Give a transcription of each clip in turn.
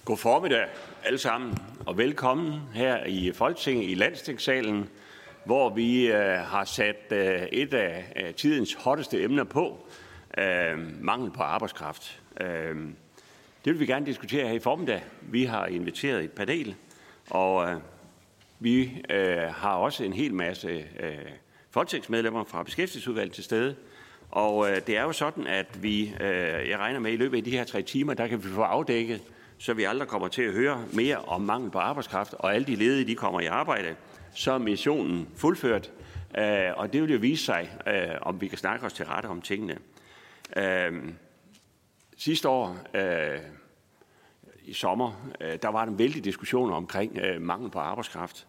God formiddag alle sammen, og velkommen her i Folketinget i Landstingssalen, hvor vi har sat et af tidens hotteste emner på, mangel på arbejdskraft. Det vil vi gerne diskutere her i formiddag. Vi har inviteret et panel, og vi har også en hel masse folketingsmedlemmer fra Beskæftigelsesudvalget til stede. Og det er jo sådan, at jeg regner med, at i løbet af de her 3 timer, der kan vi få afdækket, så vi aldrig kommer til at høre mere om mangel på arbejdskraft, og alle de ledige, de kommer i arbejde, så er missionen fuldført. Og det vil jo vise sig, om vi kan snakke os til rette om tingene. Sidste år i sommer, der var en vældig diskussion omkring mangel på arbejdskraft.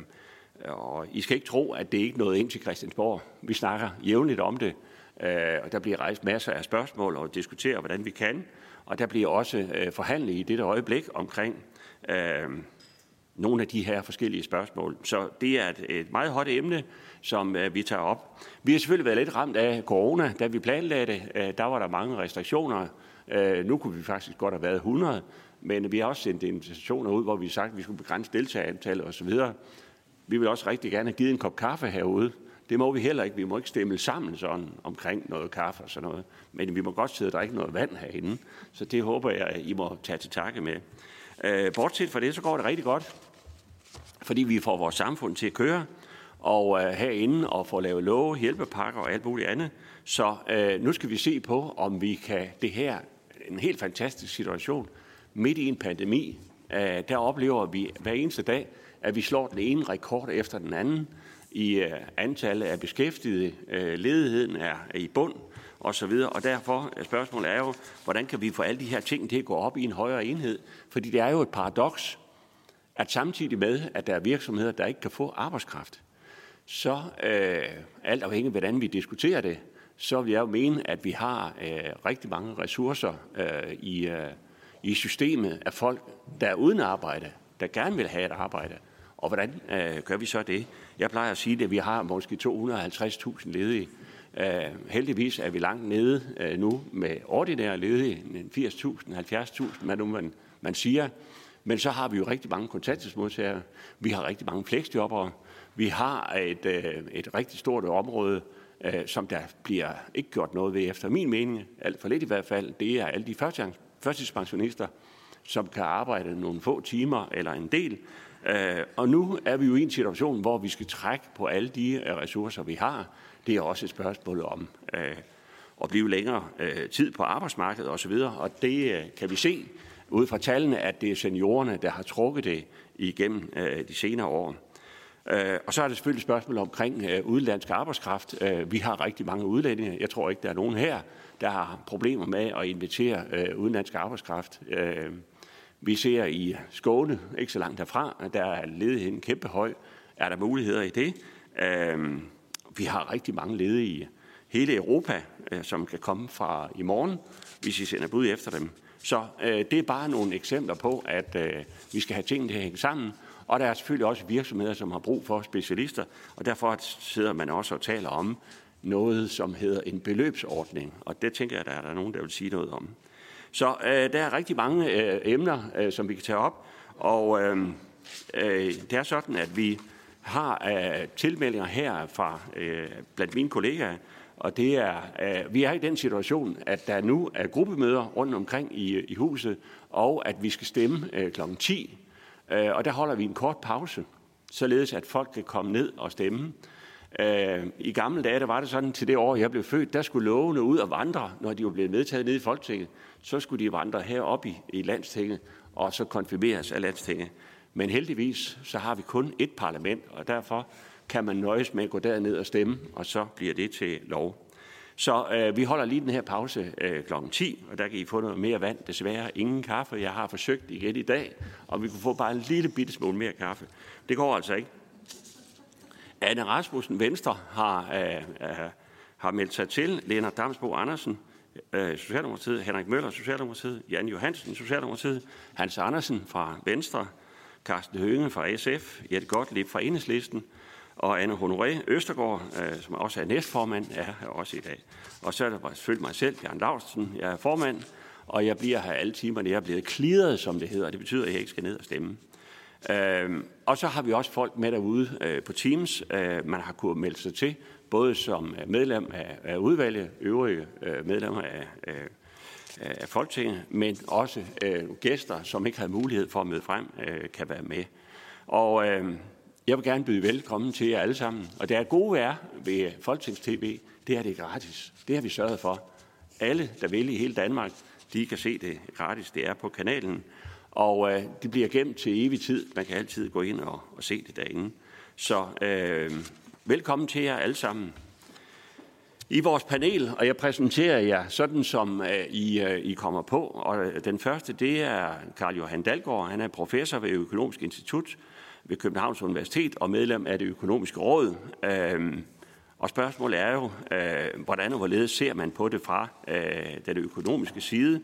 Og I skal ikke tro, at det ikke nåede ind til Christiansborg. Vi snakker jævnligt om det, og der bliver rejst masser af spørgsmål og diskuterer, hvordan vi kan. Og der bliver også forhandlet i dette øjeblik omkring nogle af de her forskellige spørgsmål. Så det er et meget hot emne, som vi tager op. Vi har selvfølgelig været lidt ramt af corona, da vi planlagde det. Der var der mange restriktioner. Nu kunne vi faktisk godt have været 100, men vi har også sendt invitationer ud, hvor vi har sagt, at vi skulle begrænse deltagerantallet osv. Vi vil også rigtig gerne have givet en kop kaffe herude. Det må vi heller ikke. Vi må ikke stemme sammen sådan omkring noget kaffe og sådan noget. Men vi må godt sidde og drikke noget vand herinde. Så det håber jeg, at I må tage til takke med. Bortset fra det, så går det rigtig godt. Fordi vi får vores samfund til at køre. Og herinde og får lavet love, hjælpepakker og alt muligt andet. Så nu skal vi se på, om vi kan det her, en helt fantastisk situation, midt i en pandemi. Der oplever vi hver eneste dag, at vi slår den ene rekord efter den anden i antallet af beskæftigede, ledigheden er i bund osv. Og derfor spørgsmålet er jo, hvordan kan vi få alle de her ting til at gå op i en højere enhed? Fordi det er jo et paradoks, at samtidig med, at der er virksomheder, der ikke kan få arbejdskraft, så alt afhængig af, hvordan vi diskuterer det, så vil jeg jo mene, at vi har rigtig mange ressourcer i systemet af folk, der er uden arbejde, der gerne vil have et arbejde. Og hvordan gør vi så det? Jeg plejer at sige, at vi har måske 250.000 ledige. Heldigvis er vi langt nede nu med ordinære ledige, 80.000, 70.000, hvad nu man siger. Men så har vi jo rigtig mange kontanthjælpsmodtagere. Vi har rigtig mange fleksjobbere. Vi har et rigtig stort område, som der bliver ikke gjort noget ved efter min mening. Alt for lidt i hvert fald. Det er alle de førtidspensionister, som kan arbejde nogle få timer eller en del. Og nu er vi jo i en situation, hvor vi skal trække på alle de ressourcer, vi har. Det er også et spørgsmål om at blive længere tid på arbejdsmarkedet osv. Og det kan vi se ud fra tallene, at det er seniorerne, der har trukket det igennem de senere år. Og så er det selvfølgelig et spørgsmål omkring udenlandsk arbejdskraft. Vi har rigtig mange udlændinge. Jeg tror ikke, der er nogen her, der har problemer med at invitere udenlandsk arbejdskraft. Vi ser i Skåne, ikke så langt derfra, der er ledigheden kæmpe høj. Er der muligheder i det? Vi har rigtig mange ledige i hele Europa, som kan komme fra i morgen, hvis I sender bud efter dem. Så det er bare nogle eksempler på, at vi skal have tingene til at hænge sammen. Og der er selvfølgelig også virksomheder, som har brug for specialister, og derfor sidder man også og taler om noget, som hedder en beløbsordning. Og det tænker jeg, at der er nogen, der vil sige noget om. Så der er rigtig mange emner, som vi kan tage op, og det er sådan, at vi har tilmeldinger her fra blandt mine kollegaer, og det er, vi er i den situation, at der nu er gruppemøder rundt omkring i huset, og at vi skal stemme kl. 10, og der holder vi en kort pause, således at folk kan komme ned og stemme. I gamle dage, der var det sådan, til det år, jeg blev født, der skulle lovene ud og vandre, når de var blevet vedtaget nede i Folketinget. Så skulle de vandre heroppe i Landstinget, og så konfirmeres af Landstinget. Men heldigvis, så har vi kun ét parlament, og derfor kan man nøjes med at gå derned og stemme, og så bliver det til lov. Så vi holder lige den her pause kl. 10, og der kan I få noget mere vand. Desværre ingen kaffe. Jeg har forsøgt igen i dag, og vi kunne få bare en lille bitte smule mere kaffe. Det går altså ikke. Anne Rasmussen, Venstre, har meldt sig til. Lennart Damsbo-Andersen, Socialdemokratiet. Henrik Møller, Socialdemokratiet. Jan Johansen, Socialdemokratiet. Hans Andersen fra Venstre. Carsten Hønge fra SF. Jette Gottlieb fra Enhedslisten. Og Anne Honoré Østergaard, som også er næstformand, er her også i dag. Og så er der selvfølgelig mig selv, Jan Laustsen, jeg er formand. og jeg bliver her alle timerne. Jeg er blevet clearet, som det hedder. Det betyder, at jeg ikke skal ned og stemme. Og så har vi også folk med derude på Teams, man har kunnet melde sig til, både som medlem af udvalget, øvrige medlemmer af Folketinget, men også gæster, som ikke havde mulighed for at møde frem, kan være med. Og jeg vil gerne byde velkommen til jer alle sammen. Og det gode er ved Folketings-TV, det er det gratis. Det har vi sørget for. Alle, der vil i hele Danmark, de kan se det gratis. Det er på kanalen. Og det bliver gemt til evig tid. Man kan altid gå ind og se det derinde. Så velkommen til jer alle sammen. I vores panel, og jeg præsenterer jer sådan, som I kommer på. Og den første, det er Carl Johan Dalgaard. Han er professor ved Økonomisk Institut ved Københavns Universitet og medlem af det økonomiske råd. Og spørgsmålet er jo, hvordan og hvorledes ser man på det fra den økonomiske side.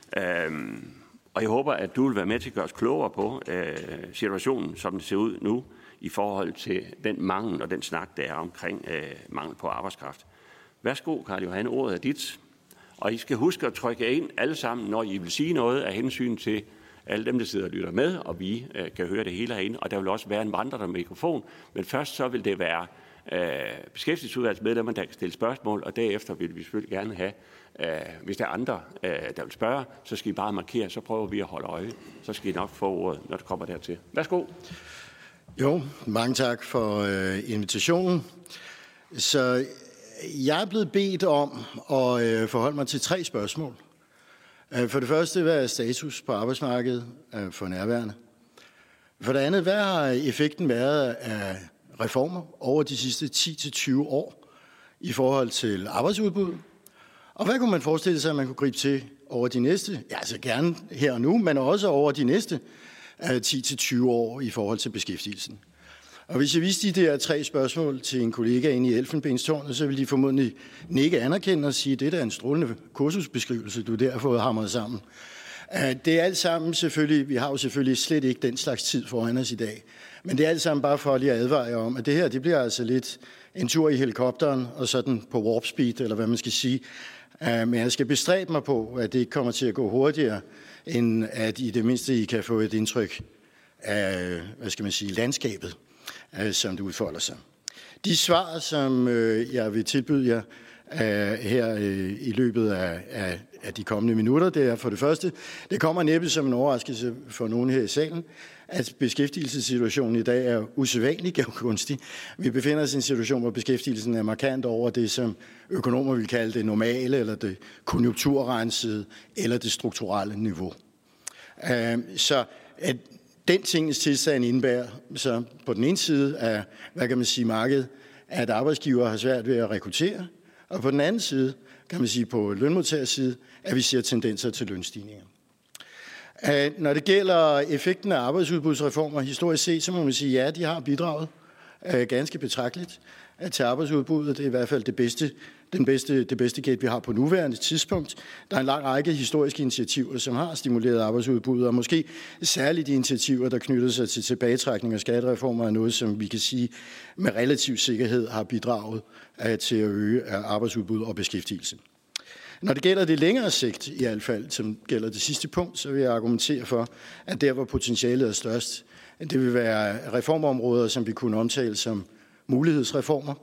Og jeg håber, at du vil være med til at gøre os klogere på situationen, som det ser ud nu, i forhold til den mangel og den snak, der er omkring mangel på arbejdskraft. Værsgo, Carl Johan, ordet er dit. Og I skal huske at trykke ind alle sammen, når I vil sige noget af hensyn til alle dem, der sidder og lytter med, og vi kan høre det hele herinde. Og der vil også være en vandrende mikrofon, men først så vil det være beskæftigelsesudvalgsmedlemmer, der kan stille spørgsmål, og derefter vil vi selvfølgelig gerne have, hvis der er andre, der vil spørge, så skal I bare markere, så prøver vi at holde øje. Så skal I nok få ordet, når det kommer dertil. Værsgo. Jo, mange tak for invitationen. Så jeg er blevet bedt om at forholde mig til 3 spørgsmål. For det første, hvad er status på arbejdsmarkedet for nærværende? For det andet, hvad har effekten været af reformer over de sidste 10-20 år i forhold til arbejdsudbud? Og hvad kunne man forestille sig, at man kunne gribe til over de næste, ja, altså gerne her og nu, men også over de næste 10-20 år i forhold til beskæftigelsen? Og hvis jeg viste de der 3 spørgsmål til en kollega inde i Elfenbenstårnet, så ville de formodentlig nikke anerkende og sige, at det er en strålende kursusbeskrivelse, du der har fået hamret sammen. Det er alt sammen selvfølgelig, vi har jo selvfølgelig slet ikke den slags tid foran os i dag, men det er alt sammen bare for lige at advare jer om, at det her, det bliver altså lidt en tur i helikopteren og sådan på warp speed, eller hvad man skal sige. Men jeg skal bestræbe mig på, at det ikke kommer til at gå hurtigere, end at i det mindste I kan få et indtryk af, hvad skal man sige, landskabet, som det udfolder sig. De svar, som jeg vil tilbyde jer her i løbet af de kommende minutter, det er for det første, det kommer næppe som en overraskelse for nogen her i salen, at beskæftigelsessituationen i dag er usædvanlig gunstig. Vi befinder os i en situation, hvor beskæftigelsen er markant over det, som økonomer vil kalde det normale, eller det konjunkturrensede, eller det strukturelle niveau. Så at den tingens tilstand indebærer så på den ene side af, hvad kan man sige, markedet, at arbejdsgiver har svært ved at rekruttere, og på den anden side, kan man sige på lønmodtagers side, at vi ser tendenser til lønstigninger. Når det gælder effekten af arbejdsudbudsreformer historisk set, så må man sige, ja, de har bidraget ganske betragteligt til arbejdsudbuddet. Det er i hvert fald det bedste gæt, vi har på nuværende tidspunkt. Der er en lang række historiske initiativer, som har stimuleret arbejdsudbuddet, og måske særligt de initiativer, der knytter sig til tilbagetrækning og skattereformer, er noget, som vi kan sige med relativ sikkerhed har bidraget til at øge arbejdsudbud og beskæftigelse. Når det gælder det længere sigt, i hvert fald, som gælder det sidste punkt, så vil jeg argumentere for, at der, hvor potentialet er størst, det vil være reformområder, som vi kunne omtale som mulighedsreformer.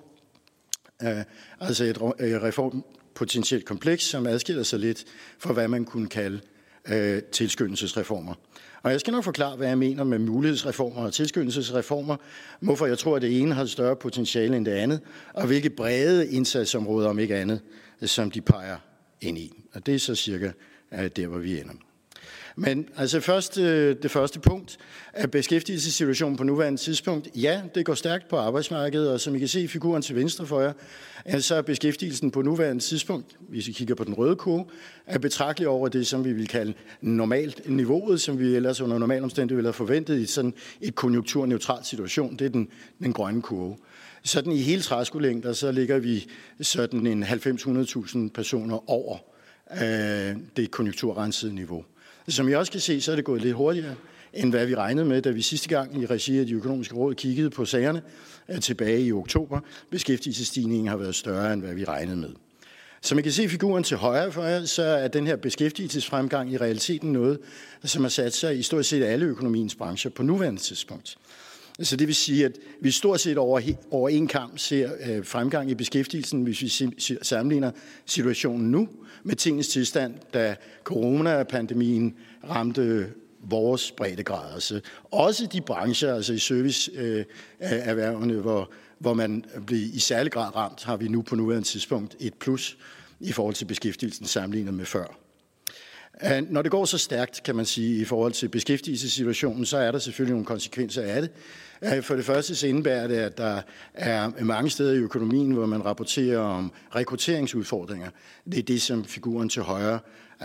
Altså et reformpotentielt kompleks, som adskiller sig lidt fra, hvad man kunne kalde tilskyndelsesreformer. Og jeg skal nok forklare, hvad jeg mener med mulighedsreformer og tilskyndelsesreformer, hvorfor jeg tror, at det ene har større potentiale end det andet, og hvilke brede indsatsområder, om ikke andet, som de peger ind i. Og det er så cirka der, hvor vi ender. Men altså først det første punkt af beskæftigelsessituationen på nuværende tidspunkt. Ja, det går stærkt på arbejdsmarkedet, og som I kan se i figuren til venstre for jer, så er beskæftigelsen på nuværende tidspunkt, hvis I kigger på den røde kurve, er betragteligt over det, som vi vil kalde normalt niveauet, som vi ellers under normal omstændighed ville have forventet i sådan et konjunkturneutralt situation. Det er den grønne kurve. Sådan i hele træskolængder, så ligger vi sådan en 90-100.000 personer over det konjunkturrensede niveau. Som I også kan se, så er det gået lidt hurtigere, end hvad vi regnede med, da vi sidste gang i regi af de økonomiske råd kiggede på sagerne tilbage i oktober. Beskæftigelsesstigningen har været større, end hvad vi regnede med. Som man kan se i figuren til højre for jer, så er den her beskæftigelsesfremgang i realiteten noget, som har sat sig i stort set alle økonomiens brancher på nuværende tidspunkt. Så det vil sige, at vi stort set over en kamp ser fremgang i beskæftigelsen, hvis vi sammenligner situationen nu med tingens tilstand, da coronapandemien ramte vores breddegrader. Altså også de brancher, altså i serviceerhvervene, hvor man blev i særlig grad ramt, har vi nu på nuværende tidspunkt et plus i forhold til beskæftigelsen sammenlignet med før. Når det går så stærkt, kan man sige, i forhold til beskæftigelsessituationen, så er der selvfølgelig nogle konsekvenser af det. For det første så indebærer det, at der er mange steder i økonomien, hvor man rapporterer om rekrutteringsudfordringer. Det er det, som figuren til højre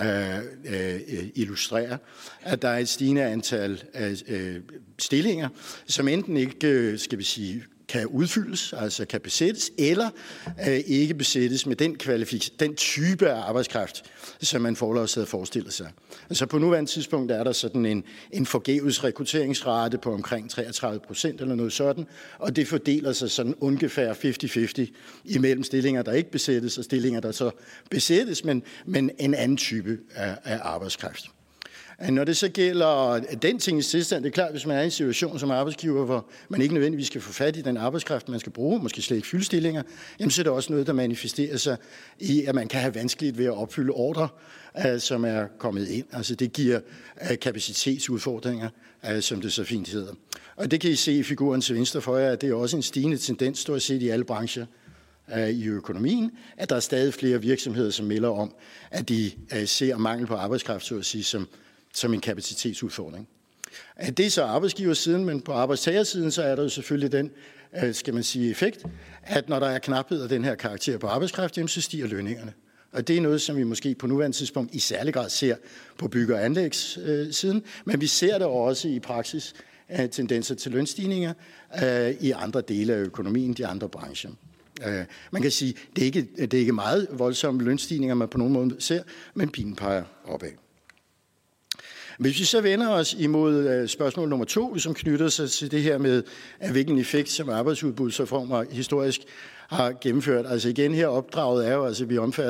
illustrerer, at der er et stigende antal stillinger, som enten ikke, skal vi sige, kan udfyldes, altså kan besættes, eller ikke besættes med den type af arbejdskraft, som man forlods havde forestillet sig. Altså på nuværende tidspunkt er der sådan en forgæves rekrutteringsrate på omkring 33% eller noget sådan, og det fordeler sig sådan ungefær 50-50 imellem stillinger, der ikke besættes, og stillinger, der så besættes, men en anden type af arbejdskraft. Når det så gælder den tingens tilstand, det er klart, hvis man er i en situation som arbejdsgiver, hvor man ikke nødvendigvis skal få fat i den arbejdskraft, man skal bruge, måske slet ikke fylde stillinger, jamen så er det også noget, der manifesterer sig i, at man kan have vanskeligt ved at opfylde ordre, som er kommet ind. Altså det giver kapacitetsudfordringer, som det så fint hedder. Og det kan I se i figuren til venstre for jer, at det er også en stigende tendens, stort set i alle brancher i økonomien, at der er stadig flere virksomheder, som melder om, at de ser mangel på arbejdskraft, så at sige, som en kapacitetsudfordring. Det er så arbejdsgiversiden, men på arbejdstagersiden, så er der jo selvfølgelig den, skal man sige, effekt, at når der er knaphed af den her karakter på arbejdskraft, jamen, så stiger lønningerne. Og det er noget, som vi måske på nuværende tidspunkt i særlig grad ser på bygge- og anlægssiden, men vi ser det også i praksis tendenser til lønstigninger i andre dele af økonomien, de andre brancher. Man kan sige, det er ikke meget voldsomme lønstigninger, man på nogen måde ser, men pilen peger opad. Hvis vi så vender os imod spørgsmål nummer 2, som knytter sig til det her med, hvilken effekt som arbejdsudbudsreformer historisk har gennemført. Altså igen her opdraget er jo, altså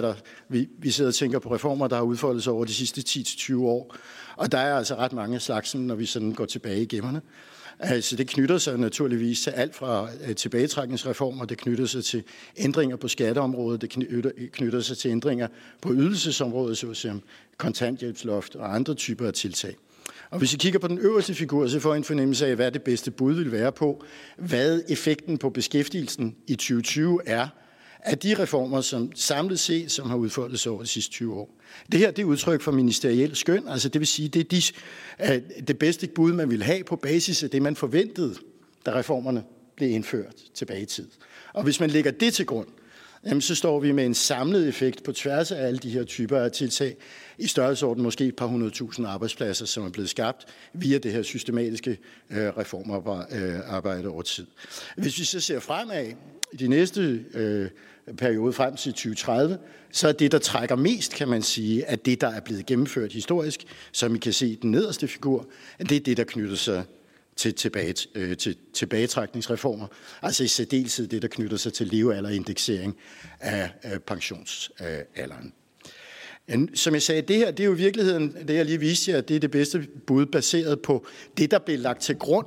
vi sidder og tænker på reformer, der har udfoldet sig over de sidste 10-20 år. Og der er altså ret mange slags, når vi sådan går tilbage i gemmerne. Altså det knytter sig naturligvis til alt fra tilbagetrækningsreformer, det knytter sig til ændringer på skatteområdet, det knytter sig til ændringer på ydelsesområdet, såsom kontanthjælpsloft og andre typer af tiltag. Og hvis vi kigger på den øverste figur, så får I en fornemmelse af, hvad det bedste bud vil være på, hvad effekten på beskæftigelsen i 2020 er af de reformer, som samlet set, som har udfoldet sig over de sidste 20 år. Det her det er udtryk for ministeriel skøn, altså det vil sige, det er det bedste bud, man vil have på basis af det, man forventede, da reformerne blev indført tilbage i tid. Og hvis man lægger det til grund, jamen, så står vi med en samlet effekt på tværs af alle de her typer af tiltag i størrelsesorden måske et par 100.000 arbejdspladser, som er blevet skabt via det her systematiske reformarbejde over tid. Hvis vi så ser fremad i de næste periode frem til 2030, så er det, der trækker mest, kan man sige, at det, der er blevet gennemført historisk, som I kan se i den nederste figur, det er det, der knytter sig til tilbagetrækningsreformer, altså i særdeleshed det, der knytter sig til levealderindeksering af pensionsalderen. Som jeg sagde, det her, det er jo i virkeligheden, det jeg lige viste jer, det er det bedste bud baseret på det, der blev lagt til grund,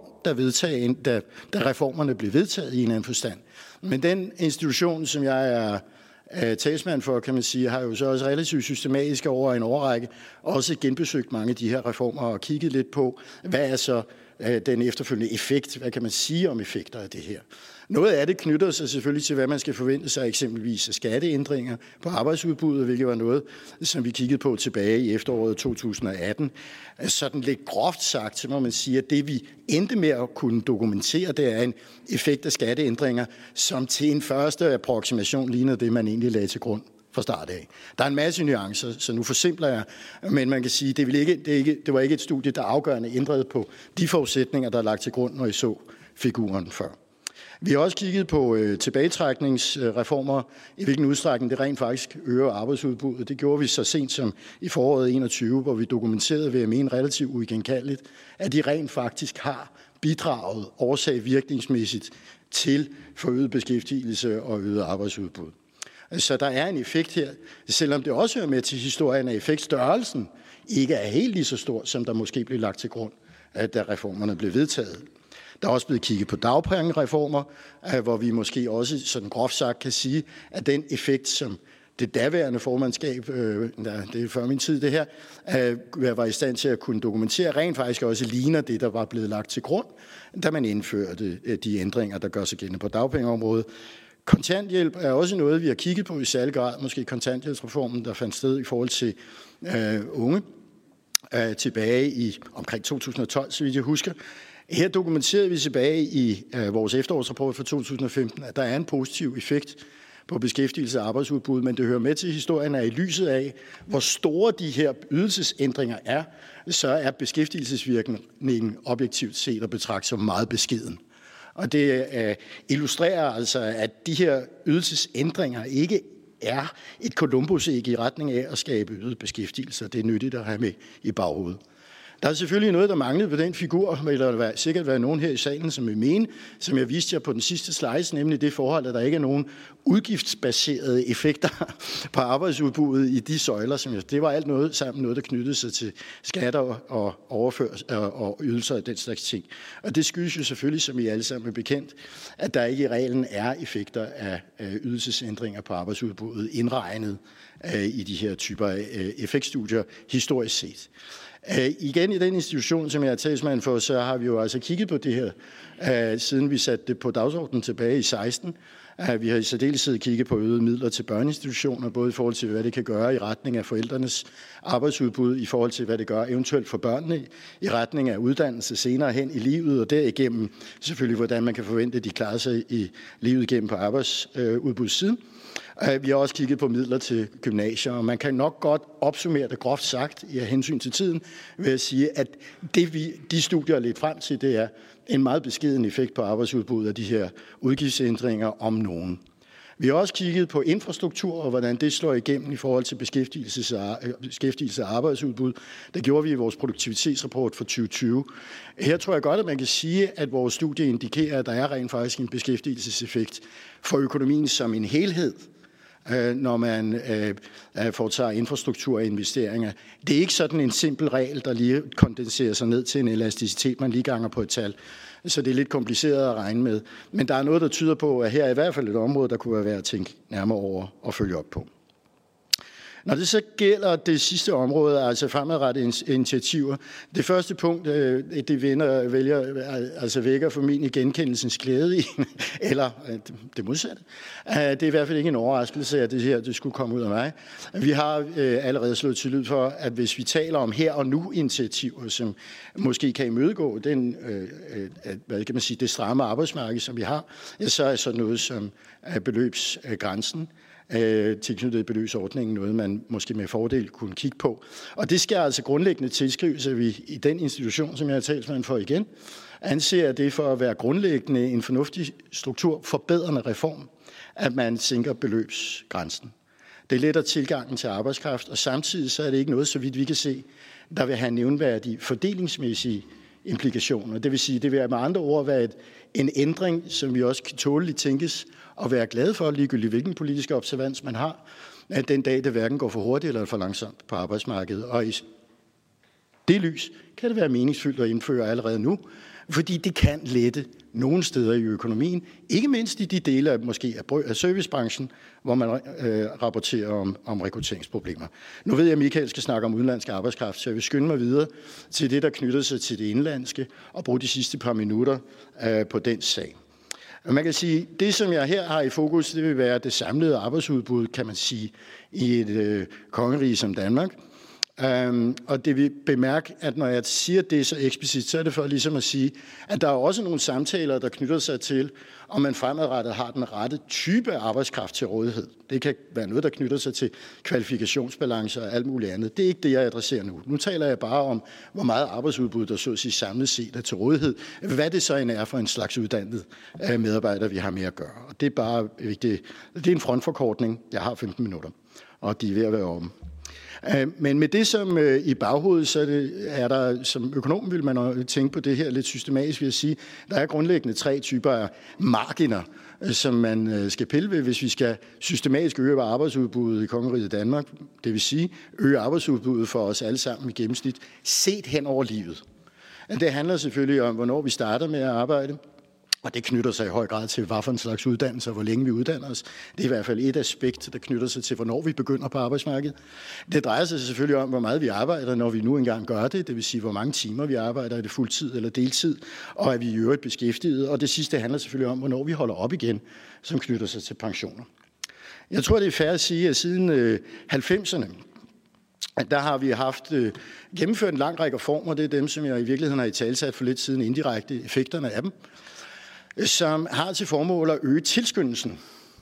da reformerne blev vedtaget i en anden forstand. Men den institution, som jeg er talsmand for, kan man sige, har jo så også relativt systematisk over en årrække også genbesøgt mange af de her reformer og kigget lidt på, hvad er så den efterfølgende effekt, hvad kan man sige om effekter af det her. Noget af det knytter sig selvfølgelig til, hvad man skal forvente sig eksempelvis af skatteændringer på arbejdsudbuddet, hvilket var noget, som vi kiggede på tilbage i efteråret 2018. Sådan lidt groft sagt, så må man sige, at det vi endte med at kunne dokumentere, det er en effekt af skatteændringer, som til en første approximation ligner det, man egentlig lagde til grund fra start af. Der er en masse nuancer, så nu forsimpler jeg, men man kan sige, at det var ikke et studie, der afgørende ændrede på de forudsætninger, der er lagt til grund, når I så figuren før. Vi har også kigget på tilbagetrækningsreformer, i hvilken udstrækning det rent faktisk øger arbejdsudbuddet. Det gjorde vi så sent som i foråret 21, hvor vi dokumenterede, ved at mene relativt uigenkaldeligt, at de rent faktisk har bidraget årsag virkningsmæssigt til forøget beskæftigelse og øget arbejdsudbud. Så der er en effekt her, selvom det også hører med til historien, at effektstørrelsen ikke er helt lige så stor, som der måske blev lagt til grund, da reformerne blev vedtaget. Der er også blevet kigget på dagpengereformer, hvor vi måske også sådan groft sagt kan sige, at den effekt, som det daværende formandskab, det er før min tid det her, var i stand til at kunne dokumentere, rent faktisk også ligner det, der var blevet lagt til grund, da man indførte de ændringer, der gør sig gældende på dagpengeområdet. Kontanthjælp er også noget, vi har kigget på i særlig grad, måske kontanthjælpsreformen, der fandt sted i forhold til unge tilbage i omkring 2012, så vidt jeg husker. Her dokumenterede vi tilbage i vores efterårsrapport for 2015, at der er en positiv effekt på beskæftigelse og arbejdsudbud, men det hører med til historien, at i lyset af, hvor store de her ydelsesændringer er, så er beskæftigelsesvirkningen objektivt set at betragte som meget beskeden. Og det illustrerer altså, at de her ydelsesændringer ikke er et Columbus-æg i retning af at skabe øget beskæftigelse. Det er nyttigt at have med i baghovedet. Der er selvfølgelig noget, der manglede på den figur, men der vil sikkert være nogen her i salen, som vil mene, som jeg viste jer på den sidste slide, nemlig det forhold, at der ikke er nogen udgiftsbaserede effekter på arbejdsudbuddet i de søjler. Det var alt noget sammen noget, der knyttede sig til skatter og overførsler og ydelser af den slags ting. Og det skyldes jo selvfølgelig, som I alle sammen er bekendt, at der ikke i reglen er effekter af ydelsesændringer på arbejdsudbuddet indregnet i de her typer af effektstudier historisk set. Igen i den institution, som jeg er talsmand for, så har vi jo altså kigget på det her, siden vi satte det på dagsordenen tilbage i 16. Vi har i særdeleshed kigget på øgede midler til børneinstitutioner, både i forhold til, hvad det kan gøre i retning af forældrenes arbejdsudbud, i forhold til, hvad det gør eventuelt for børnene, i retning af uddannelse senere hen i livet, og derigennem selvfølgelig, hvordan man kan forvente, at de klarer sig i livet igennem på arbejdsudbudssiden. Vi har også kigget på midler til gymnasier, og man kan nok godt opsummere det groft sagt i hensyn til tiden ved at sige, at de studier er lidt frem til, det er en meget beskeden effekt på arbejdsudbuddet af de her udgiftsændringer om nogen. Vi har også kigget på infrastruktur og hvordan det slår igennem i forhold til beskæftigelse og arbejdsudbud. Det gjorde vi i vores produktivitetsrapport for 2020. Her tror jeg godt, at man kan sige, at vores studie indikerer, at der er rent faktisk en beskæftigelseseffekt for økonomien som en helhed, når man foretager infrastrukturinvesteringer. Det er ikke sådan en simpel regel, der lige kondenserer sig ned til en elasticitet, man lige ganger på et tal. Så det er lidt kompliceret at regne med. Men der er noget, der tyder på, at her er i hvert fald et område, der kunne være værd at tænke nærmere over og følge op på. Når det så gælder det sidste område, altså fremadrettede initiativer, det første punkt, det vækker formentlig genkendelsens glæde i, eller det modsatte. Det er i hvert fald ikke en overraskelse, at det her det skulle komme ud af mig. Vi har allerede slået til lyd for, at hvis vi taler om her og nu initiativer, som måske kan imødegå den, hvad kan man sige, det stramme arbejdsmarked, som vi har, så er sådan noget som beløbsgrænsen, tilknyttet beløbsordningen, noget man måske med fordel kunne kigge på. Og det skal altså grundlæggende tilskrives, at vi i den institution, som jeg har talsmand for igen, anser det for at være grundlæggende en fornuftig struktur, forbedrende reform, at man sænker beløbsgrænsen. Det letter tilgangen til arbejdskraft, og samtidig så er det ikke noget, så vidt vi kan se, der vil have nævnværdige fordelingsmæssige implikationer. Det vil sige, det vil med andre ord være en ændring, som vi også kan tåleligt tænkes at være glade for, ligegyldigt hvilken politisk observans man har, at den dag det hverken går for hurtigt eller for langsomt på arbejdsmarkedet. Og i det lys kan det være meningsfyldt at indføre allerede nu, fordi det kan lette nogle steder i økonomien, ikke mindst i de dele af måske af servicebranchen, hvor man rapporterer om rekrutteringsproblemer. Nu ved jeg, at Michael skal snakke om udenlandsk arbejdskraft, så jeg vil skynde mig videre til det, der knytter sig til det indlandske, og bruge de sidste par minutter på den sag. Man kan sige, det som jeg her har i fokus, det vil være det samlede arbejdsudbud, kan man sige, i et kongerige som Danmark. Og det vil bemærke, at når jeg siger det så eksplicit, så er det for ligesom at sige, at der er også nogle samtaler, der knytter sig til, om man fremadrettet har den rette type af arbejdskraft til rådighed. Det kan være noget, der knytter sig til kvalifikationsbalance og alt muligt andet. Det er ikke det, jeg adresserer nu. Nu taler jeg bare om, hvor meget arbejdsudbud, der så at sige samlet set er til rådighed. Hvad det så end er for en slags uddannet medarbejder, vi har med at gøre. Og det er bare vigtigt. Det er en frontforkortning. Jeg har 15 minutter, og de er ved at være om. Men med det som i baghovedet, så er der, som økonom vil man tænke på det her lidt systematisk, vil jeg sige, der er grundlæggende 3 typer af marginer, som man skal pille ved, hvis vi skal systematisk øge arbejdsudbuddet i Kongeriget Danmark. Det vil sige øge arbejdsudbuddet for os alle sammen i gennemsnit, set hen over livet. Det handler selvfølgelig om, hvornår vi starter med at arbejde, og det knytter sig i høj grad til, hvad for en slags uddannelse og hvor længe vi uddanner os. Det er i hvert fald et aspekt, der knytter sig til, hvornår vi begynder på arbejdsmarkedet. Det drejer sig selvfølgelig om, hvor meget vi arbejder, når vi nu engang gør det. Det vil sige, hvor mange timer vi arbejder, er det fuldtid eller deltid, og er vi i øvrigt beskæftiget. Og det sidste handler selvfølgelig om, hvornår vi holder op igen, som knytter sig til pensioner. Jeg tror, det er fair at sige, at siden 90'erne, at der har vi gennemført en lang række reformer. Det er dem, som jeg i virkeligheden har italesat for lidt siden, indirekte effekterne af dem, som har til formål at øge tilskyndelsen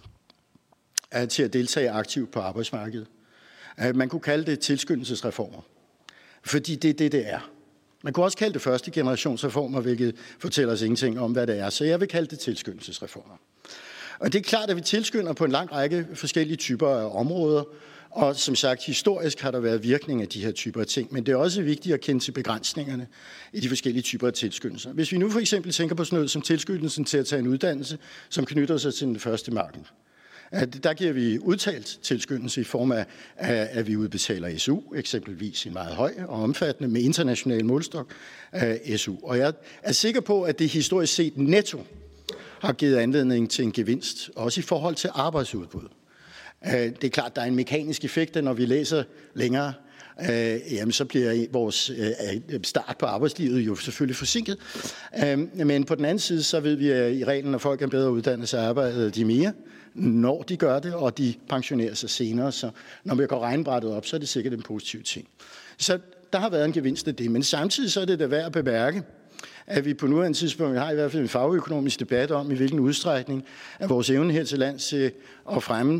til at deltage aktivt på arbejdsmarkedet. Man kunne kalde det tilskyndelsesreformer, fordi det er det er. Man kunne også kalde det første generationsreformer, hvilket fortæller os ingenting om, hvad det er. Så jeg vil kalde det tilskyndelsesreformer. Og det er klart, at vi tilskynder på en lang række forskellige typer af områder, og som sagt, historisk har der været virkning af de her typer af ting, men det er også vigtigt at kende til begrænsningerne i de forskellige typer af tilskyndelser. Hvis vi nu for eksempel tænker på sådan noget som tilskyndelsen til at tage en uddannelse, som knytter sig til den første marked, der giver vi udtalt tilskyndelse i form af, at vi udbetaler SU, eksempelvis en meget høj og omfattende med international målstok SU. Og jeg er sikker på, at det historisk set netto har givet anledning til en gevinst, også i forhold til arbejdsudbud. Det er klart, der er en mekanisk effekt, at når vi læser længere, jamen så bliver vores start på arbejdslivet jo selvfølgelig forsinket. Men på den anden side, så ved vi, at i reglen, når folk er bedre uddannet, så arbejder de mere, når de gør det, og de pensionerer sig senere. Så når vi går regnebrættet op, så er det sikkert en positiv ting. Så der har været en gevinst af det, men samtidig så er det da værd at bemærke, at vi på nuværende tidspunkt, vi har i hvert fald en fagøkonomisk debat om, i hvilken udstrækning er vores evne her til lands til at fremme,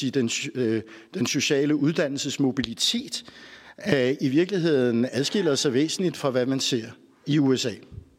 den sociale uddannelsesmobilitet, i virkeligheden adskiller sig væsentligt fra, hvad man ser i USA.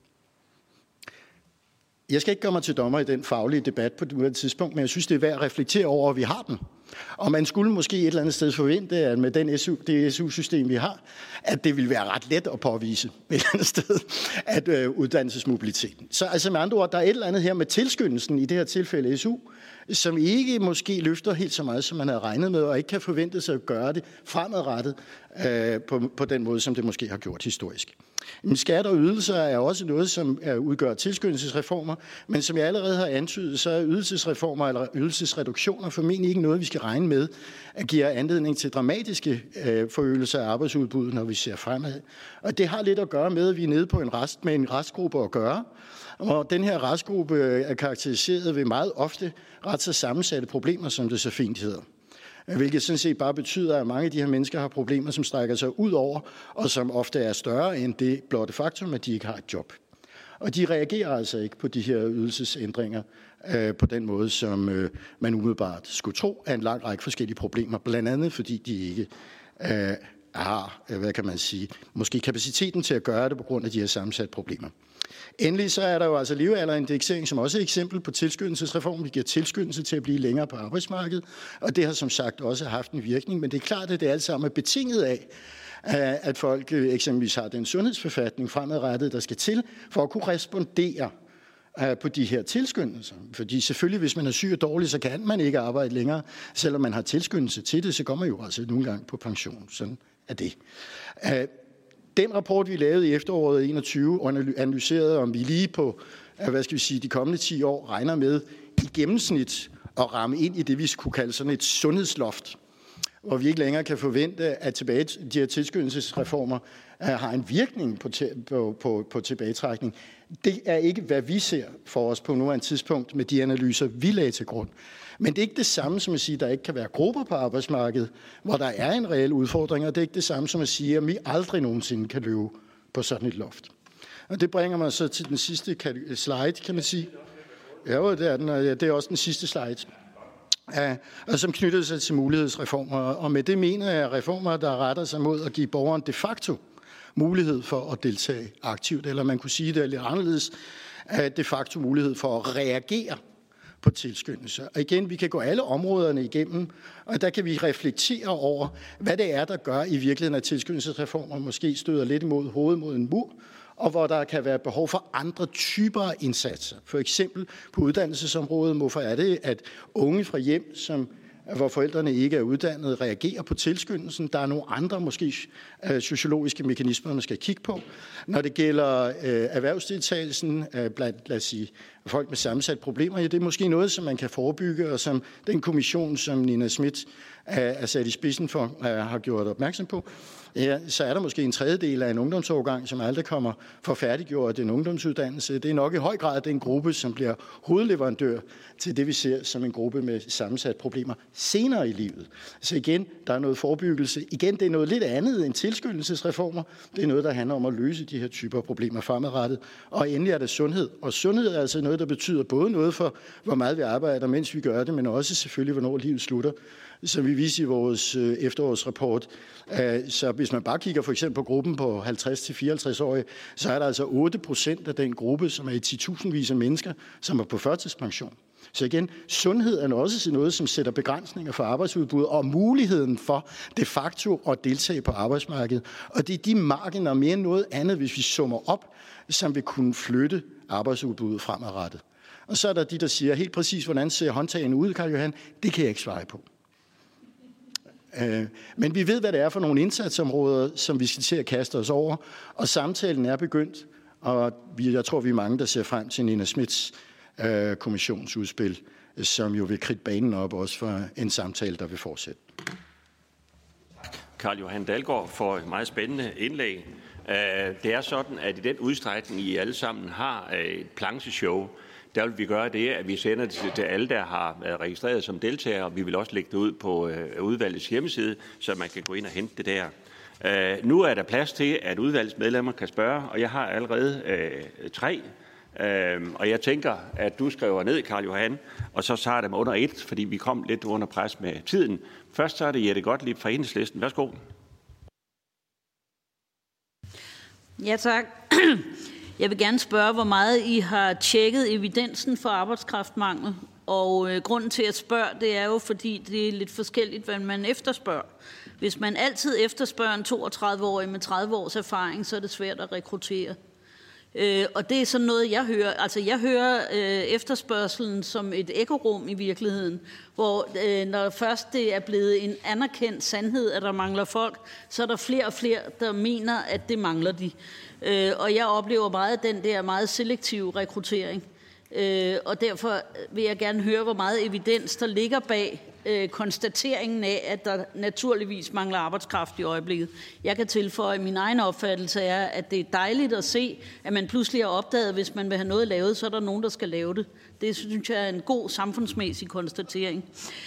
Jeg skal ikke gøre mig til dommer i den faglige debat på nuværende tidspunkt, men jeg synes, det er værd at reflektere over, at vi har den. Og man skulle måske et eller andet sted forvente, at med det SU-system, vi har, at det vil være ret let at påvise et eller andet sted, at uddannelsesmobiliteten. Så altså med andre ord, der er et eller andet her med tilskyndelsen, i det her tilfælde SU, som ikke måske løfter helt så meget, som man havde regnet med, og ikke kan forvente sig at gøre det fremadrettet på den måde, som det måske har gjort historisk. Men skatter og ydelser er også noget, som udgør tilskyndelsesreformer, men som jeg allerede har antydet, så er ydelsesreformer eller ydelsesreduktioner formentlig ikke noget, vi skal regne med, at giver anledning til dramatiske forøgelser af arbejdsudbuddet, når vi ser fremad. Og det har lidt at gøre med, at vi er nede på med en restgruppe at gøre, og den her restgruppe er karakteriseret ved meget ofte ret så sammensatte problemer, som det så fint hedder. Hvilket sådan set bare betyder, at mange af de her mennesker har problemer, som strækker sig ud over, og som ofte er større end det blotte faktum, at de ikke har et job. Og de reagerer altså ikke på de her ydelsesændringer på den måde, som man umiddelbart skulle tro, af en lang række forskellige problemer, blandt andet fordi de ikke har, hvad kan man sige, måske kapaciteten til at gøre det på grund af de her sammensatte problemer. Endelig så er der jo altså levealderindeksering, som også er et eksempel på tilskyndelsesreform. Vi giver tilskyndelse til at blive længere på arbejdsmarkedet, og det har som sagt også haft en virkning, men det er klart, at det alt sammen er betinget af, at folk eksempelvis har den sundhedsforfatning fremadrettet, der skal til, for at kunne respondere på de her tilskyndelser. Fordi selvfølgelig, hvis man er syg og dårlig, så kan man ikke arbejde længere. Selvom man har tilskyndelse til det, så går man jo altså nogle gange på pension. Sådan er det. Den rapport, vi lavede i efteråret 2021, analyserede, om vi lige på de kommende 10 år regner med i gennemsnit at ramme ind i det, vi kunne kalde sådan et sundhedsloft, hvor vi ikke længere kan forvente, at de her tilskyndelsesreformer har en virkning på tilbagetrækning. Det er ikke, hvad vi ser for os på nuværende tidspunkt med de analyser, vi lagde til grund. Men det er ikke det samme som at sige, at der ikke kan være grupper på arbejdsmarkedet, hvor der er en reel udfordring, og det er ikke det samme som at sige, at vi aldrig nogensinde kan løbe på sådan et loft. Og det bringer mig så til den sidste slide, kan man sige. Ja, det er den, og det er også den sidste slide. Og som knytter sig til mulighedsreformer. Og med det mener jeg reformer, der retter sig mod at give borgeren de facto mulighed for at deltage aktivt, eller man kunne sige det lidt anderledes, de facto mulighed for at reagere på tilskyndelse. Og igen, vi kan gå alle områderne igennem, og der kan vi reflektere over, hvad det er, der gør i virkeligheden, at tilskyndelsesreformer måske støder lidt imod hovedet mod en mur, og hvor der kan være behov for andre typer af indsatser. For eksempel på uddannelsesområdet, hvorfor er det, at unge fra hjem, hvor forældrene ikke er uddannet, reagerer på tilskyndelsen. Der er nogle andre, måske sociologiske mekanismer, man skal kigge på. Når det gælder erhvervsdeltagelsen blandt, lad os sige, folk med sammensat problemer, ja, det er måske noget, som man kan forebygge, og som den kommission, som Nina Smith er sat i spidsen for, har gjort opmærksom på. Ja, så er der måske en tredjedel af en ungdomsårgang, som aldrig kommer for færdiggjort en ungdomsuddannelse. Det er nok i høj grad den gruppe, som bliver hovedleverandør til det, vi ser som en gruppe med sammensat problemer senere i livet. Så igen, der er noget forebyggelse. Igen, det er noget lidt andet end tilskyndelsesreformer. Det er noget, der handler om at løse de her typer problemer fremadrettet. Og endelig er det sundhed. Og sundhed er altså noget, der betyder både noget for, hvor meget vi arbejder, mens vi gør det, men også selvfølgelig, hvornår livet slutter. Som vi viser i vores efterårsrapport. Så hvis man bare kigger for eksempel på gruppen på 50-54-årige, så er der altså 8% af den gruppe, som er i 10.000vis af mennesker, som er på førtidspension. Så igen, sundhed er også noget, som sætter begrænsninger for arbejdsudbud og muligheden for de facto at deltage på arbejdsmarkedet. Og det er de marginer mere end noget andet, hvis vi summer op, som vil kunne flytte arbejdsudbuddet fremadrettet. Og så er der de, der siger helt præcis, hvordan ser håndtagene ud, Karl Johan? Det kan jeg ikke svare på. Men vi ved, hvad det er for nogle indsatsområder, som vi skal til at kaste os over, og samtalen er begyndt, og jeg tror, vi er mange, der ser frem til Nina Smiths kommissionsudspil, som jo vil kridte banen op også for en samtale, der vil fortsætte. Karl Johan Dalgaard for et meget spændende indlæg. Det er sådan, at i den udstrækning, I alle sammen har et plancheshow, der vil vi gøre det, at vi sender det til alle, der har været registreret som deltagere. Vi vil også lægge det ud på udvalgets hjemmeside, så man kan gå ind og hente det der. Nu er der plads til, at udvalgets medlemmer kan spørge, og jeg har allerede 3. Og jeg tænker, at du skriver ned, Karl Johan, og så tager dem under 1, fordi vi kom lidt under pres med tiden. Først så er det Jette Gottlieb fra Enhedslisten. Værsgo. Ja, tak. Jeg vil gerne spørge, hvor meget I har tjekket evidensen for arbejdskraftmangel. Og grunden til at spørge, det er jo, fordi det er lidt forskelligt, hvad man efterspørger. Hvis man altid efterspørger en 32-årig med 30 års erfaring, så er det svært at rekruttere. Og det er sådan noget, jeg hører. Altså, jeg hører efterspørgselen som et ekkorum i virkeligheden, hvor når først det er blevet en anerkendt sandhed, at der mangler folk, så er der flere og flere, der mener, at det mangler de. Og jeg oplever meget den der meget selektive rekruttering. Og derfor vil jeg gerne høre, hvor meget evidens der ligger bag konstateringen af, at der naturligvis mangler arbejdskraft i øjeblikket. Jeg kan tilføje, at min egen opfattelse er, at det er dejligt at se, at man pludselig har opdaget, at hvis man vil have noget lavet, så er der nogen, der skal lave det. Det synes jeg er en god samfundsmæssig konstatering.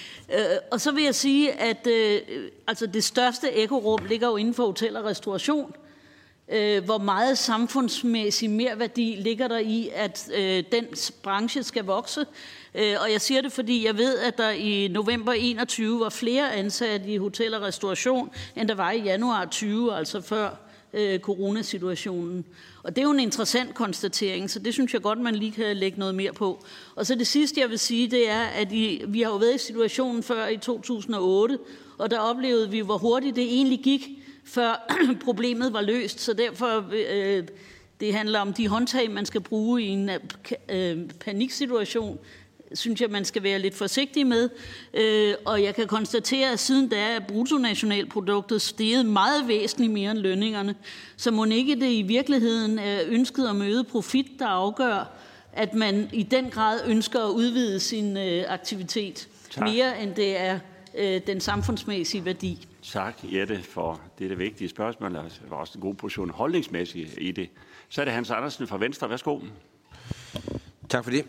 Og så vil jeg sige, at altså det største ekkorum ligger jo inden for hotel og restauration. Hvor meget samfundsmæssig merværdi ligger der i, at den branche skal vokse. Og jeg siger det, fordi jeg ved, at der i november 21 var flere ansatte i hotel og restauration, end der var i januar 20, altså før coronasituationen. Og det er jo en interessant konstatering, så det synes jeg godt, man lige kan lægge noget mere på. Og så det sidste, jeg vil sige, det er, at vi har jo været i situationen før i 2008, og der oplevede vi, hvor hurtigt det egentlig gik, før problemet var løst. Så derfor, det handler om de håndtag, man skal bruge i en paniksituation, synes jeg, man skal være lidt forsigtig med. Og jeg kan konstatere, at siden da er bruttonationalproduktet steget meget væsentligt mere end lønningerne. Så må ikke det i virkeligheden er ønsket om øget profit, der afgør, at man i den grad ønsker at udvide sin aktivitet. Tak. Mere end det er den samfundsmæssige værdi. Tak, Jette, for det vigtige spørgsmål, og også en god portion holdningsmæssigt i det. Så er det Hans Andersen fra Venstre. Værsgo. Tak for det.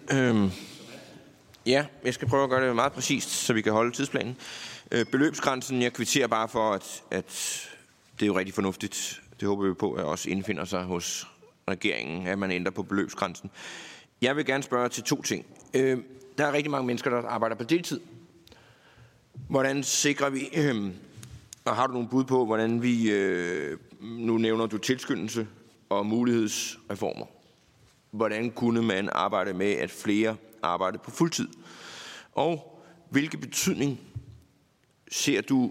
Ja, jeg skal prøve at gøre det meget præcist, så vi kan holde tidsplanen. Beløbsgrænsen, jeg kvitterer bare for, at det er jo rigtig fornuftigt. Det håber vi på, at også indfinder sig hos regeringen, at man ændrer på beløbsgrænsen. Jeg vil gerne spørge til 2 ting. Der er rigtig mange mennesker, der arbejder på deltid. Hvordan sikrer vi, og har du nogle bud på, hvordan vi, nu nævner du tilskyndelse og mulighedsreformer, hvordan kunne man arbejde med, at flere arbejder på fuldtid? Og hvilken betydning ser du,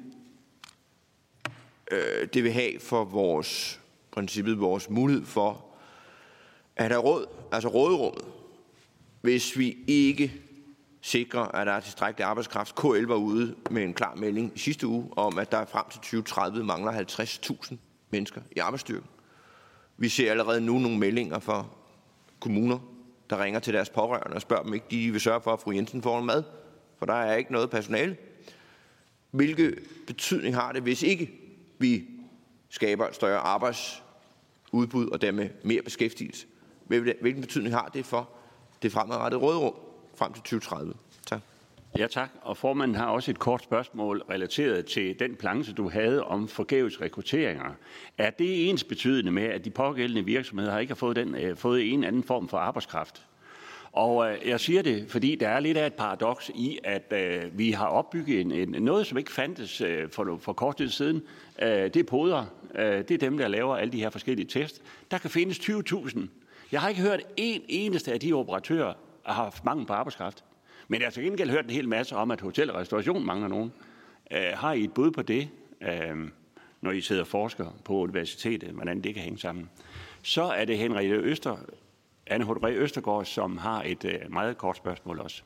det vil have for vores mulighed for at have råd, altså råderummet, hvis vi ikke sikrer, at der er tilstrækkelig arbejdskraft? KL var ude med en klar melding i sidste uge om, at der frem til 2030 mangler 50.000 mennesker i arbejdsstyrken. Vi ser allerede nu nogle meldinger fra kommuner, der ringer til deres pårørende og spørger dem ikke, de vil sørge for, at fru Jensen får en mad, for der er ikke noget personale. Hvilke betydning har det, hvis ikke vi skaber et større arbejdsudbud og dermed mere beskæftigelse? Hvilken betydning har det for det fremadrettede råderum frem til 2030? Tak. Ja, tak. Og formanden har også et kort spørgsmål relateret til den planche, du havde om forgæves rekrutteringer. Er det ens betydende med, at de pågældende virksomheder ikke har fået en anden form for arbejdskraft? Og jeg siger det, fordi der er lidt af et paradoks i, at vi har opbygget noget, som ikke fandtes for kort tid siden. Det er podere. Det er dem, der laver alle de her forskellige test. Der kan findes 20.000. Jeg har ikke hørt en eneste af de operatører har haft mangel på arbejdskraft. Men jeg har til gengæld hørt en hel masse om, at hotel og restauration mangler nogen. Har I et bud på det, når I sidder og forsker på universitetet, hvordan det kan hænge sammen? Så er det Anne H. Østergaard, som har et meget kort spørgsmål også.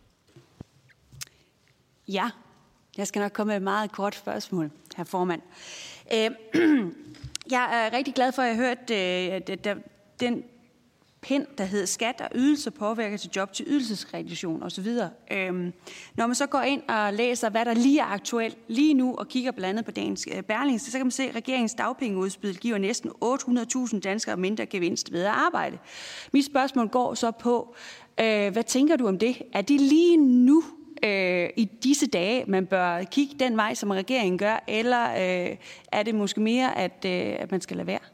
Ja, jeg skal nok komme med et meget kort spørgsmål, hr. formand. Jeg er rigtig glad for, at jeg hørte den pind, der hedder skat og ydelser påvirker til job til ydelsesreduktion osv. Når man så går ind og læser, hvad der lige er aktuelt lige nu, og kigger blandt andet på dagens Berlingske, så kan man se, at regeringens dagpengeudspil giver næsten 800.000 danskere mindre gevinst ved at arbejde. Mit spørgsmål går så på, hvad tænker du om det? Er det lige nu, i disse dage, man bør kigge den vej, som regeringen gør, eller er det måske mere, at man skal lade være?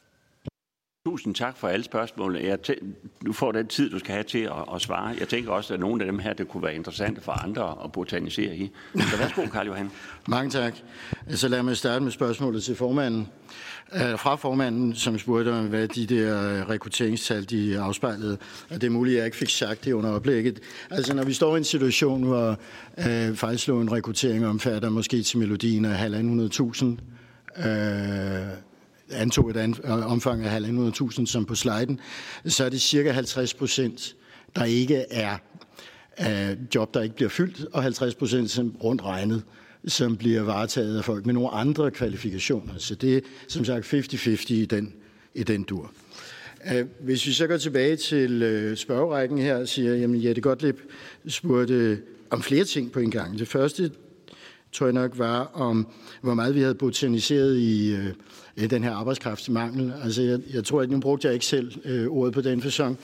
Tusind tak for alle spørgsmål. Du får den tid, du skal have til at svare. Jeg tænker også, at nogle af dem her, det kunne være interessante for andre at botanisere i. Så værsgo, Karl Johan. Mange tak. Så lad mig starte med spørgsmålet til formanden. Fra formanden, som spurgte om, hvad de der rekrutteringstal, de afspejlede. Og det er muligt, at jeg ikke fik sagt det under oplægget. Altså, når vi står i en situation, hvor fejlslående rekruttering omfatter måske til melodien af 1.500.000, antog et omfang af 1.500.000 som på sliden, så er det cirka 50%, der ikke er job, der ikke bliver fyldt, og 50% som rundt regnet, som bliver varetaget af folk med nogle andre kvalifikationer. Så det er som sagt 50-50 i den dur. Hvis vi så går tilbage til spørgerækken her, siger jeg, jamen Jette Gottlieb spurgte om flere ting på en gang. Det første tror jeg nok var om, hvor meget vi havde botaniseret i den her arbejdskraftsmangel. Altså, jeg tror, at nu brugte jeg ikke selv ordet på den facon,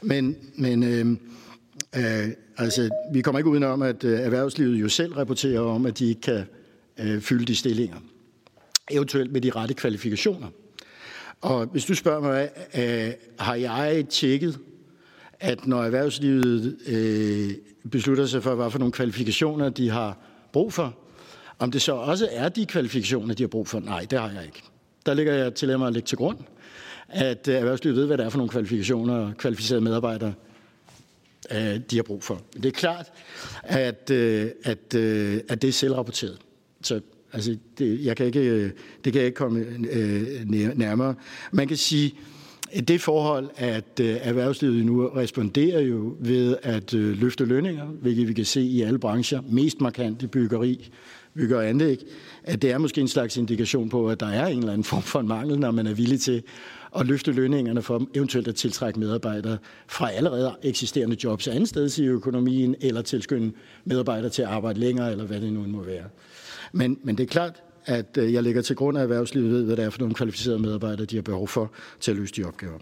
men altså, vi kommer ikke udenom, at erhvervslivet jo selv rapporterer om, at de ikke kan fylde de stillinger, eventuelt med de rette kvalifikationer. Og hvis du spørger mig, har jeg tjekket, at når erhvervslivet beslutter sig for, hvad for nogle kvalifikationer de har brug for, om det så også er de kvalifikationer, de har brug for? Nej, det har jeg ikke. Der ligger jeg til mig at lægge til grund, at erhvervslivet ved, hvad det er for nogle kvalifikationer og kvalificerede medarbejdere, de har brug for. Det er klart, at det er selvrapporteret. Så altså, det kan jeg ikke komme nærmere. Man kan sige, at det forhold, at erhvervslivet nu responderer jo ved at løfte lønninger, hvilket vi kan se i alle brancher, mest markant i bygge- og anlæg, at det er måske en slags indikation på, at der er en eller anden form for en mangel, når man er villig til at løfte lønningerne for eventuelt at tiltrække medarbejdere fra allerede eksisterende jobs andet sted i økonomien, eller tilskynde medarbejdere til at arbejde længere, eller hvad det nu må være. Men det er klart, at jeg lægger til grund af erhvervslivet ved, hvad det er for nogle kvalificerede medarbejdere, de har behov for til at løse de opgaver.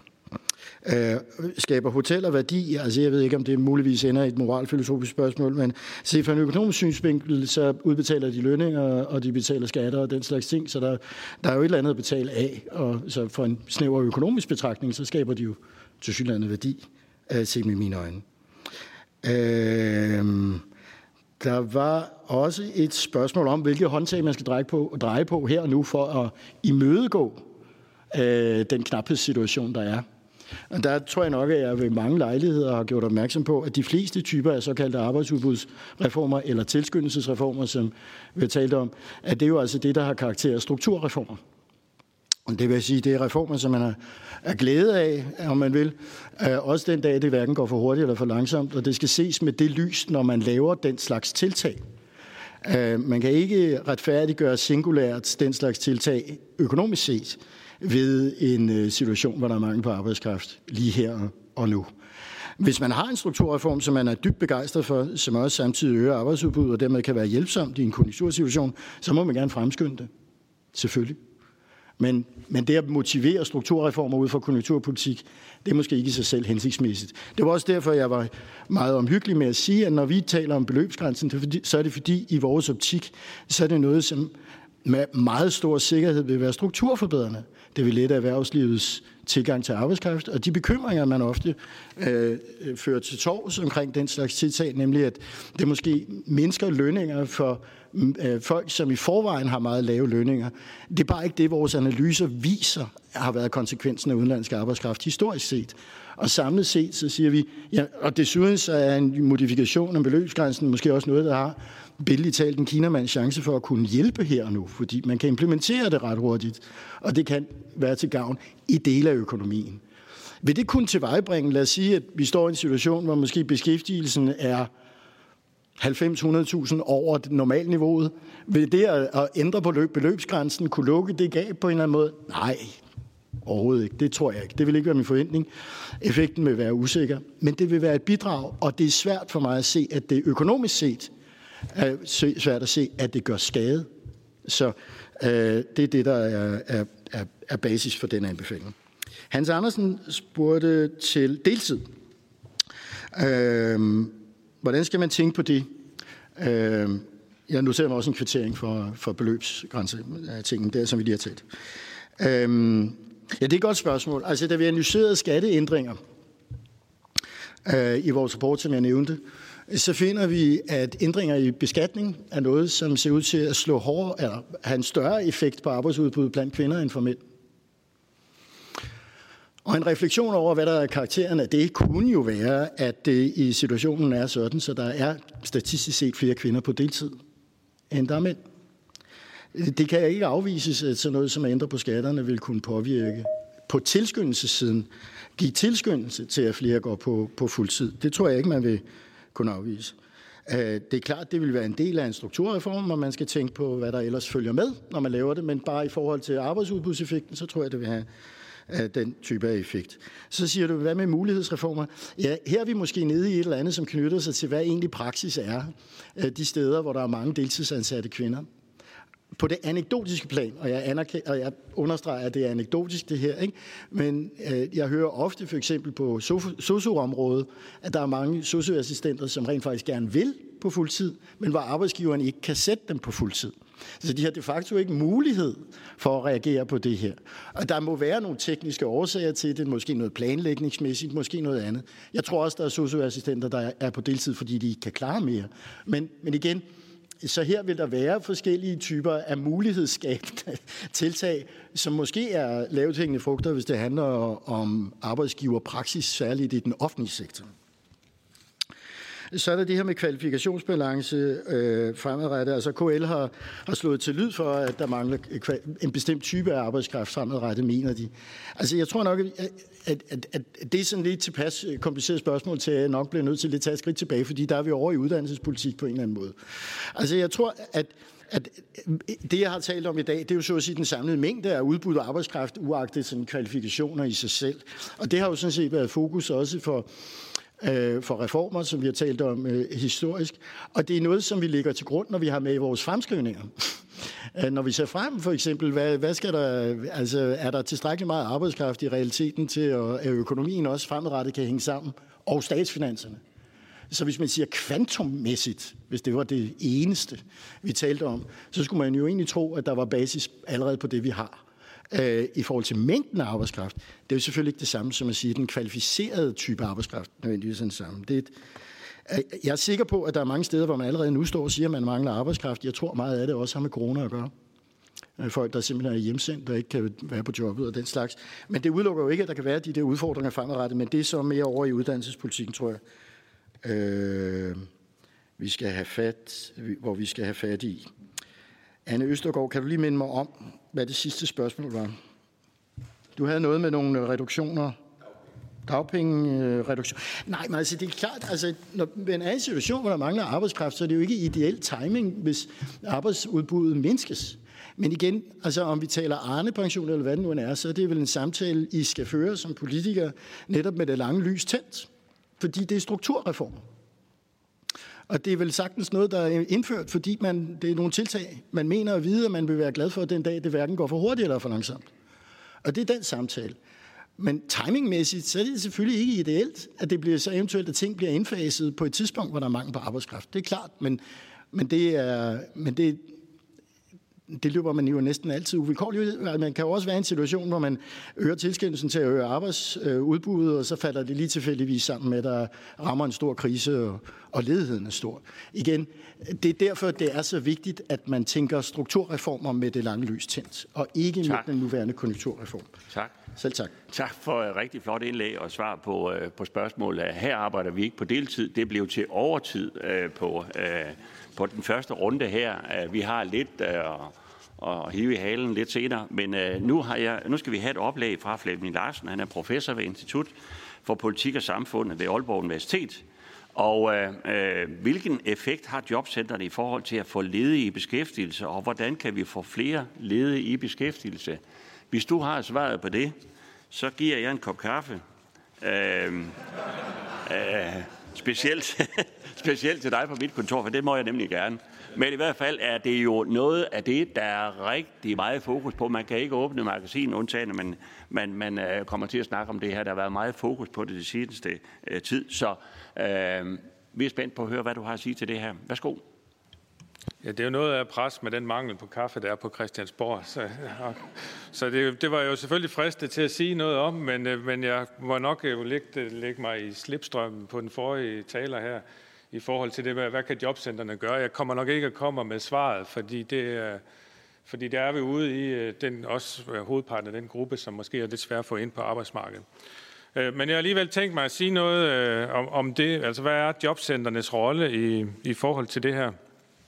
Skaber hoteller værdi? Altså jeg ved ikke, om det muligvis ender i et moralfilosofisk spørgsmål, men se fra en økonomisk synsvinkel, så udbetaler de lønninger, og de betaler skatter og den slags ting, så der er jo et eller andet at betale af, og så for en snæver økonomisk betragtning, så skaber de jo tilsyneladende værdi, set med mine øjne. Der var også et spørgsmål om, hvilke håndtag man skal dreje på her og nu for at imødegå den knaphedssituation, der er. Og der tror jeg nok, at jeg ved mange lejligheder har gjort opmærksom på, at de fleste typer af såkaldte arbejdsudbudsreformer eller tilskyndelsesreformer, som vi har talt om, at det er jo altså det, der har karakter af strukturreformer. Det vil sige, det er reformer, som man er glæde af, om man vil. Også den dag, det hverken går for hurtigt eller for langsomt, og det skal ses med det lys, når man laver den slags tiltag. Man kan ikke retfærdiggøre singulært den slags tiltag økonomisk set ved en situation, hvor der er mangel på arbejdskraft lige her og nu. Hvis man har en strukturreform, som man er dybt begejstret for, som også samtidig øger arbejdsudbuddet og dermed kan være hjælpsomt i en konjunktursituation, så må man gerne fremskynde det. Selvfølgelig. Men det at motivere strukturreformer ud fra konjunkturpolitik, det er måske ikke i sig selv hensigtsmæssigt. Det var også derfor, jeg var meget omhyggelig med at sige, at når vi taler om beløbsgrænsen, så er det fordi i vores optik, så er det noget, som med meget stor sikkerhed vil være strukturforbedrende. Det vil lette erhvervslivets tilgang til arbejdskraft, og de bekymringer, man ofte fører til torvs omkring den slags tiltag, nemlig at det måske mindsker lønninger for folk, som i forvejen har meget lave lønninger. Det er bare ikke det, vores analyser viser, har været konsekvensen af udenlandsk arbejdskraft historisk set. Og samlet set, så siger vi, ja, og desuden så er en modifikation af beløbsgrænsen måske også noget, der har billedligt talt en kinamands chance for at kunne hjælpe her og nu, fordi man kan implementere det ret hurtigt, og det kan være til gavn i dele af økonomien. Vil det kunne tilvejebringe, lad os sige, at vi står i en situation, hvor måske beskæftigelsen er 90-100.000 over normalniveauet. Vil det at ændre på beløbsgrænsen kunne lukke det gab på en eller anden måde? Nej, overhovedet ikke. Det tror jeg ikke. Det vil ikke være min forventning. Effekten vil være usikker, men det vil være et bidrag, og det er svært for mig at se, at det økonomisk set er svært at se, at det gør skade. Så det er det, der er basis for den anbefaling. Hans Andersen spurgte til deltid. Hvordan skal man tænke på det? Jeg noterer mig også en kvittering for beløbsgrænse-tingen, der som vi lige har talt. Ja, det er et godt spørgsmål. Altså, da vi analyserede skatteændringer i vores rapport, som jeg nævnte, så finder vi, at ændringer i beskatning er noget, som ser ud til at slå hårdere, eller have en større effekt på arbejdsudbuddet blandt kvinder end for mænd. Og en refleksion over, hvad der er karakteren af det, kunne jo være, at det i situationen er sådan, så der er statistisk set flere kvinder på deltid, end der er mænd. Det kan ikke afvises, at sådan noget som at ændre på skatterne vil kunne påvirke på tilskyndelsessiden, give tilskyndelse til, at flere går på fuldtid. Det tror jeg ikke, man vil kunne afvise. Det er klart, det vil være en del af en strukturreform, og man skal tænke på, hvad der ellers følger med, når man laver det, men bare i forhold til arbejdsudbudseffekten, så tror jeg, det vil have den type af effekt. Så siger du, hvad med mulighedsreformer? Ja, her er vi måske nede i et eller andet, som knytter sig til, hvad egentlig praksis er de steder, hvor der er mange deltidsansatte kvinder. På det anekdotiske plan, og jeg understreger, at det er anekdotisk det her, ikke? Men jeg hører ofte for eksempel på sosu-området, at der er mange sosu-assistenter, som rent faktisk gerne vil på fuldtid, men hvor arbejdsgiveren ikke kan sætte dem på fuldtid. Så de har de facto ikke mulighed for at reagere på det her. Og der må være nogle tekniske årsager til det, måske noget planlægningsmæssigt, måske noget andet. Jeg tror også, der er sosu-assistenter, der er på deltid, fordi de ikke kan klare mere. Men igen, så her vil der være forskellige typer af mulighedsskabende tiltag, som måske er lavthængende frugter, hvis det handler om arbejdsgiverpraksis, særligt i den offentlige sektor. Så er der det her med kvalifikationsbalance fremadrettet. Altså KL har slået til lyd for, at der mangler en bestemt type af arbejdskraft fremadrettet, mener de. Altså jeg tror nok, at det er sådan lidt tilpas kompliceret spørgsmål til, at jeg nok bliver nødt til at tage et skridt tilbage, fordi der er vi over i uddannelsespolitik på en eller anden måde. Altså jeg tror, at det, jeg har talt om i dag, det er jo så at sige den samlede mængde af udbud af arbejdskraft, uagtet sådan kvalifikationer i sig selv. Og det har jo sådan set været fokus også for reformer, som vi har talt om historisk. Og det er noget, som vi lægger til grund, når vi har med i vores fremskrivninger. Når vi ser frem, for eksempel, hvad skal der, altså, er der tilstrækkeligt meget arbejdskraft i realiteten til, at økonomien også fremadrettet kan hænge sammen, og statsfinanserne. Så hvis man siger kvantummæssigt, hvis det var det eneste, vi talte om, så skulle man jo egentlig tro, at der var basis allerede på det, vi har. I forhold til mængden af arbejdskraft, det er jo selvfølgelig ikke det samme som at sige, at den kvalificerede type arbejdskraft nødvendigvis er den samme. Jeg er sikker på, at der er mange steder, hvor man allerede nu står og siger, at man mangler arbejdskraft. Jeg tror meget af det også har med corona at gøre. folk, der simpelthen er hjemsendt, der ikke kan være på jobbet og den slags. Men det udelukker jo ikke, at der kan være de der udfordringer fremadrettet, men det er så mere over i uddannelsespolitikken, tror jeg, vi skal have fat i. Anne Østergaard, kan du lige minde mig om, hvad det sidste spørgsmål var? Du havde noget med nogle reduktioner. Dagpengereduktion. Nej, men altså det er klart, altså når man er i en situation, hvor der mangler arbejdskraft, så er det jo ikke ideel timing, hvis arbejdsudbuddet mindskes. Men igen, altså om vi taler Arne-pension eller hvad det nu er, så er det vel en samtale, I skal føre som politikere, netop med det lange lys tændt. Fordi det er strukturreformer. Og det er vel sagtens noget, der er indført, fordi det er nogle tiltag, man mener at vide, at man vil være glad for den dag, det hverken går for hurtigt eller for langsomt. Og det er den samtale. Men timingmæssigt, så er det selvfølgelig ikke ideelt, at det bliver så eventuelt, at ting bliver indfaset på et tidspunkt, hvor der er mangel på arbejdskraft. Det er klart, men det løber man jo næsten altid uvilkårligt. Man kan jo også være i en situation, hvor man øger tilskyndelsen til at øge arbejdsudbuddet, og så falder det lige tilfældigvis sammen med, at der rammer en stor krise, og ledigheden er stor. Igen, det er derfor, det er så vigtigt, at man tænker strukturreformer med det lange lys tændt, og ikke med den nuværende konjunkturreform. Tak. Selv tak. Tak for et rigtig flot indlæg og svar på spørgsmålet. Her arbejder vi ikke på deltid. Det blev til overtid på den første runde her. Vi har lidt at hive i halen lidt senere, men nu skal vi have et oplæg fra Flemming Larsen. Han er professor ved Institut for Politik og Samfund ved Aalborg Universitet. Og hvilken effekt har jobcentrene i forhold til at få ledige i beskæftigelse, og hvordan kan vi få flere ledige i beskæftigelse? Hvis du har svaret på det, så giver jeg en kop kaffe. Specielt til dig på mit kontor, for det må jeg nemlig gerne. Men i hvert fald er det jo noget af det, der er rigtig meget fokus på. Man kan ikke åbne magasin undtagen, men man kommer til at snakke om det her. Der har været meget fokus på det seneste tid. Så vi er spændt på at høre, hvad du har at sige til det her. Værsgo. Ja, det er jo noget af pres med den mangel på kaffe, der er på Christiansborg. Så det var jo selvfølgelig fristet til at sige noget om, men jeg må nok lægge mig i slipstrømmen på den forrige taler her, i forhold til det, hvad kan jobcentrene gøre? Jeg kommer nok ikke at komme med svaret, fordi der er vi ude i også hovedparten af den gruppe, som måske er lidt svært at få ind på arbejdsmarkedet. Men jeg har alligevel tænkt mig at sige noget om det. Altså, hvad er jobcentrenes rolle i forhold til det her?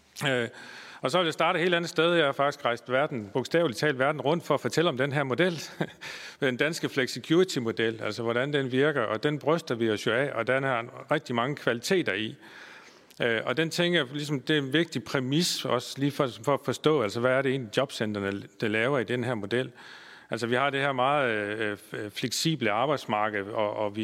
Og så vil jeg starte et helt andet sted. Jeg har faktisk rejst bogstaveligt talt verden rundt for at fortælle om den her model. Den danske flexicurity-model, altså hvordan den virker, og den bryster vi os jo af, og den har rigtig mange kvaliteter i. Og den tænker jeg, ligesom det er en vigtig præmis, også lige for at forstå, altså hvad er det egentlig jobcentrene, der laver i den her model. Altså vi har det her meget fleksible arbejdsmarked, og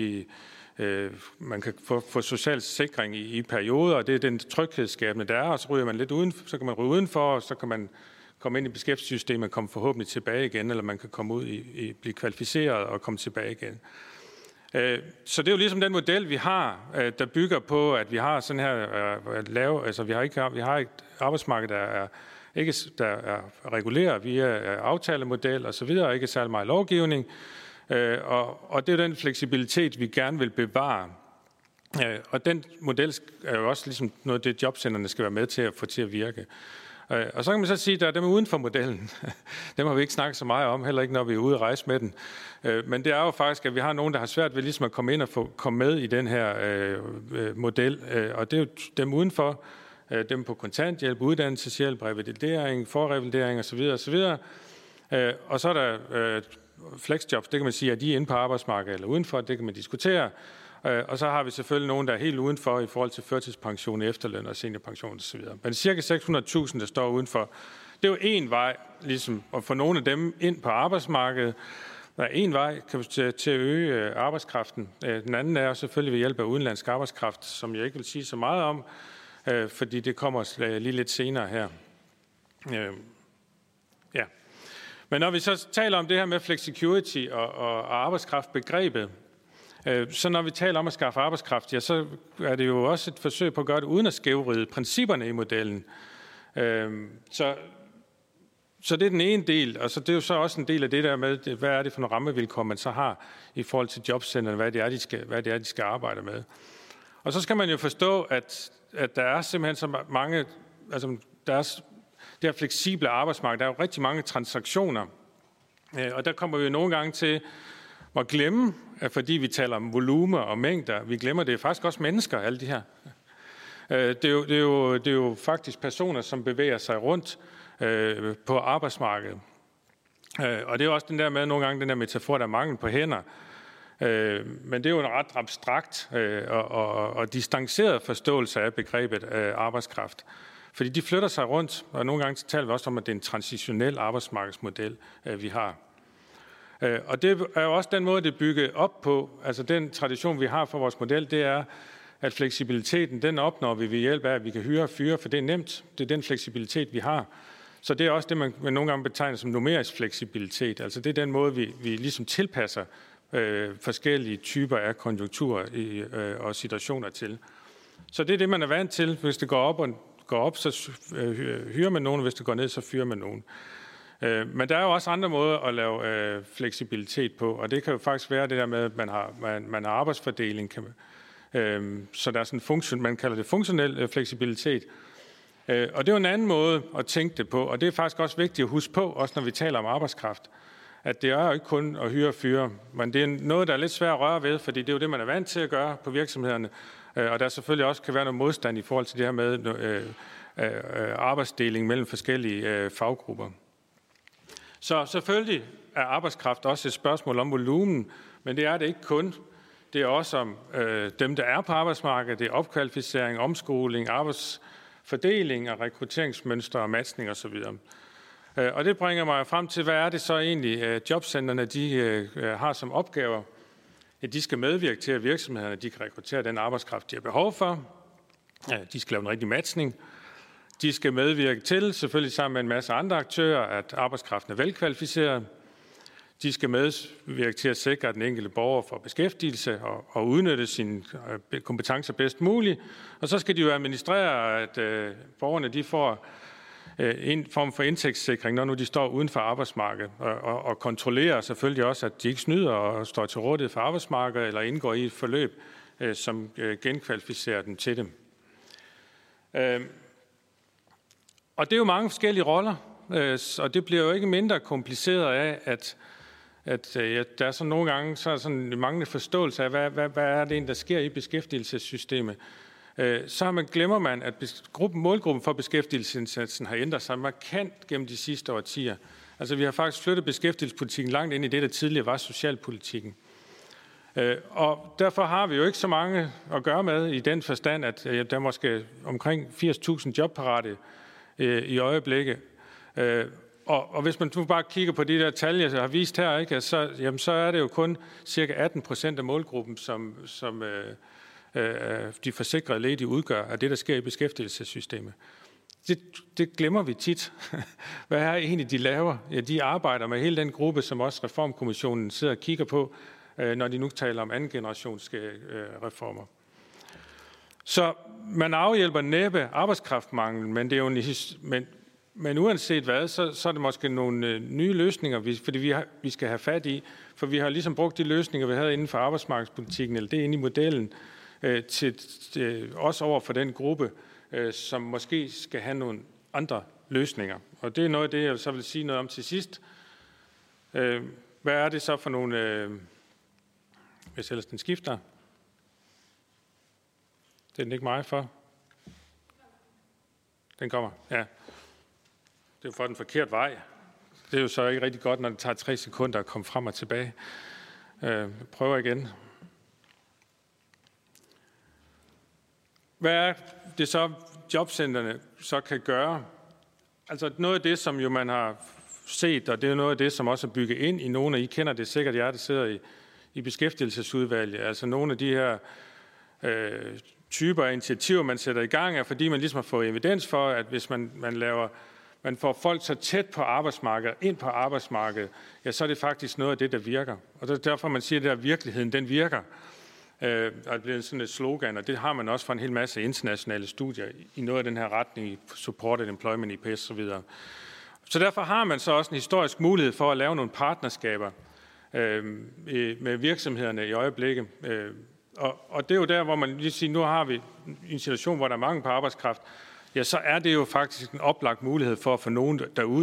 man kan få social sikring i perioder, og det er den tryghedsskabende, der er, og så ryger man lidt uden, så kan man ryge udenfor, og så kan man komme ind i beskæftigelsessystemet og komme forhåbentlig tilbage igen, eller man kan komme ud blive kvalificeret og komme tilbage igen. Så det er jo ligesom den model, vi har, der bygger på, at vi har sådan her altså vi har et arbejdsmarked, der er reguleret via aftalemodel og så videre, ikke særlig meget lovgivning. Og det er den fleksibilitet, vi gerne vil bevare. Og den model er jo også ligesom noget af det, jobcentrene skal være med til at få til at virke. Og så kan man så sige, at der er dem uden for modellen. Dem har vi ikke snakket så meget om, heller ikke når vi er ude at rejse med den. Men det er jo faktisk, at vi har nogen, der har svært ved ligesom at komme ind og komme med i den her model. Og det er jo dem udenfor, dem på kontanthjælp, uddannelseshjælp, revalidering, forrevalidering osv. osv. Og så er der flexjobs, det kan man sige, at de er inde på arbejdsmarkedet eller udenfor, det kan man diskutere. Og så har vi selvfølgelig nogen, der er helt udenfor i forhold til førtidspension, efterløn og seniorpension osv. Men cirka 600.000, der står udenfor. Det er jo en vej, ligesom at få nogle af dem ind på arbejdsmarkedet. Der er en vej til at øge arbejdskraften. Den anden er selvfølgelig ved hjælp af udenlandsk arbejdskraft, som jeg ikke vil sige så meget om, fordi det kommer lige lidt senere her. Ja. Men når vi så taler om det her med flexicurity og arbejdskraftbegrebet, så når vi taler om at skaffe arbejdskraft, ja, så er det jo også et forsøg på at gøre det uden at skævvride principperne i modellen. Så det er den ene del, og så det er jo så også en del af det der med, hvad er det for nogle rammevilkår, man så har i forhold til jobcentrene, hvad det er, de skal arbejde med. Og så skal man jo forstå, at der er simpelthen så mange, altså der er det her fleksible arbejdsmarked, der er jo rigtig mange transaktioner, og der kommer vi jo nogle gange til at glemme, at fordi vi taler om volume og mængder, vi glemmer det er faktisk også mennesker, alle de her. Det er jo faktisk personer, som bevæger sig rundt på arbejdsmarkedet. Og det er også den der med nogle gange den der metafor, der er mangel på hænder. Men det er jo en ret abstrakt og distanceret forståelse af begrebet arbejdskraft. Fordi de flytter sig rundt, og nogle gange taler vi også om, at det er en transitionel arbejdsmarkedsmodel, vi har. Og det er jo også den måde, det er bygget op på. Altså den tradition, vi har for vores model, det er, at fleksibiliteten, den opnår vi ved hjælp af, at vi kan hyre og fyre, for det er nemt. Det er den fleksibilitet, vi har. Så det er også det, man nogle gange betegner som numerisk fleksibilitet. Altså det er den måde, vi ligesom tilpasser forskellige typer af konjunkturer og situationer til. Så det er det, man er vant til. Hvis det går op, så hyrer man nogen, hvis det går ned, så fyrer man nogen. Men der er jo også andre måder at lave fleksibilitet på, og det kan jo faktisk være det der med, at man har arbejdsfordeling, så der er sådan en funktion, man kalder det funktionel fleksibilitet. Og det er jo en anden måde at tænke det på, og det er faktisk også vigtigt at huske på, også når vi taler om arbejdskraft, at det er jo ikke kun at hyre og fyre, men det er noget, der er lidt svært at røre ved, fordi det er jo det, man er vant til at gøre på virksomhederne, og der selvfølgelig også kan være noget modstand i forhold til det her med arbejdsdeling mellem forskellige faggrupper. Så selvfølgelig er arbejdskraft også et spørgsmål om volumen, men det er det ikke kun. Det er også om dem, der er på arbejdsmarkedet, det er opkvalificering, omskoling, arbejdsfordeling og rekrutteringsmønstre og matchning osv. Og det bringer mig frem til, hvad er det så egentlig, jobcentrene de har som opgaver? Ja, de skal medvirke til, at virksomhederne de kan rekruttere den arbejdskraft, de har behov for. Ja, de skal lave en rigtig matchning. De skal medvirke til, selvfølgelig sammen med en masse andre aktører, at arbejdskraften er velkvalificeret. De skal medvirke til at sikre, at den enkelte borger får beskæftigelse og udnytte sine kompetencer bedst muligt. Og så skal de jo administrere, at borgerne de får en form for indtægtssikring, når nu de står uden for arbejdsmarkedet, og kontrollere selvfølgelig også, at de ikke snyder og står til rådighed for arbejdsmarkedet, eller indgår i et forløb, som genkvalificerer dem til dem. Og det er jo mange forskellige roller, og det bliver jo ikke mindre kompliceret af, at der er sådan nogle gange så er sådan en manglende forståelse af, hvad er det egentlig, der sker i beskæftigelsessystemet. Så glemmer man, at målgruppen for beskæftigelsesindsatsen har ændret sig markant gennem de sidste årtier. Altså vi har faktisk flyttet beskæftigelsespolitikken langt ind i det, der tidligere var socialpolitikken. Og derfor har vi jo ikke så mange at gøre med i den forstand, at der er måske omkring 80.000 jobparate i øjeblikket. Og hvis man nu bare kigger på de der tal, jeg har vist her, ikke, så er det jo kun cirka 18% af målgruppen, som de forsikrede ledige udgør af det, der sker i beskæftigelsessystemet. Det glemmer vi tit. Hvad er egentlig, de laver? Ja, de arbejder med hele den gruppe, som også Reformkommissionen sidder og kigger på, når de nu taler om anden generations reformer. Så man afhjælper næppe arbejdskraftmangel, men det er jo men uanset hvad, så er det måske nogle nye løsninger, fordi vi skal have fat i, for vi har ligesom brugt de løsninger, vi havde inden for arbejdsmarkedspolitikken, eller det inde i modellen, også over for den gruppe, som måske skal have nogle andre løsninger. Og det er noget af det, jeg så vil sige noget om til sidst. Hvad er det så for nogle, hvis ellers den skifter? Det er den ikke meget for. Den kommer, ja. Det er jo for den forkerte vej. Det er jo så ikke rigtig godt, når det tager 3 sekunder at komme frem og tilbage. Prøver igen. Hvad er det så, jobcentrene så kan gøre? Altså noget af det, som jo man har set, og det er noget af det, som også er bygget ind i nogle af I kender det sikkert, jer der sidder i beskæftigelsesudvalget. Altså nogle af de her typer af initiativer, man sætter i gang, er fordi man ligesom har fået evidens for, at hvis man får folk så tæt på arbejdsmarkedet, ind på arbejdsmarkedet, ja, så er det faktisk noget af det, der virker. Og det er derfor, man siger, at virkeligheden, den virker. Og det bliver sådan et slogan, og det har man også fra en hel masse internationale studier i noget af den her retning, i Supported Employment, IPS osv. Så derfor har man så også en historisk mulighed for at lave nogle partnerskaber med virksomhederne i øjeblikket. Og det er jo der, hvor man lige siger, nu har vi en situation, hvor der er mangel på arbejdskraft. ja, så er det jo faktisk en oplagt mulighed for at få nogen derud.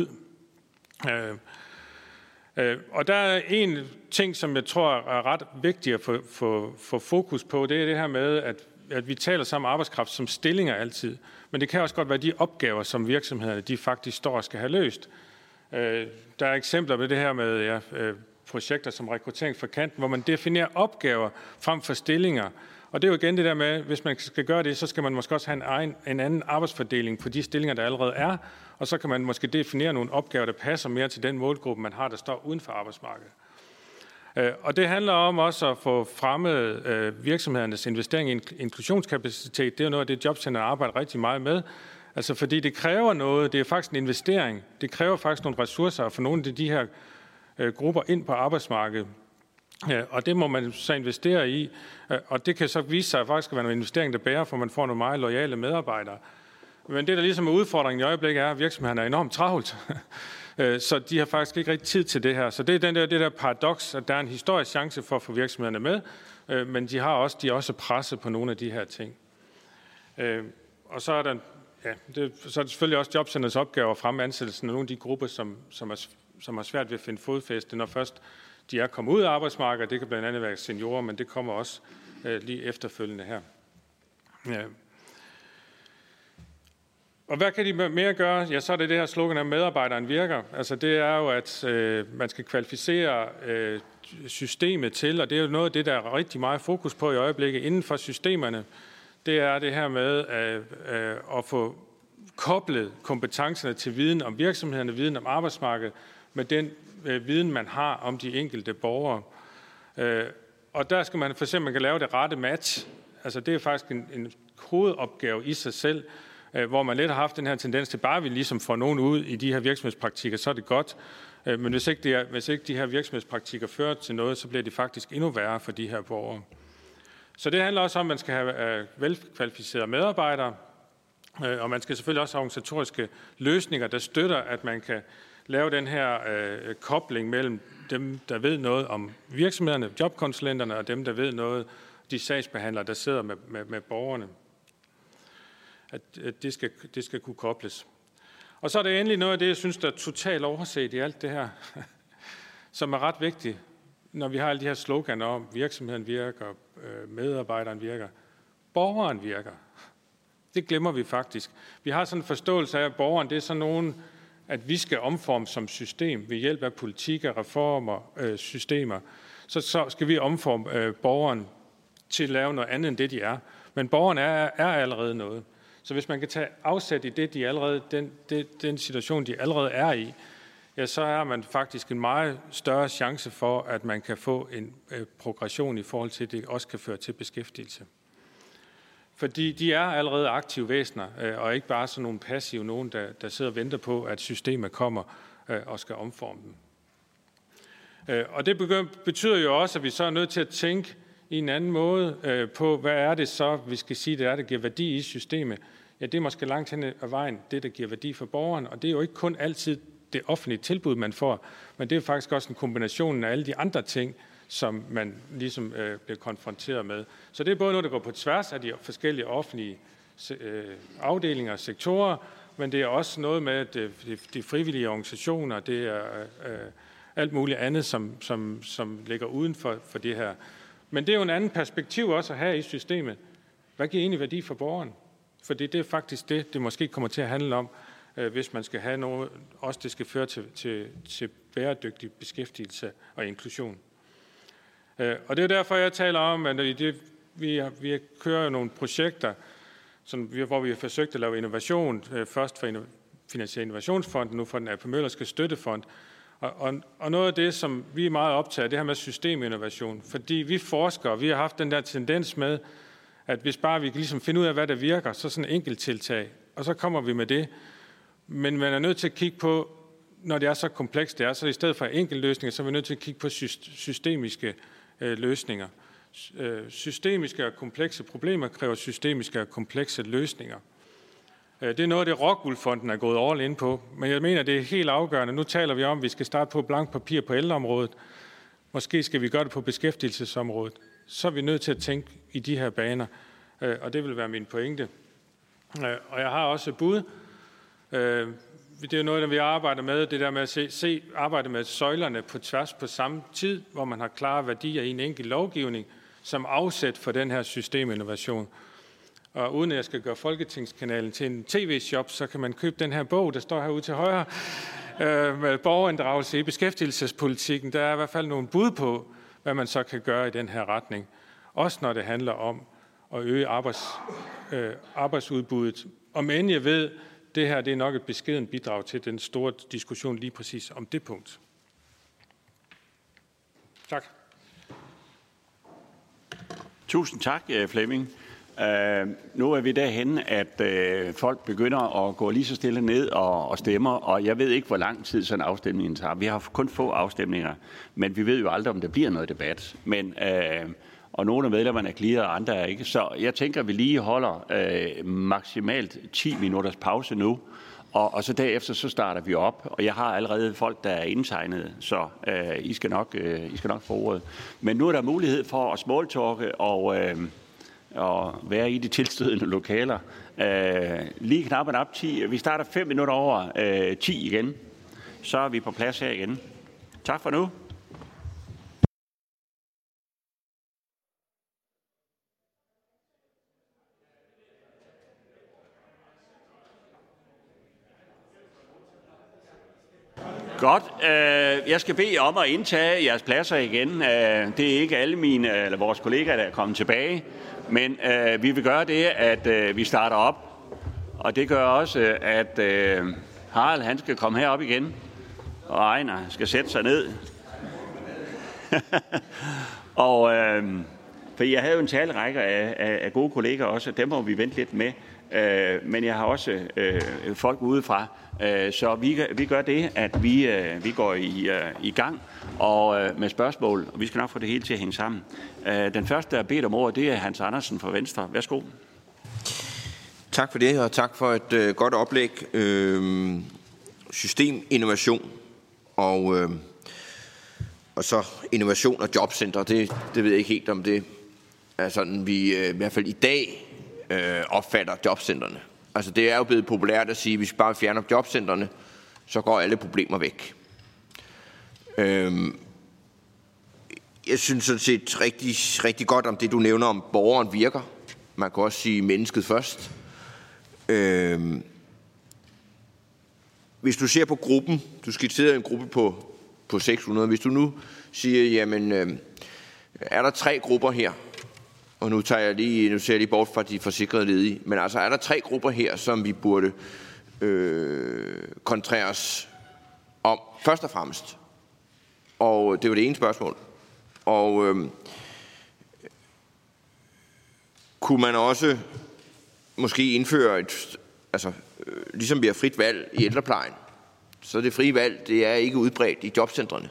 Og der er en ting, som jeg tror er ret vigtigt at få fokus på, det er det her med, at vi taler sammen arbejdskraft som stillinger altid. Men det kan også godt være de opgaver, som virksomhederne de faktisk står og skal have løst. Der er eksempler på det her med projekter som rekruttering fra kanten, hvor man definerer opgaver frem for stillinger. Og det er jo igen det der med, hvis man skal gøre det, så skal man måske også have en anden arbejdsfordeling på de stillinger, der allerede er. Og så kan man måske definere nogle opgaver, der passer mere til den målgruppe, man har, der står uden for arbejdsmarkedet. Og det handler om også at få fremmet virksomhedernes investering i inklusionskapacitet. Det er jo noget af det, jobcenterne arbejder rigtig meget med. Altså fordi det kræver noget, det er faktisk en investering. Det kræver faktisk nogle ressourcer at få nogle af de her grupper ind på arbejdsmarkedet. Ja, og det må man så investere i, og det kan så vise sig at faktisk være en investering, der bærer, for man får nogle meget loyale medarbejdere. Men det, der ligesom er udfordringen i øjeblikket, er, at virksomhederne er enormt travlt. Så de har faktisk ikke rigtig tid til det her. Så det er det der paradoks, at der er en historisk chance for at få virksomhederne med, men de er også presset på nogle af de her ting. Og så er der så er det selvfølgelig også jobcenterets opgave at fremme ansættelsen af nogle af de grupper, som har svært ved at finde fodfæste, når først de er kommet ud af arbejdsmarkedet. Det kan blandt andet være seniorer, men det kommer også lige efterfølgende her. Ja. Og hvad kan de mere gøre? Ja, så er det her slogan, at medarbejderen virker. Altså det er jo, at man skal kvalificere systemet til, og det er jo noget af det, der er rigtig meget fokus på i øjeblikket inden for systemerne. Det er det her med at få koblet kompetencerne til viden om virksomhederne, viden om arbejdsmarkedet, med den viden, man har om de enkelte borgere. Og der skal man for eksempel kan lave det rette match. Altså det er faktisk en hovedopgave i sig selv, hvor man lidt har haft den her tendens til, bare vi ligesom får nogen ud i de her virksomhedspraktikker, så er det godt. Men hvis ikke de her virksomhedspraktikker fører til noget, så bliver de faktisk endnu værre for de her borgere. Så det handler også om, at man skal have velkvalificerede medarbejdere, og man skal selvfølgelig også have organisatoriske løsninger, der støtter, at man kan lave den her kobling mellem dem, der ved noget om virksomhederne, jobkonsulenterne, og dem, der ved noget, de sagsbehandlere, der sidder med borgerne. At det skal kunne kobles. Og så er det endelig noget af det, jeg synes, der er totalt overset i alt det her, som er ret vigtigt, når vi har alle de her sloganer om, virksomheden virker, medarbejderen virker, borgeren virker. Det glemmer vi faktisk. Vi har sådan en forståelse af, at borgeren det er sådan nogen, at vi skal omforme som system ved hjælp af politikker, reformer, systemer. Så skal vi omforme borgeren til at lave noget andet end det, de er. Men borgeren er allerede noget. Så hvis man kan tage afsæt i det, den situation, de allerede er i, ja, så er man faktisk en meget større chance for, at man kan få en progression i forhold til, at det også kan føre til beskæftigelse. Fordi de er allerede aktive væsener, og ikke bare sådan nogle passive, nogen, der sidder og venter på, at systemet kommer og skal omforme dem. Og det betyder jo også, at vi så er nødt til at tænke i en anden måde på, hvad er det så, vi skal sige, det er, der giver værdi i systemet. Ja, det er måske langt hen ad vejen, det, der giver værdi for borgeren, og det er jo ikke kun altid det offentlige tilbud, man får, men det er faktisk også en kombination af alle de andre ting, som man ligesom bliver konfronteret med. Så det er både noget, der går på tværs af de forskellige offentlige afdelinger og sektorer, men det er også noget med de frivillige organisationer, det er alt muligt andet, som ligger uden for det her. Men det er jo en anden perspektiv også at have i systemet. Hvad giver egentlig værdi for borgeren? Fordi det er faktisk det måske kommer til at handle om, hvis man skal have noget, også det skal føre til bæredygtig beskæftigelse og inklusion. Og det er derfor, jeg taler om, at vi kører jo nogle projekter, hvor vi har forsøgt at lave innovation, først for finansiere Innovationsfonden, nu for den AP Møllerske Støttefond. Og noget af det, som vi er meget optaget af, det her med systeminnovation. Fordi vi forskere, vi har haft den der tendens med, at hvis bare vi kan ligesom finde ud af, hvad der virker, så sådan en enkelt tiltag, og så kommer vi med det. Men man er nødt til at kigge på, når det er så komplekst, det er, så i stedet for enkeltløsninger, så er vi nødt til at kigge på systemiske løsninger. Systemiske og komplekse problemer kræver systemiske og komplekse løsninger. Det er noget af det, Rockwool-fonden er gået all in på, men jeg mener, det er helt afgørende. Nu taler vi om, at vi skal starte på blank papir på ældreområdet. Måske skal vi gøre det på beskæftigelsesområdet. Så er vi nødt til at tænke i de her baner, og det vil være min pointe. Og jeg har også et bud. Det er jo noget, der vi arbejder med, det der med at arbejde med søjlerne på tværs på samme tid, hvor man har klare værdier i en enkelt lovgivning, som afsæt for den her systeminnovation. Og uden at jeg skal gøre Folketingskanalen til en tv-shop, så kan man købe den her bog, der står herude til højre, med borgerinddragelse i beskæftigelsespolitikken. Der er i hvert fald nogle bud på, hvad man så kan gøre i den her retning. Også når det handler om at øge arbejdsudbuddet. Om end jeg ved, det her det er nok et beskeden bidrag til den store diskussion lige præcis om det punkt. Tak. Tusind tak, Flemming. Nu er vi derhen, at folk begynder at gå lige så stille ned og stemmer, og jeg ved ikke, hvor lang tid sådan afstemningen tager. Vi har kun få afstemninger, men vi ved jo aldrig, om der bliver noget debat. Og nogle af medlemmerne er clear, og andre er ikke. Så jeg tænker, at vi lige holder maksimalt 10 minutters pause nu, og så derefter så starter vi op. Og jeg har allerede folk, der er indtegnet, så I skal nok få ordet. Men nu er der mulighed for at smalltalke og være i de tilstødende lokaler. Lige knappen op 10. Vi starter 5 minutter over 10 igen. Så er vi på plads her igen. Tak for nu. Godt. Jeg skal bede om at indtage jeres pladser igen. Det er ikke alle mine eller vores kollegaer, der er kommet tilbage, men vi vil gøre det, at vi starter op. Og det gør også, at Harald han skal komme herop igen, og Ejner skal sætte sig ned. Og for jeg havde jo en talerrække af gode kollegaer også, dem må vi vente lidt med. Men jeg har også folk udefra, så vi gør det, at vi går i gang og med spørgsmål, og vi skal nok få det hele til at hænge sammen. Den første, der er bedt om ordet, det er Hans Andersen fra Venstre. Værsgo. Tak for det, og tak for et godt oplæg. Systeminnovation og så innovation og jobcenter, det ved jeg ikke helt, om det er sådan, vi i hvert fald i dag opfatter jobcentrene. Altså det er jo blevet populært at sige, at hvis vi bare fjerner jobcentrene, så går alle problemer væk. Jeg synes sådan set rigtig godt om det, du nævner om borgeren virker. Man kan også sige mennesket først. Hvis du ser på gruppen, du skitserede en gruppe på 600, hvis du nu siger, jamen er der 3 grupper her, og nu ser jeg lige bort fra de forsikrede ledige, men altså er der 3 grupper her, som vi burde koncentrere os om først og fremmest. Og det var det ene spørgsmål. Og kunne man også måske indføre ligesom vi har frit valg i ældreplejen, så det frie valg, det er ikke udbredt i jobcentrene.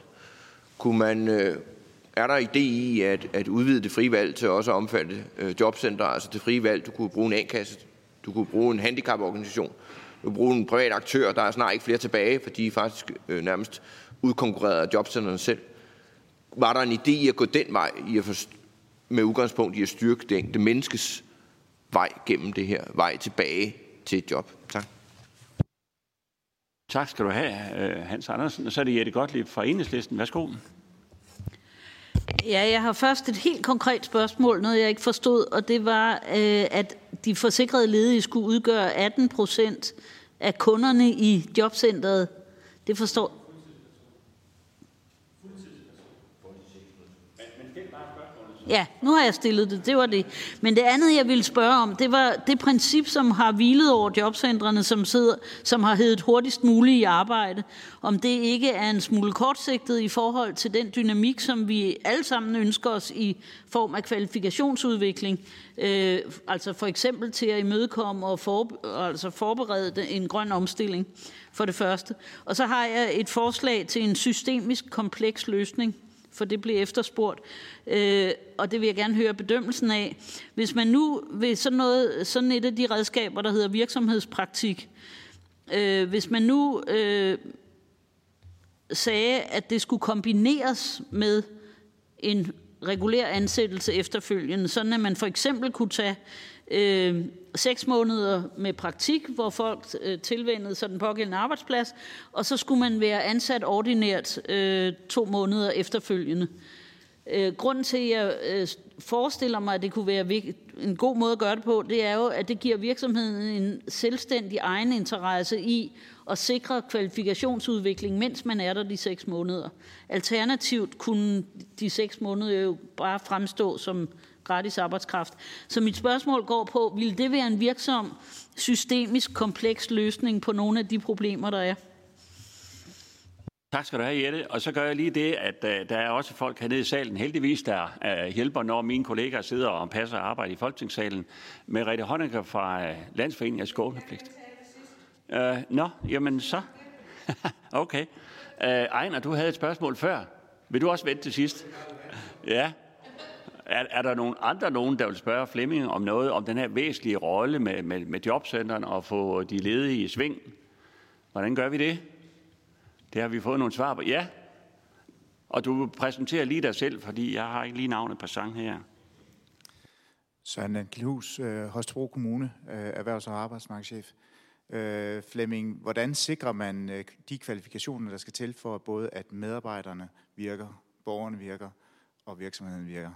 Er der idé i at udvide det frie valg til også at omfatte jobcenter, altså det frie valg, du kunne bruge en A-kasse, du kunne bruge en handicaporganisation, du kunne bruge en privat aktør, der er snart ikke flere tilbage, for de er faktisk nærmest udkonkurreret af jobcentrene selv. Var der en idé i at gå den vej, med udgangspunkt i at styrke det enkelte menneskes vej gennem det her, vej tilbage til et job? Tak. Tak skal du have, Hans Andersen. Og så er det Jette Gottlieb fra Enhedslisten. Værsgo. Ja, jeg har først et helt konkret spørgsmål, noget jeg ikke forstod, og det var, at de forsikrede ledige skulle udgøre 18% af kunderne i jobcentret. Det forstår. Ja, nu har jeg stillet det. Det var det. Men det andet, jeg ville spørge om, det var det princip, som har hvilet over jobcentrene, som har heddet hurtigst muligt i arbejde. Om det ikke er en smule kortsigtet i forhold til den dynamik, som vi alle sammen ønsker os i form af kvalifikationsudvikling. Altså for eksempel til at imødekomme og forberede en grøn omstilling for det første. Og så har jeg et forslag til en systemisk kompleks løsning, for det blev efterspurgt, og det vil jeg gerne høre bedømmelsen af. Hvis man nu ved sådan et af de redskaber, der hedder virksomhedspraktik, hvis man nu sagde, at det skulle kombineres med en regulær ansættelse efterfølgende, sådan at man for eksempel kunne tage 6 måneder med praktik, hvor folk tilvænede sig den pågældende arbejdsplads, og så skulle man være ansat ordinært 2 måneder efterfølgende. Grunden til, at jeg forestiller mig, at det kunne være en god måde at gøre det på, det er jo, at det giver virksomheden en selvstændig egeninteresse i at sikre kvalifikationsudvikling, mens man er der de 6 måneder. Alternativt kunne de 6 måneder jo bare fremstå som gratis arbejdskraft. Så mit spørgsmål går på, ville det være en virksom, systemisk, kompleks løsning på nogle af de problemer, der er? Tak skal du have, Jette. Og så gør jeg lige det, at der er også folk hernede i salen, heldigvis, der hjælper, når mine kollegaer sidder og passer arbejde i Folketingssalen. Merete Honecker fra Landsforeningen af Skånepligt. Jamen så. Okay. Ejner, du havde et spørgsmål før. Vil du også vente til sidst? Ja. Er der nogen, der vil spørge Flemming om noget, om den her væsentlige rolle med jobcenteren og få de ledige i sving? Hvordan gør vi det? Det har vi fået nogle svar på. Ja. Og du præsenterer lige dig selv, fordi jeg har ikke lige navnet på sang her. Søren Klihus, Holstebro Kommune, erhvervs- og arbejdsmarkedschef. Flemming, hvordan sikrer man de kvalifikationer, der skal til for både at medarbejderne virker, borgerne virker og virksomheden virker?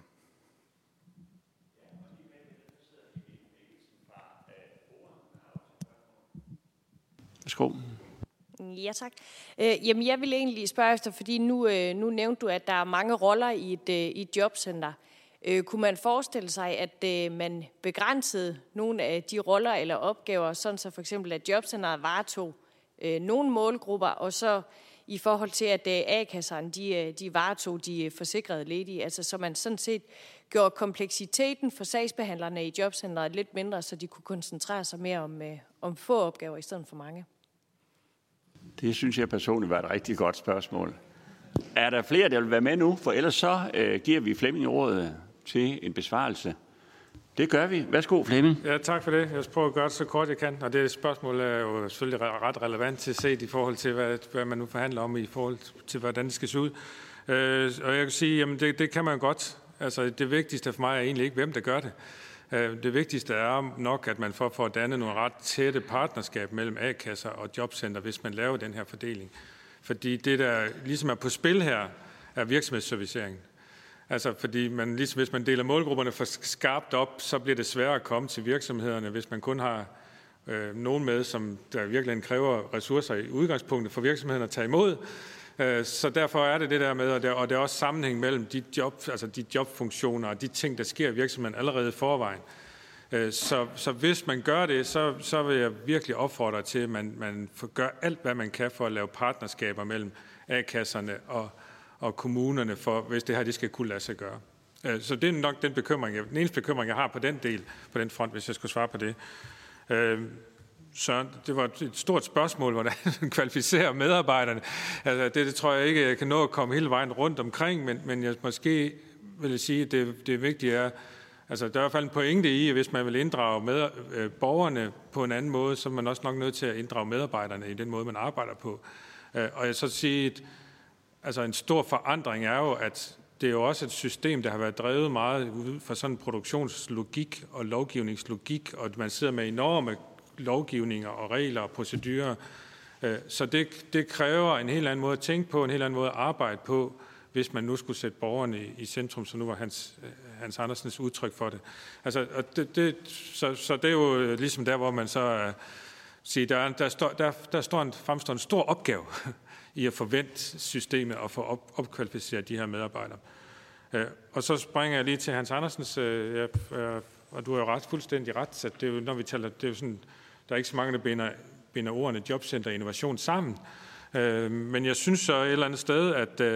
Værsgo. Ja, tak. Jamen, jeg vil egentlig spørge efter, fordi nu nævnte du, at der er mange roller i et jobcenter. Kunne man forestille sig, at man begrænsede nogle af de roller eller opgaver, sådan så for eksempel, at jobcenteret varetog nogle målgrupper, og så i forhold til, at A-kasserne, de varetog de forsikrede ledige, altså så man sådan set gjorde kompleksiteten for sagsbehandlerne i jobcenteret lidt mindre, så de kunne koncentrere sig mere om få opgaver i stedet for mange? Det synes jeg personligt var et rigtig godt spørgsmål. Er der flere, der vil være med nu? For ellers så giver vi Flemming ordet til en besvarelse. Det gør vi. Værsgo, Flemming. Ja, tak for det. Jeg skal prøve at gøre det så kort jeg kan. Og det spørgsmål er jo selvfølgelig ret relevant til set i forhold til, hvad man nu forhandler om, i forhold til, hvordan det skal se ud. Og jeg kan sige, jamen det kan man godt. Altså det vigtigste for mig er egentlig ikke, hvem der gør det. Det vigtigste er nok, at man får dannet nogle ret tætte partnerskab mellem A-kasser og jobcenter, hvis man laver den her fordeling. Fordi det, der ligesom er på spil her, er virksomhedsservicering. Altså fordi hvis man deler målgrupperne for skarpt op, så bliver det sværere at komme til virksomhederne, hvis man kun har nogen med, som der virkelig kræver ressourcer i udgangspunktet for virksomheden at tage imod. Så derfor er det der med, og der er også sammenhæng mellem de jobfunktioner og de ting, der sker i virksomheden allerede i forvejen. Så hvis man gør det, så vil jeg virkelig opfordre til, at man gør alt, hvad man kan for at lave partnerskaber mellem A-kasserne og kommunerne, for hvis det her det skal kunne lade sig gøre. Så det er nok den eneste bekymring, jeg har på den del, på den front, hvis jeg skulle svare på det. Så det var et stort spørgsmål, hvordan man kvalificerer medarbejderne. Altså, det tror jeg ikke, jeg kan nå at komme hele vejen rundt omkring, men jeg måske vil sige, at det vigtige er, altså der er i hvert fald en pointe i, at hvis man vil inddrage borgerne på en anden måde, så er man også nok nødt til at inddrage medarbejderne i den måde, man arbejder på. Og jeg så sige, at altså en stor forandring er jo, at det er jo også et system, der har været drevet meget ud fra sådan en produktionslogik og lovgivningslogik, og man sidder med enorme lovgivninger og regler og procedurer. Så det kræver en helt anden måde at tænke på, en helt anden måde at arbejde på, hvis man nu skulle sætte borgerne i centrum, så nu var Hans Andersens udtryk for det. Altså, så det er jo ligesom der, hvor man så siger, der fremstår en stor opgave i at forvente systemet og få opkvalificeret de her medarbejdere. Og så springer jeg lige til Hans Andersens, og du har jo fuldstændig ret, så det er jo, når vi taler, det er jo sådan, der er ikke så mange, der binder ordene jobcenter og innovation sammen. Men jeg synes så et eller andet sted,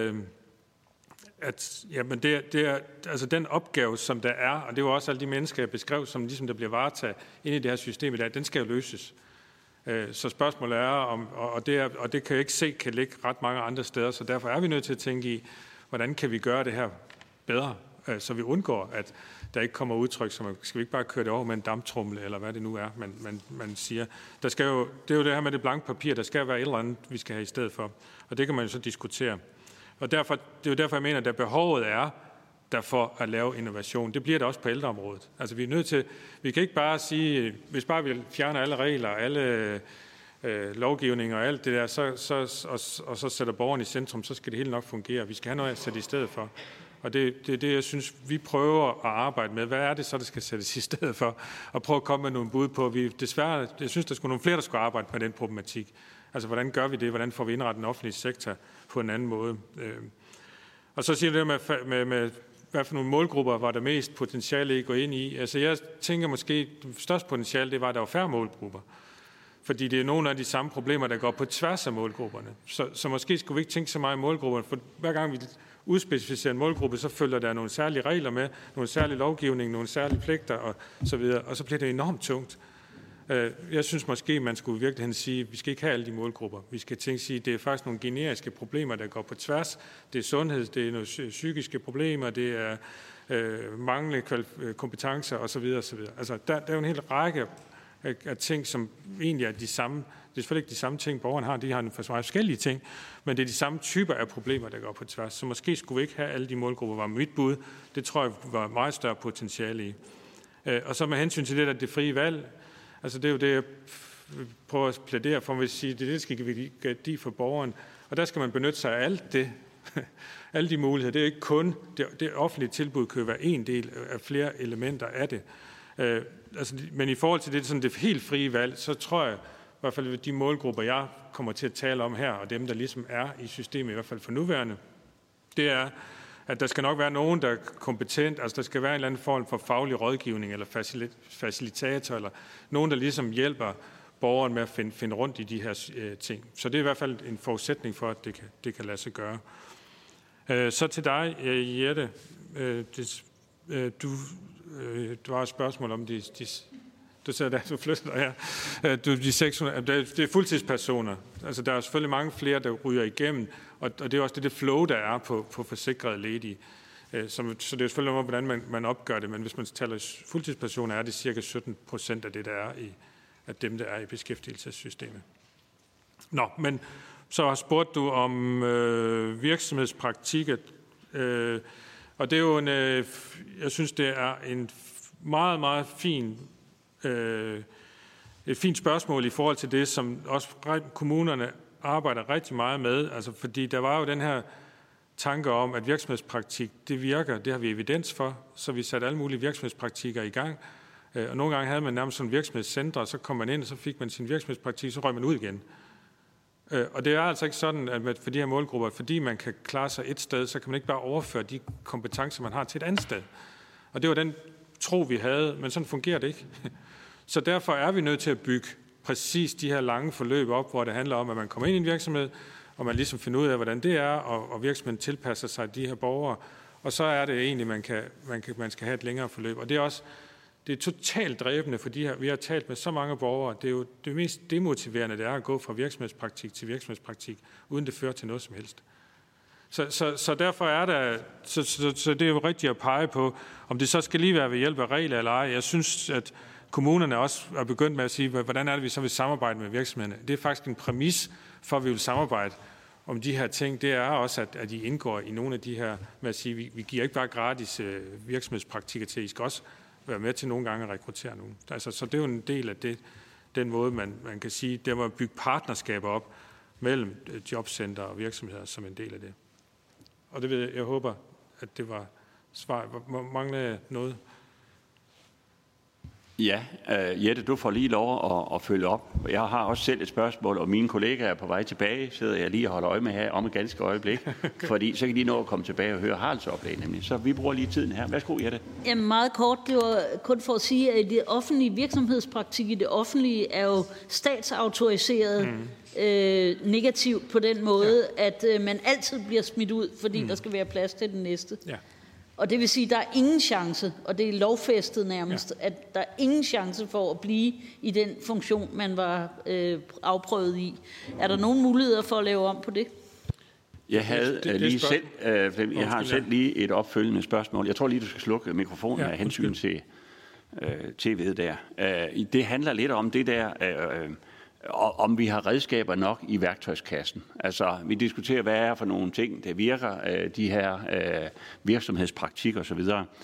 at jamen det er altså den opgave, som der er, og det er jo også alle de mennesker, jeg beskrev, som ligesom der bliver varetaget ind i det her system i dag, den skal jo løses. Så spørgsmålet er, og det kan jeg ikke se, kan ligge ret mange andre steder, så derfor er vi nødt til at tænke i, hvordan kan vi gøre det her bedre, så vi undgår, at der ikke kommer udtryk, som skal vi ikke bare køre det over med en damptrumle, eller hvad det nu er, man siger. Det er jo det her med det blanke papir, der skal være et eller andet, vi skal have i stedet for, og det kan man jo så diskutere. Og det er jo derfor, jeg mener, at der behovet er der får at lave innovation. Det bliver det også på ældreområdet. Altså vi er nødt til, vi kan ikke bare sige, hvis bare vi fjerner alle regler, alle lovgivning og alt det der, så sætter borgeren i centrum, så skal det hele nok fungere. Vi skal have noget at sætte i stedet for. Og det er det, jeg synes, vi prøver at arbejde med. Hvad er det så, der skal sættes i stedet for? Og prøve at komme med nogle bud på. Desværre, jeg synes, der skulle nogle flere, der skulle arbejde med den problematik. Altså, hvordan gør vi det? Hvordan får vi indrettet den offentlige sektor på en anden måde? Og så siger det med hvad for nogle målgrupper var der mest potentiale i at gå ind i. Altså, jeg tænker måske, det største potentiale, det var, at der var færre målgrupper. Fordi det er nogle af de samme problemer, der går på tværs af målgrupperne. Så måske skulle vi ikke tænke så meget i målgrupperne, for hver gang vi udspecificerer en målgruppe, så følger der nogle særlige regler med, nogle særlige lovgivning, nogle særlige pligter og så videre, og så bliver det enormt tungt. Jeg synes måske, man skulle i virkeligheden sige, at vi skal ikke have alle de målgrupper. Vi skal sige, at det er faktisk nogle generiske problemer, der går på tværs. Det er sundhed, det er nogle psykiske problemer, det er manglende kompetencer osv. osv. Altså, der er jo en hel række af ting, som egentlig er de samme. Det er selvfølgelig ikke de samme ting, borgerne har. De har nogle forskellige ting, men det er de samme typer af problemer, der går på tværs. Så måske skulle vi ikke have alle de målgrupper, var mit bud. Det tror jeg var meget større potentiale i. Og så med hensyn til det der det frie valg, altså det er jo det, jeg prøver at plædere for, at sige, det er det, der skal give for borgeren. Og der skal man benytte sig af alt det, alle de muligheder. Det er jo ikke kun det offentlige tilbud kan være en del af flere elementer af det. Men i forhold til det helt frie valg, så tror jeg, i hvert fald de målgrupper, jeg kommer til at tale om her, og dem, der ligesom er i systemet, i hvert fald for nuværende, det er, at der skal nok være nogen, der er kompetent, altså der skal være en eller anden form for faglig rådgivning, eller facilitator, eller nogen, der ligesom hjælper borgeren med at finde rundt i de her ting. Så det er i hvert fald en forudsætning for, at det kan lade sig gøre. Så til dig, Jette. Du har et spørgsmål om du ser der, du flytter dig her. De 600, det er fuldtidspersoner. Altså, der er selvfølgelig mange flere, der ryger igennem, og det er også det flow, der er på forsikrede ledige. Så det er selvfølgelig noget, hvordan man opgør det, men hvis man taler fuldtidspersoner, er det cirka 17% af det, der er af dem, der er i beskæftigelsessystemet. Nå, men så har spurgt du om virksomhedspraktik, og det er jo jeg synes, det er en meget, meget fin et fint spørgsmål i forhold til det, som også kommunerne arbejder rigtig meget med. Altså, fordi der var jo den her tanke om, at virksomhedspraktik, det virker, det har vi evidens for, så vi satte alle mulige virksomhedspraktikker i gang. Og nogle gange havde man nærmest sådan virksomhedscentre, og så kom man ind, og så fik man sin virksomhedspraktik, så røg man ud igen. Og det er altså ikke sådan, at for de her målgrupper, fordi man kan klare sig et sted, så kan man ikke bare overføre de kompetencer, man har til et andet sted. Og det var den tro, vi havde, men sådan fungerer det ikke. Så derfor er vi nødt til at bygge præcis de her lange forløb op, hvor det handler om, at man kommer ind i en virksomhed, og man ligesom finder ud af, hvordan det er, og virksomheden tilpasser sig de her borgere. Og så er det egentlig, man skal have et længere forløb. Og det er totalt dræbende for de her. Vi har talt med så mange borgere. Det er jo det mest demotiverende, det er at gå fra virksomhedspraktik til virksomhedspraktik, uden det fører til noget som helst. Så derfor er der, så det er jo rigtigt at pege på, om det så skal lige være ved hjælp af regler eller ej. Jeg synes, at kommunerne også er begyndt med at sige, hvordan er det, vi så vil samarbejde med virksomhederne. Det er faktisk en præmis for, at vi vil samarbejde om de her ting. Det er også, at de indgår i nogle af de her, med at sige, vi giver ikke bare gratis virksomhedspraktikker til, I skal også være med til nogle gange at rekruttere nogen. Altså, så det er jo en del af den måde, man kan sige, det var at bygge partnerskaber op mellem jobcenter og virksomheder som en del af det. Og det ved jeg håber, at det var svar. Mangler jeg noget? Ja, Jette, du får lige lov at følge op. Jeg har også selv et spørgsmål, og mine kollegaer er på vej tilbage, sidder jeg lige og holder øje med her om et ganske øjeblik, fordi så kan de nå at komme tilbage og høre Haralds oplæg nemlig. Så vi bruger lige tiden her. Værsgo, Jette. Jamen meget kort, det var kun for at sige, at det offentlige virksomhedspraktik i det offentlige er jo statsautoriseret negativt på den måde, at man altid bliver smidt ud, fordi der skal være plads til den næste. Ja. Og det vil sige, at der er ingen chance, og det er lovfæstet nærmest, at der er ingen chance for at blive i den funktion, man var afprøvet i. Er der nogen muligheder for at lave om på det? Jeg har selv lige et opfølgende spørgsmål. Jeg tror lige, du skal slukke mikrofonen af hensyn til tv'et der. Det handler lidt om det der, om vi har redskaber nok i værktøjskassen. Altså, vi diskuterer, hvad er for nogle ting, der virker, de her virksomhedspraktik osv.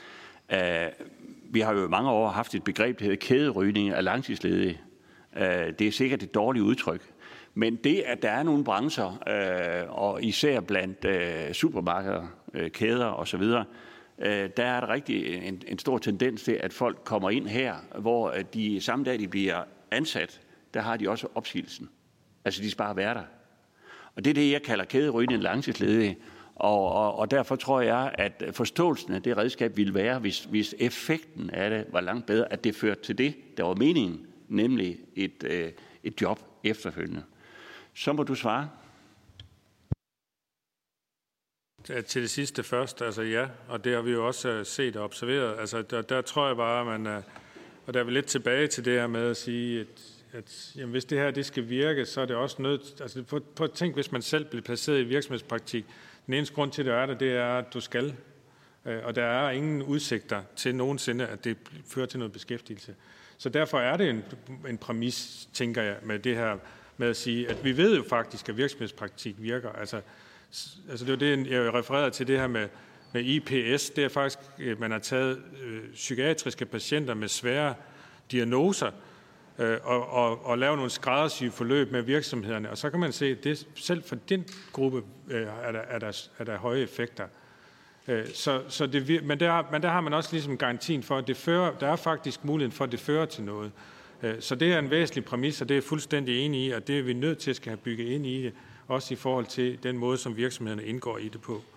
Vi har jo i mange år haft et begreb, der hedder kæderygning af langtidsledige. Det er sikkert et dårligt udtryk. Men det, at der er nogle brancher, og især blandt supermarkeder, kæder osv., der er der rigtig en stor tendens til, at folk kommer ind her, hvor de samme dag, de bliver ansat, der har de også opsigelsen. Altså, de skal bare være der. Og det er det, jeg kalder kæderygning langtidsledige. Og derfor tror jeg, at forståelsen af det redskab ville være, hvis effekten af det var langt bedre, at det førte til det, der var meningen, nemlig et job efterfølgende. Så må du svare. Til det sidste først, altså ja, og det har vi jo også set og observeret. Altså der tror jeg bare, at og der er vi lidt tilbage til det her med at sige, at jamen, hvis det her det skal virke, så er det også nødt. Altså på at tænke, hvis man selv bliver placeret i virksomhedspraktik, den eneste grund til, at det er, at du skal. Og der er ingen udsigter til nogensinde, at det fører til noget beskæftigelse. Så derfor er det en præmis, tænker jeg, med det her med at sige, at vi ved jo faktisk, at virksomhedspraktik virker. Altså det er det, jeg refererede til det her med IPS. Det er faktisk, man har taget psykiatriske patienter med svære diagnoser og lavet nogle skræddersyede forløb med virksomhederne. Og så kan man se, at det, selv for den gruppe er der høje effekter. Men der har man også ligesom garantien for, at der er faktisk muligheden for, at det fører til noget. Så det er en væsentlig præmis, og det er jeg fuldstændig enig i, og det er vi nødt til at skal have bygget ind i det, også i forhold til den måde, som virksomhederne indgår i det på.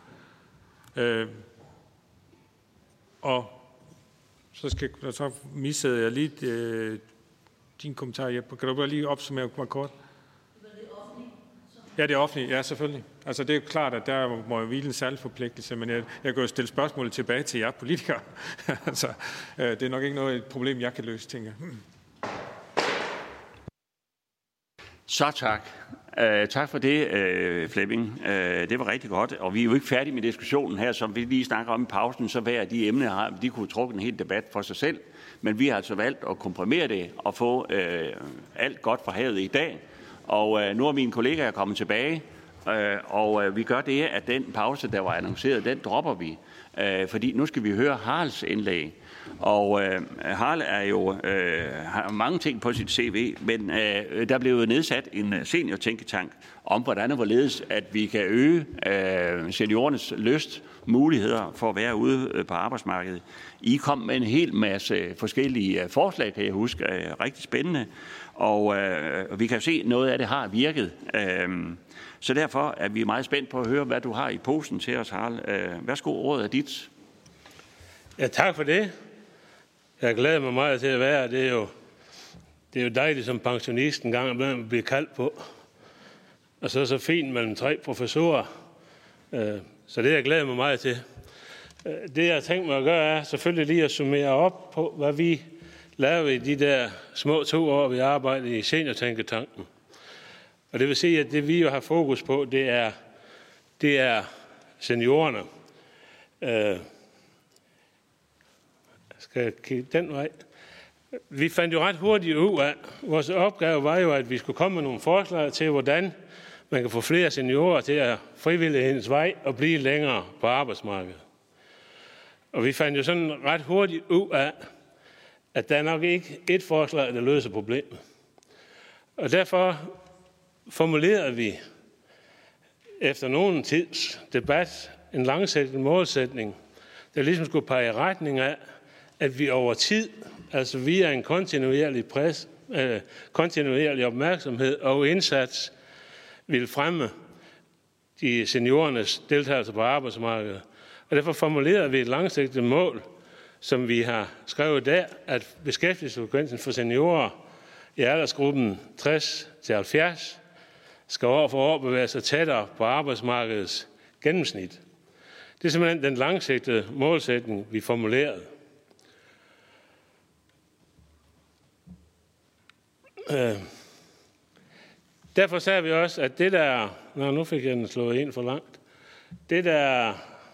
Og så missede jeg lige din kommentar, Jeppe. Kan du bare lige opsummere mig kort? Ja, det er offentligt. Ja, selvfølgelig. Altså, det er klart, at der må jo hvile en særlig forpligtelse, men jeg kan jo stille spørgsmålet tilbage til jer politikere. Altså, det er nok ikke noget problem, jeg kan løse, tænker jeg. Så tak. Tak for det, Flemming. Det var rigtig godt, og vi er jo ikke færdige med diskussionen her, som vi lige snakker om i pausen, så hver af de emner, de kunne trukke en hel debat for sig selv, men vi har altså valgt at komprimere det og få alt godt fra havet i dag. Og nu er mine kollegaer kommet tilbage, og vi gør det, at den pause, der var annonceret, den dropper vi, fordi nu skal vi høre Haralds indlæg. Og Harald har mange ting på sit CV, men der blev jo nedsat en seniortænketank om, hvordan og hvorledes, at vi kan øge seniorernes lyst, muligheder for at være ude på arbejdsmarkedet. I kom med en hel masse forskellige forslag, kan jeg huske, rigtig spændende, og vi kan se, at noget af det har virket. Så derfor er vi meget spændt på at høre, hvad du har i posen til os, Harald. Værsgo, ordet er dit. Ja, tak for det. Jeg glæder mig meget til at være. Det er jo dejligt som pensionist en gang imellem at blive kaldt på. Og så fint mellem 3 professorer. Så det jeg glæder mig meget til. Det jeg har tænkt mig at gøre er selvfølgelig lige at summere op på, hvad vi lavede i de der små 2 år, vi arbejdede i seniortænketanken. Og det vil sige, at det vi jo har fokus på, det er seniorerne. Skal jeg kigge den vej? Vi fandt jo ret hurtigt ud af, vores opgave var jo, at vi skulle komme med nogle forslag til, hvordan man kan få flere seniorer til at frivillighedens vej og blive længere på arbejdsmarkedet. Og vi fandt jo sådan ret hurtigt ud af, at der er nok ikke et forslag, der løser problemet. Og derfor formulerede vi efter nogen tids debat en langsigtet målsætning, der ligesom skulle pege i retning af, at vi over tid, altså via en kontinuerlig opmærksomhed og indsats, vil fremme de seniorernes deltagelse på arbejdsmarkedet. Og derfor formulerede vi et langsigtet mål, som vi har skrevet der, at beskæftigelsesfrekvensen for seniorer i aldersgruppen 60-70 skal år for år bevæge sig tættere på arbejdsmarkedets gennemsnit. Det er simpelthen den langsigtede målsætning, vi formulerede. Derfor sagde vi også, at det der... nu fik jeg den slået ind for langt. Det der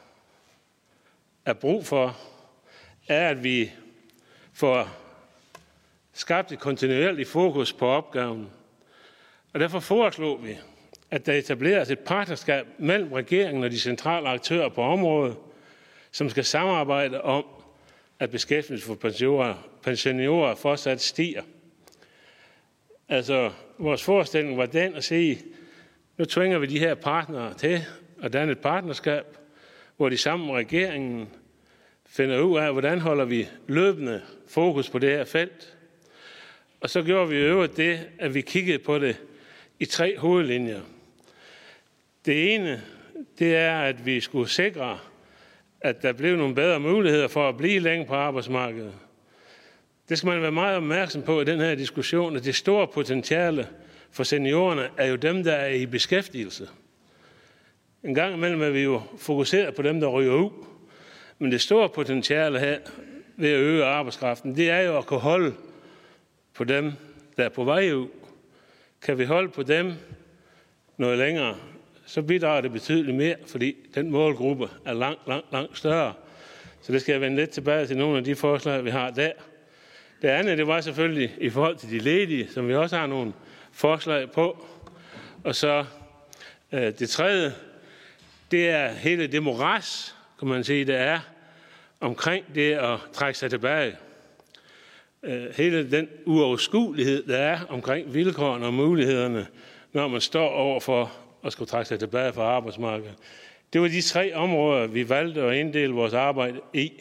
er brug for, er, at vi får skabt et kontinuerligt fokus på opgaven. Og derfor foreslog vi, at der etableres et partnerskab mellem regeringen og de centrale aktører på området, som skal samarbejde om, at beskæftigelse for pensionerer fortsat stiger. Altså, vores forestilling var den at sige, nu tvinger vi de her partnere til at danne et partnerskab, hvor de sammen med regeringen finder ud af, hvordan holder vi løbende fokus på det her felt. Og så gjorde vi i øvrigt det, at vi kiggede på det i 3 hovedlinjer. Det ene, det er, at vi skulle sikre, at der blev nogle bedre muligheder for at blive længe på arbejdsmarkedet. Det skal man være meget opmærksom på i den her diskussion, at det store potentiale for seniorerne er jo dem, der er i beskæftigelse. En gang imellem er vi jo fokuseret på dem, der ryger ud. Men det store potentiale her ved at øge arbejdskraften, det er jo at kunne holde på dem, der er på vej ud. Kan vi holde på dem noget længere, så bidrager det betydeligt mere, fordi den målgruppe er langt større. Så det skal jeg vende lidt tilbage til nogle af de forslag, vi har der. Det andet, det var selvfølgelig i forhold til de ledige, som vi også har nogle forslag på. Og så det tredje, det er hele det moras, kan man sige, det er omkring det at trække sig tilbage. Hele den uoverskuelighed, der er omkring vilkårene og mulighederne, når man står over for at skulle trække sig tilbage fra arbejdsmarkedet. Det var de 3 områder, vi valgte at inddele vores arbejde i.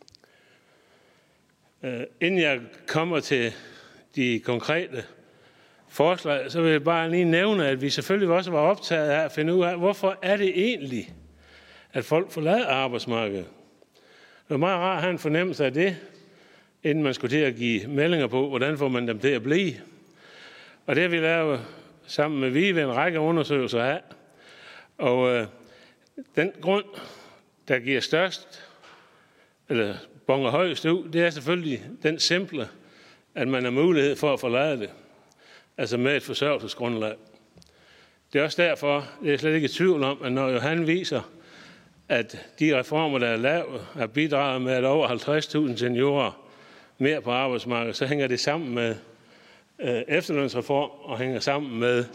Inden jeg kommer til de konkrete forslag, så vil jeg bare lige nævne, at vi selvfølgelig også var optaget af at finde ud af, hvorfor er det egentlig, at folk forlader arbejdsmarkedet. Det var meget rart at have en fornemmelse af det, inden man skulle til at give meldinger på, hvordan får man dem til at blive. Og det har vi lavet sammen med VIVE en række undersøgelser af. Og den grund, der giver størst, eller bonger højst ud, det er selvfølgelig den simple, at man har mulighed for at forlade det. Altså med et forsørgelsesgrundlag. Det er også derfor, det er slet ikke i tvivl om, at når Johan viser, at de reformer, der er lavet, har bidraget med at over 50.000 seniorer mere på arbejdsmarkedet, så hænger det sammen med efterlønsreform og hænger sammen med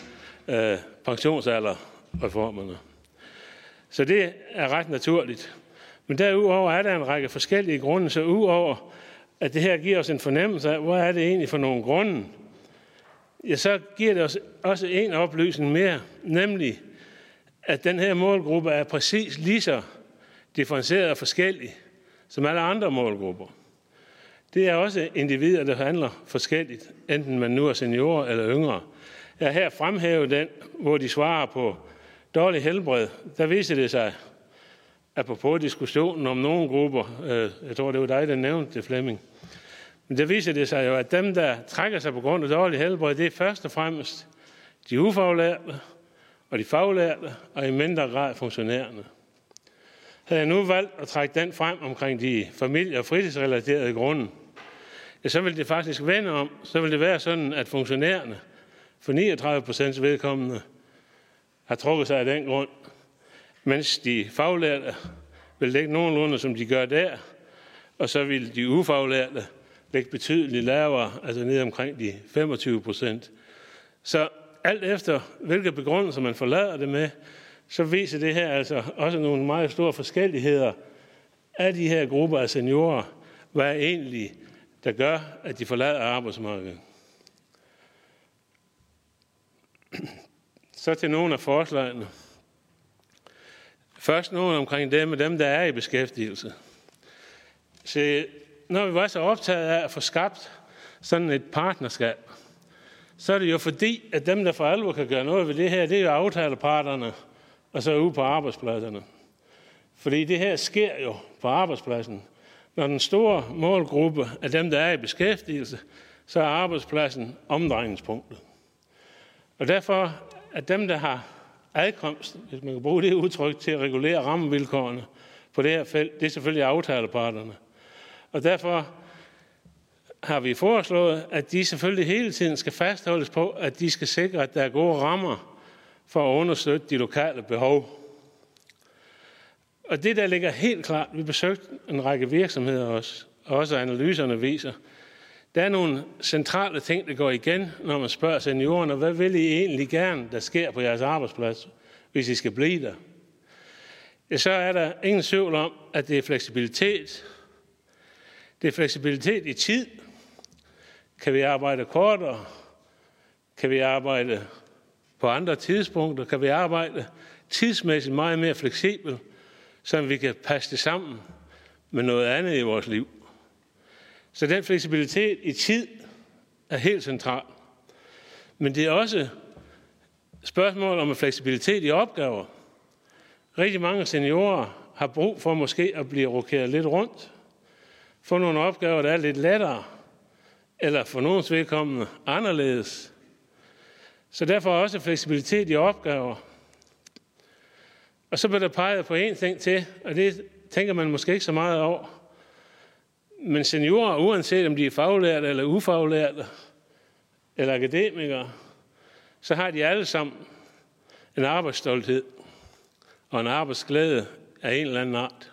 pensionsalderreformerne. Så det er ret naturligt. Men derudover er der en række forskellige grunde, så udover at det her giver os en fornemmelse af, hvor er det egentlig for nogle grunde, ja, så giver det os også en oplysning mere, nemlig at den her målgruppe er præcis lige så differentieret og forskellig som alle andre målgrupper. Det er også individer, der handler forskelligt, enten man nu er seniorer eller yngre. Jeg har her fremhævet den, hvor de svarer på dårlig helbred. Der viser det sig, apropos diskussionen om nogle grupper, jeg tror det var dig, der nævnte det, Flemming, men der viser det sig jo, at dem, der trækker sig på grund af dårlig helbred, det er først og fremmest de ufaglærte og de faglærte, og i mindre grad funktionærerne. Havde jeg nu valgt at trække den frem omkring de familie- og fritidsrelaterede grunde, ja, så vil det faktisk vende om. Så vil det være sådan, at funktionærerne for 39% vedkommende har trukket sig af den grund, mens de faglærte vil ligge nogenlunde, som de gør der, og så vil de ufaglærte ligge betydeligt lavere, altså ned omkring de 25%. Så alt efter, hvilke begrundelser man forlader det med, så viser det her altså også nogle meget store forskelligheder af de her grupper af seniorer, hvad er egentlig, der gør, at de forlader arbejdsmarkedet. Så til nogle af forslagene. Først nogle omkring det med dem, der er i beskæftigelse. Så når vi var så optaget af at få skabt sådan et partnerskab, så er det jo fordi, at dem, der for alvor kan gøre noget ved det her, det er jo aftaleparterne, og så ude på arbejdspladserne. Fordi det her sker jo på arbejdspladsen. Når den store målgruppe af dem, der er i beskæftigelse, så er arbejdspladsen omdrejningspunktet. Og derfor er dem, der har adkomst, hvis man kan bruge det udtryk, til at regulere rammevilkårene på det her felt, det er selvfølgelig aftaleparterne. Og derfor har vi foreslået, at de selvfølgelig hele tiden skal fastholdes på, at de skal sikre, at der er gode rammer for at understøtte de lokale behov. Og det, der ligger helt klart, vi besøgte en række virksomheder også analyserne viser, Der er nogle centrale ting, der går igen, når man spørger seniorerne, hvad vil I egentlig gerne, der sker på jeres arbejdsplads, hvis I skal blive der? Ja, så er der ingen tvivl om, at det er fleksibilitet. Det er fleksibilitet i tid. Kan vi arbejde kortere? Kan vi arbejde på andre tidspunkter? Kan vi arbejde tidsmæssigt meget mere fleksibelt, så vi kan passe det sammen med noget andet i vores liv? Så den fleksibilitet i tid er helt central. Men det er også spørgsmål om fleksibilitet i opgaver. Rigtig mange seniorer har brug for måske at blive rokeret lidt rundt. Få nogle opgaver, der er lidt lettere, eller for nogens vedkommende anderledes. Så derfor også fleksibilitet i opgaver. Og så bliver der peget på en ting til, og det tænker man måske ikke så meget over. Men seniorer, uanset om de er faglærte eller ufaglærte, eller akademikere, så har de alle sammen en arbejdsstolthed og en arbejdsglæde af en eller anden art.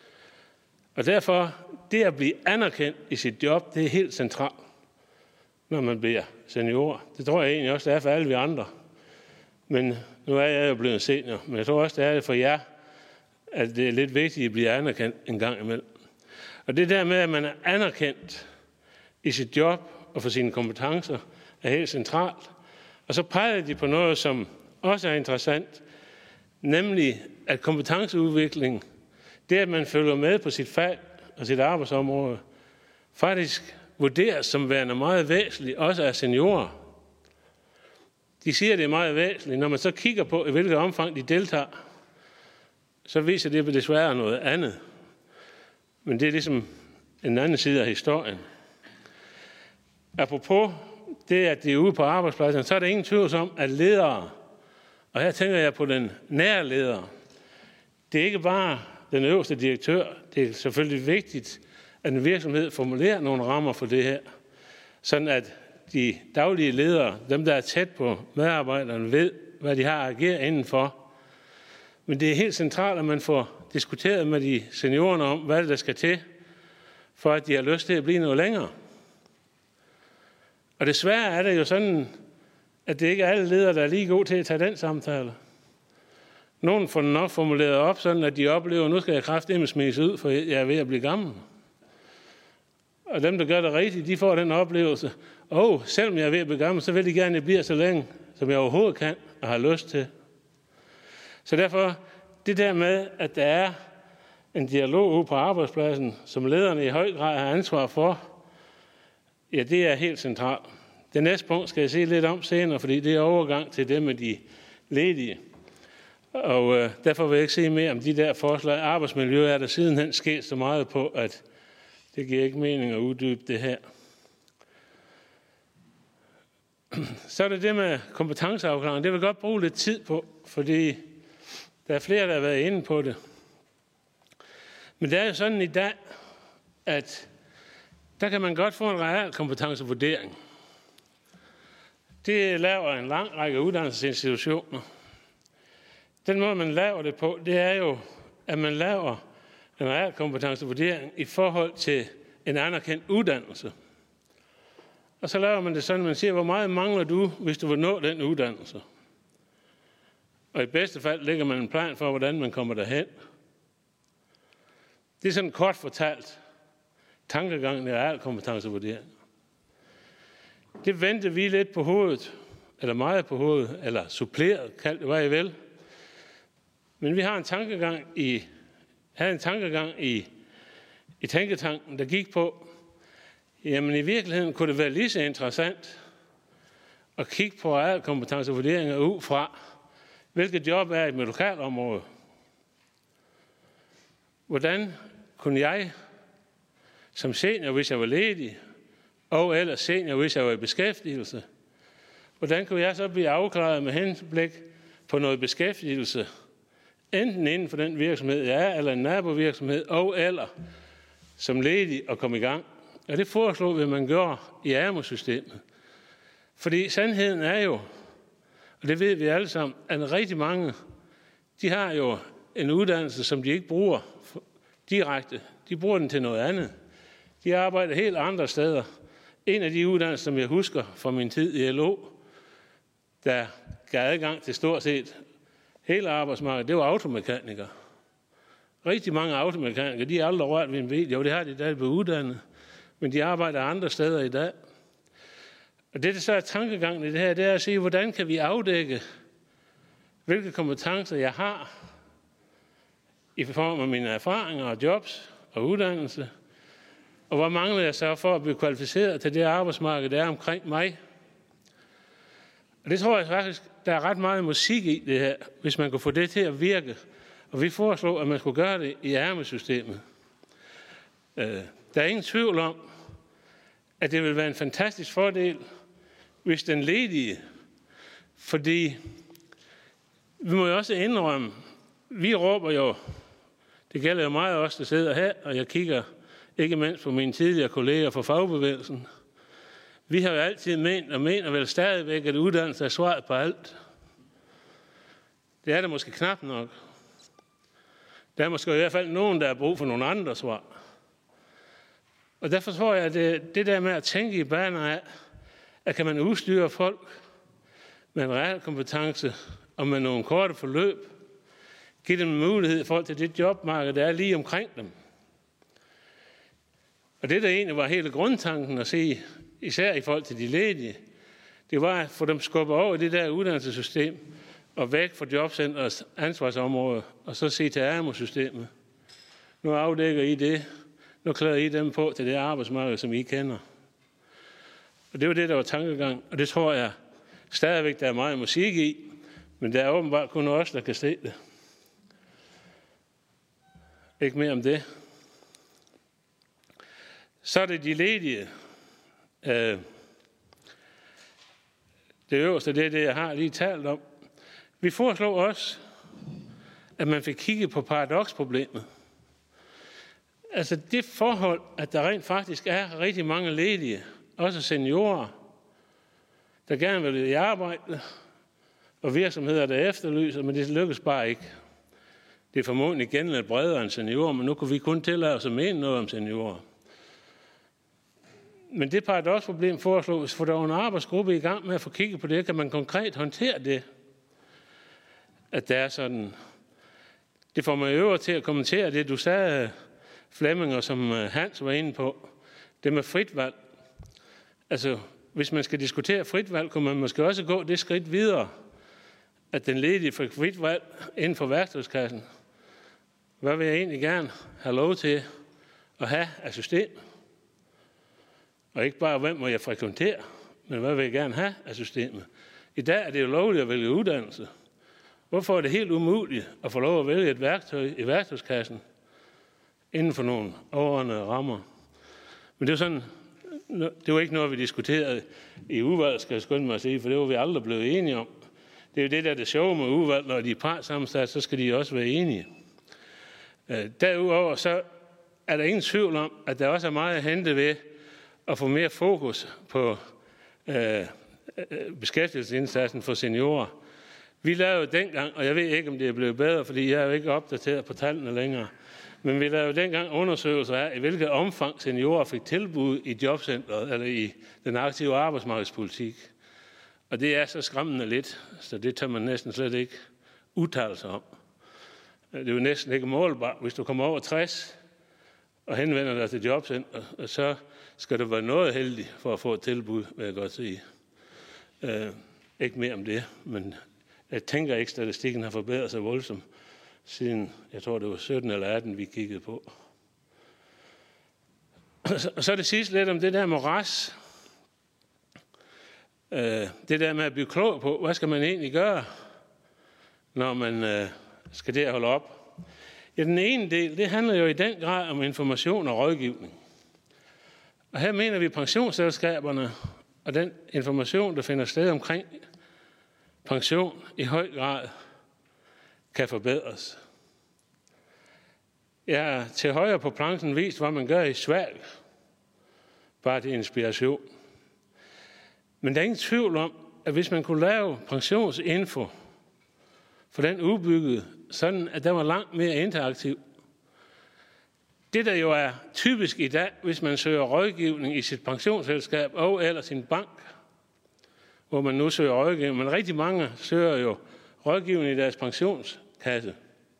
Og derfor, det at blive anerkendt i sit job, det er helt centralt, når man bliver senior. Det tror jeg egentlig også, det er for alle vi andre. Men nu er jeg jo blevet senior, men jeg tror også, det er det for jer, at det er lidt vigtigt at blive anerkendt en gang imellem. Og det der med, at man er anerkendt i sit job og for sine kompetencer, er helt centralt. Og så peger de på noget, som også er interessant, nemlig at kompetenceudvikling, det at man følger med på sit fag og sit arbejdsområde, faktisk vurderes som værende meget væsentligt, også af seniorer. De siger, at det er meget væsentligt. Når man så kigger på, i hvilket omfang de deltager, så viser det desværre noget andet. Men det er ligesom en anden side af historien. Apropos det, at de er ude på arbejdspladsen, så er der ingen tvivl om, at ledere, og her tænker jeg på den nære leder, det er ikke bare den øverste direktør. Det er selvfølgelig vigtigt, at en virksomhed formulerer nogle rammer for det her, sådan at de daglige ledere, dem der er tæt på medarbejderne, ved, hvad de har at agere indenfor. Men det er helt centralt, at man får diskuteret med de seniorerne om, hvad der skal til, for at de har lyst til at blive noget længere. Og desværre er det jo sådan, at det ikke er alle ledere, der er lige gode til at tage den samtale. Nogle får den nok formuleret op, sådan at de oplever, at nu skal jeg kraftedeme smides ud, for jeg er ved at blive gammel. Og dem, der gør det rigtigt, de får den oplevelse. Selvom jeg er ved at blive gammel, så vil de gerne, at jeg bliver så længe, som jeg overhovedet kan og har lyst til. Så derfor, det der med, at der er en dialog ude på arbejdspladsen, som lederne i høj grad har ansvar for, ja, det er helt centralt. Det næste punkt skal jeg se lidt om senere, fordi det er overgang til det med de ledige. Og derfor vil jeg ikke se mere om de der forslag. Arbejdsmiljø er der sidenhen sket så meget på, at det giver ikke mening at uddybe det her. Så er det med kompetenceafklaring. Det vil godt bruge lidt tid på, fordi der er flere, der har været inde på det. Men det er jo sådan i dag, at der kan man godt få en reel kompetencevurdering. Det laver en lang række uddannelsesinstitutioner. Den måde, man laver det på, det er jo, at man laver en reel kompetencevurdering i forhold til en anerkendt uddannelse. Og så laver man det sådan, at man siger, hvor meget mangler du, hvis du vil nå den uddannelse. Og i bedste fald lægger man en plan for, hvordan man kommer derhen. Det er sådan kort fortalt tankegangen i reel kompetencevurdering. Det vendte vi lidt på hovedet, eller meget på hovedet, eller suppleret, kald det hvad I vil. Men vi har en tankegang i tænketanken, der gik på, jamen i virkeligheden kunne det være lige så interessant at kigge på reel kompetencevurderinger ud fra, hvilket job er i mit lokalområde. Hvordan kunne jeg som senior, hvis jeg var ledig, og eller senior, hvis jeg var i beskæftigelse, hvordan kunne jeg så blive afklaret med henblik på noget beskæftigelse, enten inden for den virksomhed, jeg er, eller en nabovirksomhed, og eller som ledig at komme i gang. Og det foreslog vi, at man gør i AMO-systemet. Fordi sandheden er jo, og det ved vi alle sammen, at rigtig mange, de har jo en uddannelse, som de ikke bruger direkte. De bruger den til noget andet. De arbejder helt andre steder En af de uddannelser, som jeg husker fra min tid i LO, der gav adgang til stort set hele arbejdsmarkedet, det var automekanikere. Rigtig mange automekanikere, de er aldrig rørt ved en bil. Jo, det har de, der blevet uddannet, men de arbejder andre steder i dag. Og det, der så er tankegangen i det her, det er at sige, hvordan kan vi afdække, hvilke kompetencer jeg har i form af mine erfaringer og jobs og uddannelse, og hvor mangler jeg så for at blive kvalificeret til det arbejdsmarked, der er omkring mig. Og det tror jeg faktisk, der er ret meget musik i det her, hvis man kunne få det til at virke. Og vi foreslår, at man skulle gøre det i ARME-systemet. Der er ingen tvivl om, at det vil være en fantastisk fordel, hvis den ledige, fordi vi må jo også indrømme, vi råber jo, det gælder jo meget også, der sidder her, og jeg kigger ikke mindst på mine tidligere kolleger fra fagbevægelsen. Vi har jo altid ment, og mener vel stadigvæk, at uddannelse er svaret på alt. Det er det måske knap nok. Der er måske i hvert fald nogen, der har brug for nogle andre svar. Og derfor tror jeg, at det der med at tænke i baner af, at kan man udstyre folk med en reel kompetence og med nogle korte forløb, give dem mulighed i forhold til det jobmarked, der er lige omkring dem. Og det, der egentlig var hele grundtanken at se, især i forhold til de ledige, det var at få dem skubbet over i det der uddannelsessystem og væk fra jobcenterets ansvarsområde, og så se til AMO-systemet. Nu afdækker I det. Nu klæder I dem på til det arbejdsmarked, som I kender. Og det var det, der var tankegang, og det tror jeg stadigvæk, der er meget musik i, men der er åbenbart kun os, der kan se det. Ikke mere om det. Så er det de ledige. Det øverste, det er det, jeg har lige talt om. Vi foreslår også, at man fik kigget på paradoksproblemet. Altså det forhold, at der rent faktisk er rigtig mange ledige, også seniorer, der gerne vil i arbejde, og virksomheder, der efterlyser, men det lykkes bare ikke. Det er formodentlig igen lidt bredere end seniorer, men nu kunne vi kun tillade os at mene noget om seniorer. Men det paradoksproblem foreslås, for der er en arbejdsgruppe i gang med at få kigget på det, kan man konkret håndtere det, at der er sådan. Det får mig øvrigt til at kommentere det, du sagde, Flemming, og som Hans var inde på, det med frit valg. Altså, hvis man skal diskutere frit valg, kunne man måske også gå det skridt videre, at den ledige fik frit valg inden for værktøjskassen. Hvad vil jeg egentlig gerne have lov til at have af system? Og ikke bare, hvem må jeg frekventere, men hvad vil jeg gerne have af systemet? I dag er det jo lovligt at vælge uddannelse. Hvorfor er det helt umuligt at få lov at vælge et værktøj i værktøjskassen inden for nogle overordnede rammer? Men det er sådan, det var ikke noget, vi diskuterede i udvalget, skal jeg skynde mig at sige, for det var vi aldrig blevet enige om. Det er jo det, der er det sjove med udvalg, når de er partsammensat, så skal de også være enige. Derudover så er der ingen tvivl om, at der også er meget at hente ved at få mere fokus på beskæftigelsesindsatsen for seniorer. Vi lavede dengang, og jeg ved ikke, om det er blevet bedre, fordi jeg er jo ikke opdateret på tallene længere, men vi lavede dengang undersøgelser af, i hvilket omfang seniorer fik tilbud i jobcentret eller i den aktive arbejdsmarkedspolitik. Og det er så skræmmende lidt, så det tør man næsten slet ikke udtale sig om. Det er jo næsten ikke målbart. Hvis du kommer over 60 og henvender dig til jobcenter, så skal du være noget heldig for at få et tilbud, vil jeg godt sige. Ikke mere om det, men jeg tænker ikke, at statistikken har forbedret sig voldsomt, siden, jeg tror, det var 17 eller 18, vi kiggede på. Og så er det sidste lidt om det der moras. Det der med at blive klog på, hvad skal man egentlig gøre, når man skal det holde op. Ja, den ene del, det handler jo i den grad om information og rådgivning. Og her mener vi, at pensionsselskaberne og den information, der finder sted omkring pension, i høj grad kan forbedres. Jeg har til højre på planchen vist, hvad man gør i Sverige. Bare til inspiration. Men der er ingen tvivl om, at hvis man kunne lave pensionsinfo for den udbyggede, sådan at der var langt mere interaktiv, det, der jo er typisk i dag, hvis man søger rådgivning i sit pensionsselskab og eller sin bank, hvor man nu søger rådgivning, men rigtig mange søger jo rådgivning i deres pensionskasse,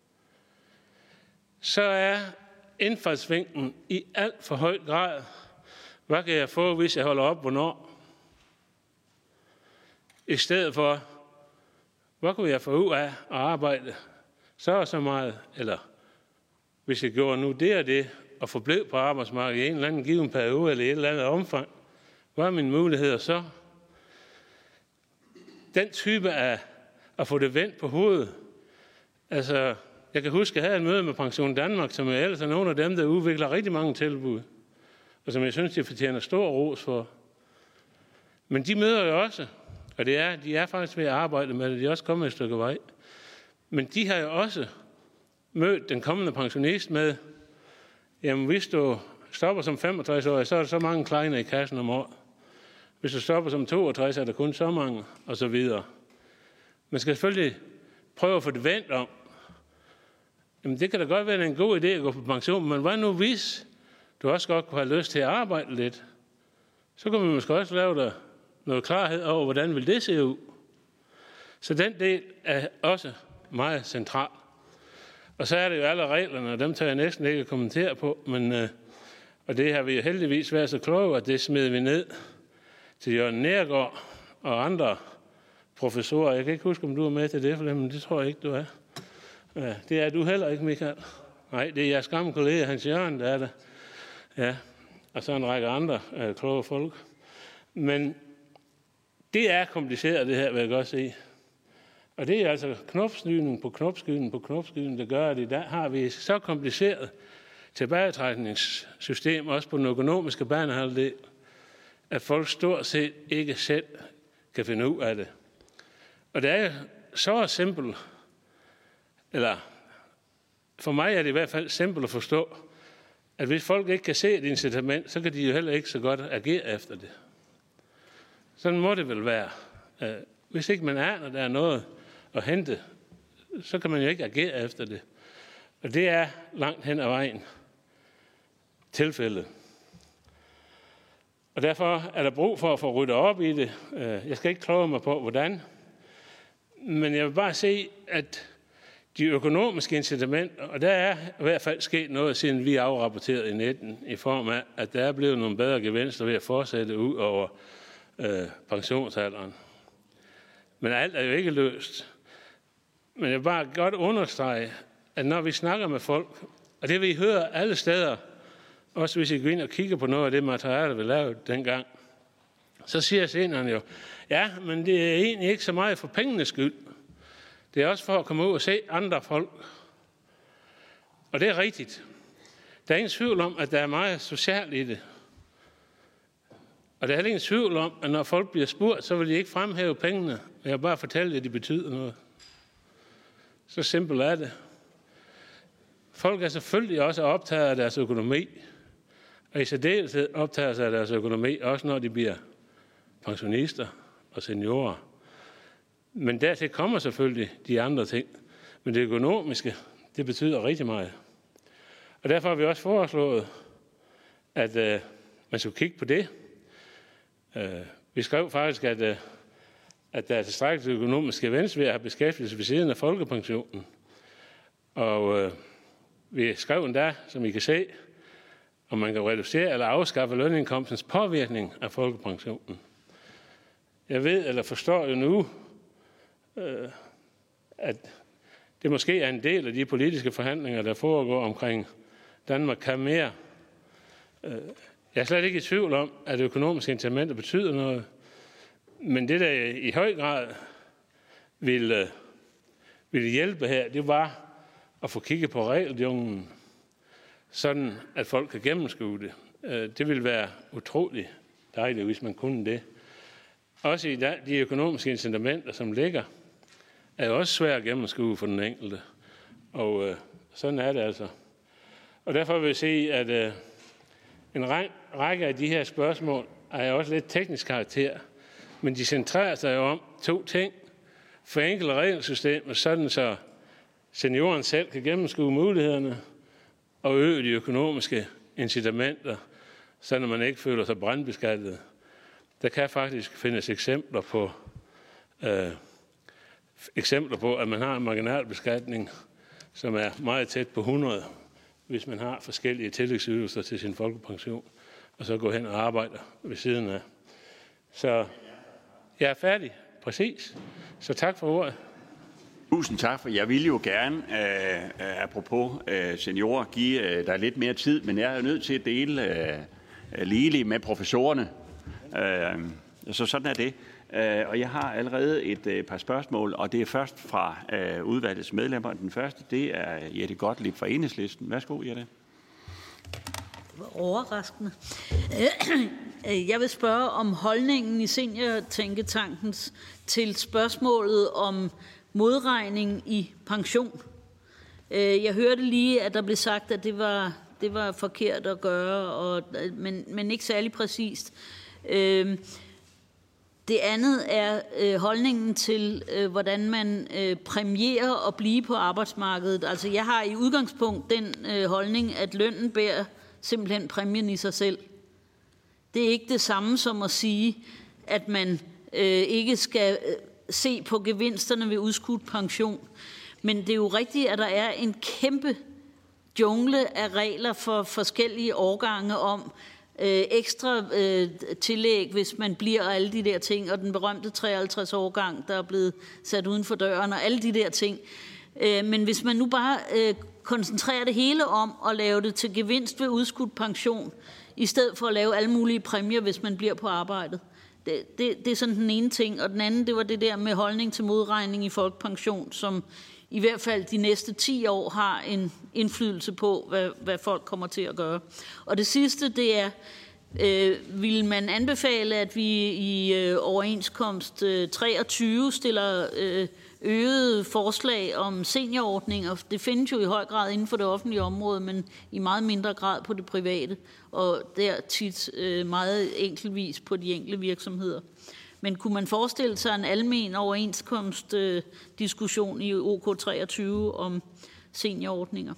så er indfaldsvinklen i alt for høj grad, hvad kan jeg få, hvis jeg holder op, hvornår? I stedet for, hvad kunne jeg få ud af at arbejde så og så meget, eller hvis jeg gjorde nu det og det, og forblev på arbejdsmarkedet i en eller anden given periode eller i et eller andet omfang, hvad er mine muligheder så? Den type af at få det vendt på hovedet. Altså, jeg kan huske, at jeg havde et møde med Pension Danmark, som er ellers nogle af dem, der udvikler rigtig mange tilbud, og som jeg synes, de fortjener stor ros for. Men de møder jo også, og de er faktisk ved at arbejde med det, de er også kommet et stykke vej. Men de har jo også mødt den kommende pensionist med, jamen hvis du stopper som 65-årig, så er der så mange kleiner i kassen om året. Hvis du stopper som 62, er der kun så mange, og så videre. Man skal selvfølgelig prøve at få det vendt om. Jamen det kan da godt være en god idé at gå på pension, men hvad nu hvis du også godt kunne have lyst til at arbejde lidt? Så kan man måske også lave der noget klarhed over, hvordan vil det se ud. Så den del er også meget central. Og så er det jo alle reglerne, og dem tager jeg næsten ikke at kommentere på, men, og det har vi jo heldigvis været så kloge, at det smider vi ned til Jørgen Nærgaard og andre professorer. Jeg kan ikke huske, om du er med til det, men det tror jeg ikke, du er. Ja, det er du heller ikke, Michael. Nej, det er jeres gamle kollega, Hans Jørgen, der er det. Ja, og så en række andre kloge folk. Men det er kompliceret, det her, vil jeg godt sige. Og det er altså knopskydning på knopskydning på knopskydning, der gør, at i dag har vi så kompliceret tilbagetrækningssystem, også på den økonomiske banehalvdel, at folk stort set ikke selv kan finde ud af det. Og det er så simpelt, eller for mig er det i hvert fald simpelt at forstå, at hvis folk ikke kan se et incitament, så kan de jo heller ikke så godt agere efter det. Sådan må det vel være. Hvis ikke man aner, der er noget at hente, så kan man jo ikke agere efter det. Og det er langt hen ad vejen tilfældet. Og derfor er der brug for at få ryddet op i det. Jeg skal ikke kloge mig på, hvordan. Men jeg vil bare se, at de økonomiske incitamenter, og der er i hvert fald sket noget, siden vi afrapporterede i 19, i form af, at der er blevet nogle bedre gevinster ved at fortsætte ud over pensionsalderen. Men alt er jo ikke løst. Men jeg vil bare godt understrege, at når vi snakker med folk, og det vil I høre alle steder, også hvis I går ind og kigger på noget af det materiale, vi lavede dengang, så siger senere jo, ja, men det er egentlig ikke så meget for pengenes skyld. Det er også for at komme ud og se andre folk. Og det er rigtigt. Der er ingen tvivl om, at der er meget socialt i det. Og der er ingen tvivl om, at når folk bliver spurgt, så vil de ikke fremhæve pengene, men jeg vil bare fortælle jer, at de betyder noget. Så simpelt er det. Folk er selvfølgelig også optaget af deres økonomi, og i særdeleshed optager sig af deres økonomi, også når de bliver pensionister og seniorer. Men dertil kommer selvfølgelig de andre ting. Men det økonomiske, det betyder rigtig meget. Og derfor har vi også foreslået, at man skulle kigge på det. Vi skrev faktisk, at der er tilstrækkeligt økonomisk gevinst ved at have beskæftigelse ved siden af folkepensionen. Og vi skrev endda, som I kan se, om man kan reducere eller afskaffe lønindkomstens påvirkning af folkepensionen. Jeg ved eller forstår jo nu, at det måske er en del af de politiske forhandlinger, der foregår omkring Danmark kan mere. Jeg er slet ikke i tvivl om, at økonomiske incitamenter betyder noget, men det, der i høj grad ville hjælpe her, det var at få kigget på regeljunglen, sådan at folk kan gennemskue det. Det ville være utroligt dejligt, hvis man kunne det. Også i dag, de økonomiske incitamenter, som ligger, er jo også svært at gennemskue for den enkelte. Og sådan er det altså. Og derfor vil jeg sige, at en række af de her spørgsmål er også lidt teknisk karakter, men de centrerer sig jo om to ting. Forenkle regelsystemet, sådan så senioren selv kan gennemskue mulighederne, at øge de økonomiske incitamenter, så man ikke føler sig brandbeskattet. Der kan faktisk findes eksempler på, at man har en marginalbeskatning, som er meget tæt på 100, hvis man har forskellige tillægsydelser til sin folkepension, og så går hen og arbejder ved siden af. Så jeg er færdig, præcis. Så tak for ordet. Tusind tak, for jeg ville jo gerne, apropos seniorer, give dig lidt mere tid, men jeg er jo nødt til at dele ligeligt med professorerne. Så sådan er det. Og jeg har allerede et par spørgsmål, og det er først fra udvalgets medlemmer. Den første, det er Jette Gottlieb fra Enhedslisten. Værsgo, Jette. Overraskende. Jeg vil spørge om holdningen i Seniortænketankens til spørgsmålet om modregning i pension. Jeg hørte lige, at der blev sagt, at det var forkert at gøre, men ikke særlig præcist. Det andet er holdningen til, hvordan man præmierer at blive på arbejdsmarkedet. Altså, jeg har i udgangspunkt den holdning, at lønnen bærer simpelthen præmien i sig selv. Det er ikke det samme som at sige, at man ikke skal se på gevinsterne ved udskudt pension. Men det er jo rigtigt, at der er en kæmpe jungle af regler for forskellige årgange om ekstra tillæg, hvis man bliver, og alle de der ting, og den berømte 53-årgang, der er blevet sat uden for døren, og alle de der ting. Men hvis man nu bare koncentrerer det hele om at lave det til gevinst ved udskudt pension, i stedet for at lave alle mulige præmier, hvis man bliver på arbejdet. Det er sådan den ene ting. Og den anden, det var det der med holdning til modregning i folkepension, som i hvert fald de næste 10 år har en indflydelse på, hvad folk kommer til at gøre. Og det sidste, det er, vil man anbefale, at vi i overenskomst 23 stiller øgede forslag om seniorordninger? Det findes jo i høj grad inden for det offentlige område, men i meget mindre grad på det private, og der tit meget enkeltvis på de enkelte virksomheder. Men kunne man forestille sig en almen overenskomstdiskussion i OK 23 om seniorordninger?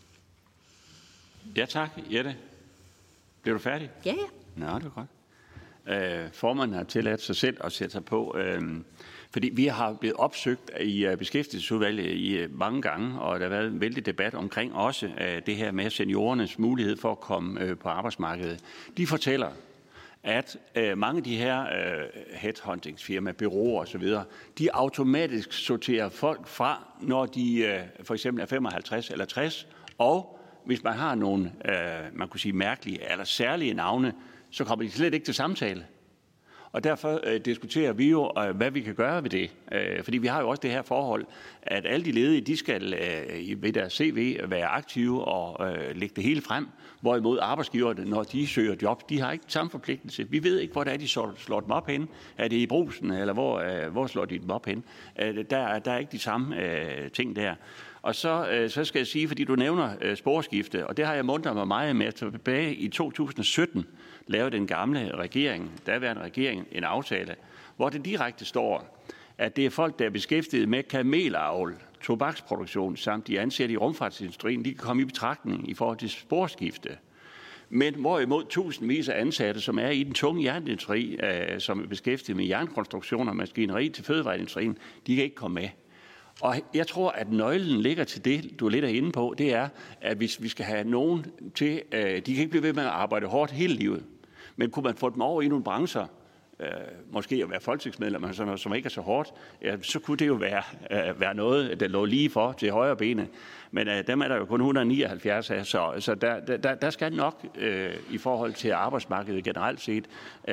Ja tak, Jette. Bliver du færdig? Ja, ja. Nå, det er godt. Formanden har tilladt sig selv at sætte sig på, fordi vi har blevet opsøgt i beskæftigelsesudvalget i mange gange, og der har været en vældig debat omkring også det her med seniorernes mulighed for at komme på arbejdsmarkedet. De fortæller, at mange af de her headhuntingsfirmaer, bureauer osv., de automatisk sorterer folk fra, når de for eksempel er 55 eller 60, og hvis man har nogle, man kunne sige mærkelige eller særlige navne, så kommer de slet ikke til samtale. Og derfor diskuterer vi jo, hvad vi kan gøre ved det. Fordi vi har jo også det her forhold, at alle de ledige, de skal ved deres CV være aktive og lægge det hele frem. Hvorimod arbejdsgiverne, når de søger job, de har ikke samme forpligtelse. Vi ved ikke, hvor det er, de slår dem op hen. Er det i Brugsen, eller hvor slår de dem op hen? Der er ikke de samme ting der. Og så skal jeg sige, fordi du nævner sporskifte, og det har jeg muntret mig meget med, at tilbage i 2017 lavede den gamle regering, daværende regering, en aftale, hvor det direkte står, at det er folk, der er beskæftiget med kamelavl, tobaksproduktion samt de ansatte i rumfartsindustrien, de kan komme i betragtning i forhold til sporskifte. Men hvorimod tusindvis af ansatte, som er i den tunge jernindustri, som er beskæftiget med jernkonstruktioner og maskineri til fødevareindustrien, de kan ikke komme med. Og jeg tror, at nøglen ligger til det, du er lidt inde på, det er, at hvis vi skal have nogen til, de kan ikke blive ved med at arbejde hårdt hele livet, men kunne man få dem over i nogle brancher, måske at være folketingsmedlemmer, som ikke er så hårdt, så kunne det jo være noget, der lå lige for til højre bene. Men dem er der jo kun 179 af, så der skal nok i forhold til arbejdsmarkedet generelt set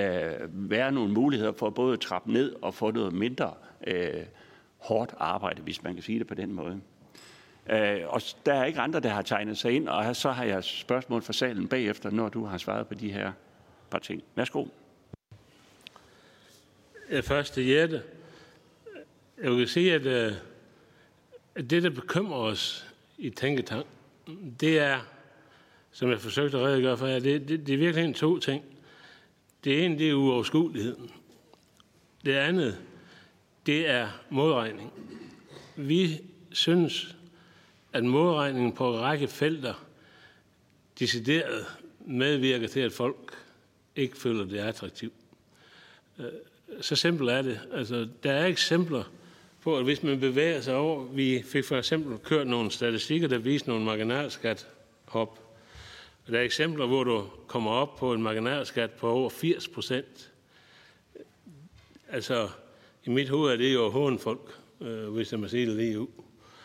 være nogle muligheder for både at trappe ned og få noget mindre hårdt arbejde, hvis man kan sige det på den måde. Og der er ikke andre, der har tegnet sig ind, og så har jeg spørgsmål fra salen bagefter, når du har svaret på de her par ting. Værsgo. Først til Jette. Jeg vil sige, at det, der bekymrer os i Tænketank, det er, som jeg forsøgte at redegøre for jer, det er virkelig 2 ting. Det ene, det er uoverskueligheden. Det andet, det er modregning. Vi synes, at modregningen på en række felter decideret medvirker til, at folk ikke føler, det er attraktivt. Så simpelt er det. Altså, der er eksempler på, at hvis man bevæger sig over, vi fik for eksempel kørt nogle statistikker, der viser nogle marginalskat-hop. Der er eksempler, hvor du kommer op på en marginalskat på over 80%. Altså, i mit hoved er det jo hånfolk, hvis jeg må sige det lige ud.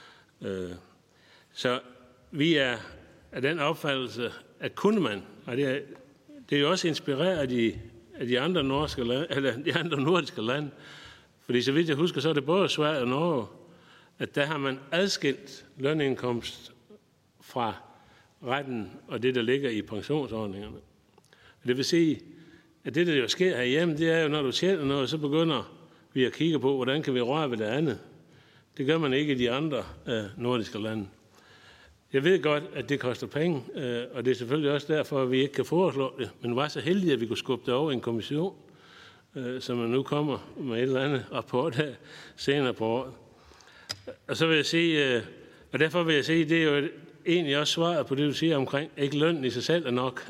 Så vi er af den opfattelse, at kunne man, og det er jo også inspireret af de andre nordiske lande, fordi så vidt jeg husker, så er det både Sverige og Norge, at der har man adskilt lønindkomst fra retten og det, der ligger i pensionsordningerne. Det vil sige, at det, der jo sker herhjemme, det er jo, når du tjener noget, så begynder vi at kigge på, hvordan kan vi røre ved det andet. Det gør man ikke i de andre nordiske lande. Jeg ved godt, at det koster penge, og det er selvfølgelig også derfor, at vi ikke kan foreslå det, men var så heldige, at vi kunne skubbe det over i en kommission, som nu kommer med et eller andet rapport her senere på året. Og så vil jeg sige, og derfor vil jeg sige, det er jo egentlig også svaret på det, du siger omkring, ikke lønnen i sig selv er nok.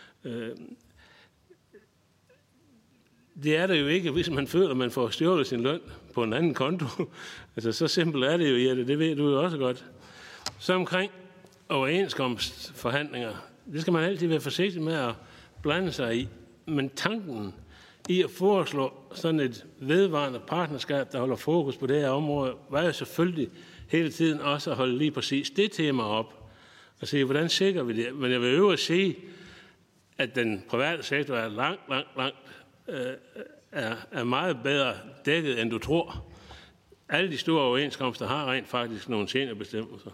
Det er der jo ikke, hvis man føler, at man får stjålet sin løn på en anden konto. Altså, så simpelt er det jo, Jette, det ved du jo også godt. Så omkring overenskomstforhandlinger, det skal man altid være forsigtig med at blande sig i. Men tanken i at foreslå sådan et vedvarende partnerskab, der holder fokus på det her område, var jo selvfølgelig hele tiden også at holde lige præcis det tema op og se, hvordan sikrer vi det. Men jeg vil øvrigt sige, at den private sektor er langt er meget bedre dækket, end du tror. Alle de store overenskomster har rent faktisk nogle seniorbestemmelser.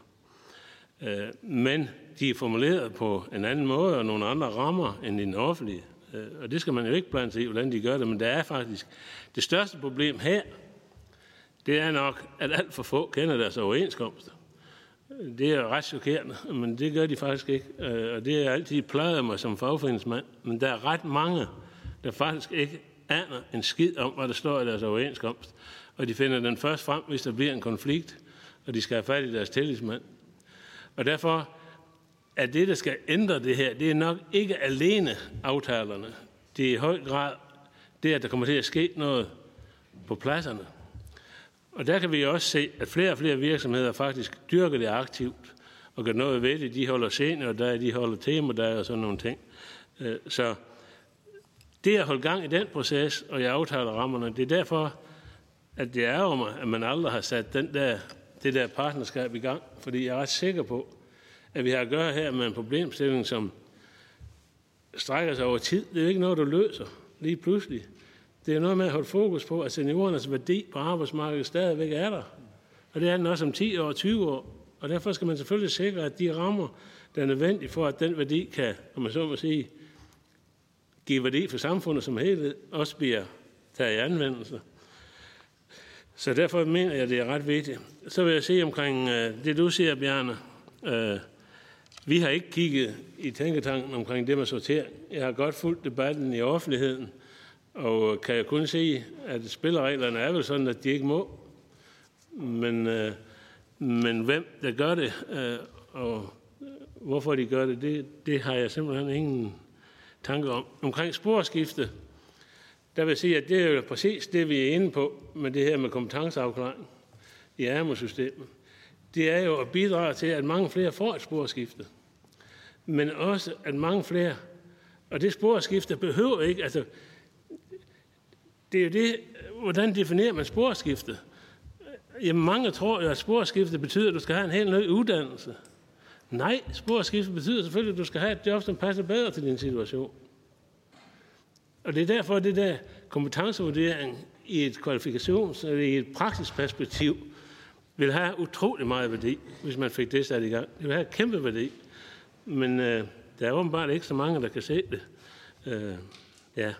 Men de er formuleret på en anden måde og nogle andre rammer end i den offentlige. Og det skal man jo ikke blande sig i, hvordan de gør det. Men der er faktisk det største problem her, det er nok, at alt for få kender deres overenskomster. Det er ret chokerende, men det gør de faktisk ikke. Og det er altid plejet mig som fagforeningsmand. Men der er ret mange, der faktisk ikke aner en skid om, hvad der står i deres overenskomst. Og de finder den først frem, hvis der bliver en konflikt, og de skal have fat i deres tillidsmand. Og derfor er det, der skal ændre det her, det er nok ikke alene aftalerne. Det er i høj grad det, at der kommer til at ske noget på pladserne. Og der kan vi også se, at flere og flere virksomheder faktisk dyrker det aktivt og gør noget ved det. De holder seniordage, de holder temadage og sådan nogle ting. Så det at holde gang i den proces og i aftalerammerne, det er derfor, at det ærger mig, at man aldrig har sat det der partnerskab i gang. Fordi jeg er ret sikker på, at vi har at gøre her med en problemstilling, som strækker sig over tid. Det er jo ikke noget, du løser lige pludselig. Det er noget med at holde fokus på, at seniorernes værdi på arbejdsmarkedet stadigvæk er der. Og det er den også om 10 år, 20 år. Og derfor skal man selvfølgelig sikre, at de rammer, der er nødvendige for, at den værdi kan, om man så må sige, give værdi for samfundet som helhed, også bliver taget i anvendelse. Så derfor mener jeg, at det er ret vigtigt. Så vil jeg sige omkring det, du siger, Bjarne. Vi har ikke kigget i tænketanken omkring det med sortering. Jeg har godt fulgt debatten i offentligheden, og kan jeg kun sige, at spillereglerne er vel sådan, at de ikke må. Men hvem der gør det, og hvorfor de gør det, det har jeg simpelthen ingen tanke om. Omkring sporskifte, der vil jeg sige, at det er jo præcis det, vi er inde på med det her med kompetenceafklaring i AMO-systemet. Det er jo at bidrage til, at mange flere får et sporskifte. Men også, at mange flere, og det sporskifte behøver ikke, altså, det er jo det, hvordan definerer man sporskifte? Jamen, mange tror jo, at sporskifte betyder, at du skal have en helt ny uddannelse. Nej, sporskifte betyder selvfølgelig, at du skal have et job, som passer bedre til din situation. Og det er derfor, at det der kompetencevurdering i et kvalifikations- eller i et praksisperspektiv vil have utrolig meget værdi, hvis man fik det sat i gang. Det vil have kæmpe værdi. Men der er åbenbart ikke så mange, der kan se det. Ja.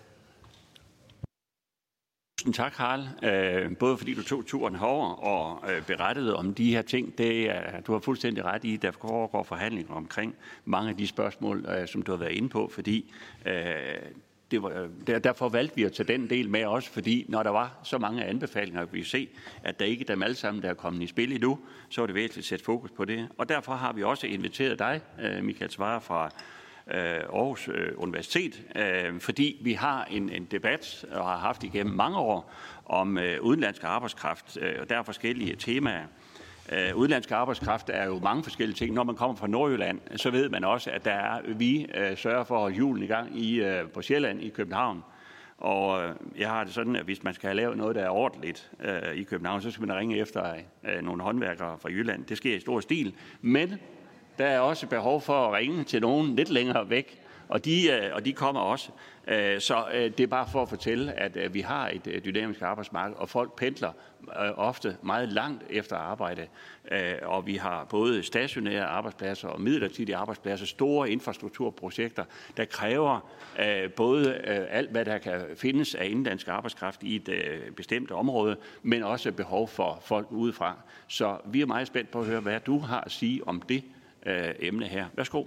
Tusind tak, Harald. Både fordi du tog turen herover og berettede om de her ting. Du har fuldstændig ret i, at der foregår forhandlinger omkring mange af de spørgsmål, som du har været inde på, fordi derfor valgte vi at tage den del med også, fordi når der var så mange anbefalinger, vi se, at der ikke dem alle sammen, der er kommet i spil endnu, så er det væsentligt at sætte fokus på det. Og derfor har vi også inviteret dig, Michael Svarer fra Aarhus Universitet, fordi vi har en debat, og har haft igennem mange år, om udenlandsk arbejdskraft, og der er forskellige temaer. Udenlandsk arbejdskraft er jo mange forskellige ting. Når man kommer fra Nordjylland, så ved man også, at vi sørger for at holde julen i gang på Sjælland i København. Og jeg har det sådan, at hvis man skal have lavet noget, der er ordentligt i København, så skal man ringe efter nogle håndværkere fra Jylland. Det sker i stor stil. Men der er også behov for at ringe til nogen lidt længere væk, og de kommer også. Så det er bare for at fortælle, at vi har et dynamisk arbejdsmarked, og folk pendler ofte meget langt efter arbejde. Og vi har både stationære arbejdspladser og midlertidige arbejdspladser, store infrastrukturprojekter, der kræver både alt, hvad der kan findes af indenlandsk arbejdskraft i et bestemt område, men også behov for folk udefra. Så vi er meget spændt på at høre, hvad du har at sige om det emne her. Værsgo.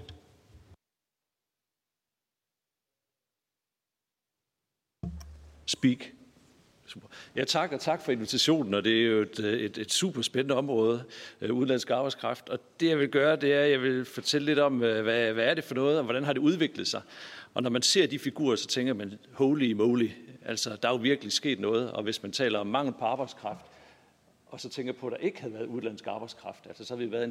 Speak. Super. Ja, tak, og tak for invitationen, og det er jo et super spændende område, udenlandsk arbejdskraft. Og det, jeg vil gøre, det er, at jeg vil fortælle lidt om, hvad er det for noget, og hvordan har det udviklet sig. Og når man ser de figurer, så tænker man, holy moly, altså der er jo virkelig sket noget. Og hvis man taler om mangel på arbejdskraft, og så tænker jeg på, at der ikke havde været udenlandsk arbejdskraft, altså så har vi været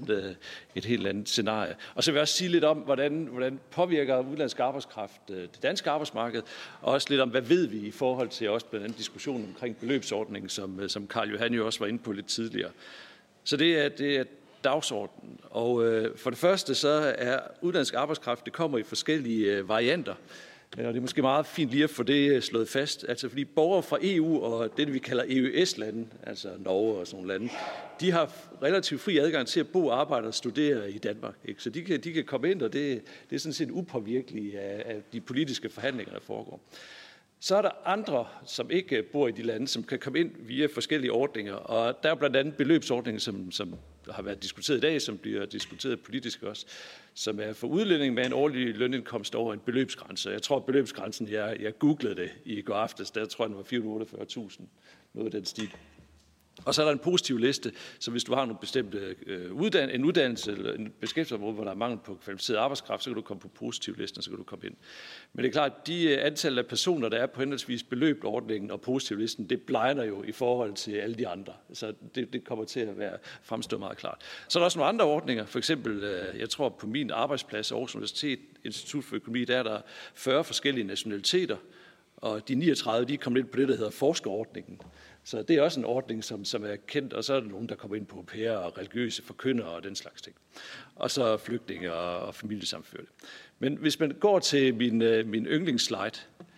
et helt andet scenarie. Og så vil jeg også sige lidt om, hvordan påvirker udenlandsk arbejdskraft det danske arbejdsmarked, og også lidt om, hvad ved vi i forhold til også blandt andet diskussionen omkring beløbsordningen, som Karl Johan jo også var inde på lidt tidligere. Så det er dagsordenen. Og for det første så er udenlandsk arbejdskraft, det kommer i forskellige varianter. Og det er måske meget fint lige at få det slået fast. Altså fordi borgere fra EU og det, vi kalder EØS-lande, altså Norge og sådan nogle lande, de har relativt fri adgang til at bo, arbejde og studere i Danmark. Ikke? Så de kan komme ind, og det er sådan set upåvirkeligt af de politiske forhandlinger, der foregår. Så er der andre, som ikke bor i de lande, som kan komme ind via forskellige ordninger. Og der er blandt andet beløbsordninger, som har været diskuteret i dag, som bliver diskuteret politisk også, som er for udlænding med en årlig lønindkomst over en beløbsgrænse. Jeg tror, at beløbsgrænsen, jeg googlede det i går aftes, der tror jeg, den var 448.000, noget af den stil. Og så er der en positiv liste, så hvis du har nogle bestemte en uddannelse eller en beskæftigelsesområde, hvor der er mangel på kvalificeret arbejdskraft, så kan du komme på positivlisten, og så kan du komme ind. Men det er klart, at de antal af personer, der er på henholdsvis beløbsordningen og positivlisten, det blegner jo i forhold til alle de andre. Så det kommer til at fremstå meget klart. Så er der også nogle andre ordninger. For eksempel, jeg tror på min arbejdsplads, Aarhus Universitet, Institut for Økonomi, der er der 40 forskellige nationaliteter, og de 39, de er kommet ind på det, der hedder forskerordningen. Så det er også en ordning, som er kendt, og så er der nogen, der kommer ind på au pair og religiøse forkyndere og den slags ting. Og så flygtninge og familiesammenførte. Men hvis man går til min yndlingsslide,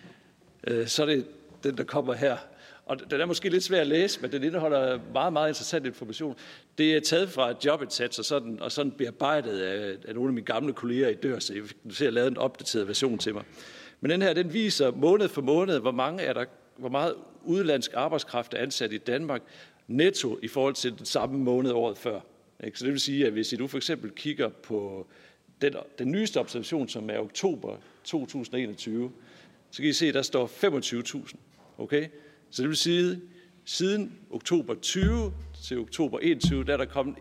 så er det den, der kommer her. Og den er måske lidt svær at læse, men den indeholder meget, meget interessant information. Det er taget fra et jobindsats og sådan bearbejdet af nogle af mine gamle kolleger i Dør, så jeg har lavet en opdateret version til mig. Men den her, den viser måned for måned, hvor meget udenlandsk arbejdskraft er ansat i Danmark netto i forhold til den samme måned året før. Så det vil sige, at hvis du for eksempel kigger på den nyeste observation, som er oktober 2021, så kan I se, at der står 25.000. Okay? Så det vil sige, siden oktober 20 til oktober 21, der er der kommet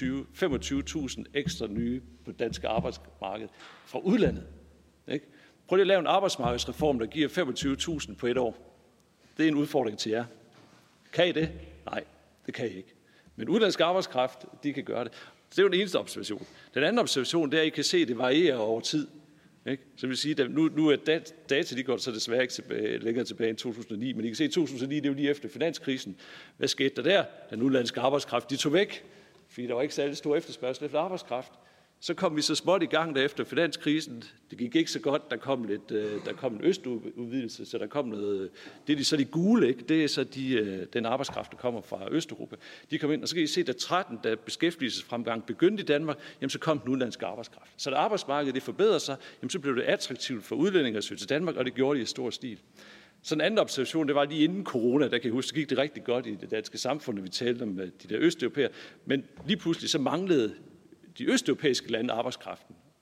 25.000 ekstra nye på det danske arbejdsmarked fra udlandet. Ikke? Prøv lige at lave en arbejdsmarkedsreform, der giver 25.000 på et år. Det er en udfordring til jer. Kan I det? Nej, det kan I ikke. Men udenlandsk arbejdskraft, de kan gøre det. Så det er jo den eneste observation. Den anden observation, det er, at I kan se, at det varierer over tid. Ikke? Så det vil sige, at nu er data, de går så desværre ikke længere tilbage end 2009, men I kan se, at 2009, det er jo lige efter finanskrisen. Hvad skete der? Den udenlandske arbejdskraft, de tog væk, fordi der var ikke særlig stor efterspørgsel efter arbejdskraft. Så kom vi så småt i gang efter finanskrisen. Det gik ikke så godt. Der kom en østudvidelse, så der kom noget. Det er så de gule, ikke? Det er så den arbejdskraft, der kommer fra Østeuropa. De kom ind, og så kan I se, da beskæftigelsesfremgang begyndte i Danmark, jamen så kom den udenlandske arbejdskraft. Så da arbejdsmarkedet det forbedrede sig, jamen så blev det attraktivt for udlændinge at søge til Danmark, og det gjorde de i stor stil. Så en anden observation, det var lige inden corona, der kan jeg huske, så gik det rigtig godt i det danske samfund, når vi talte om de der østeuropæere. Men lige pludselig så manglede de østeuropæiske lande arbejdskraften.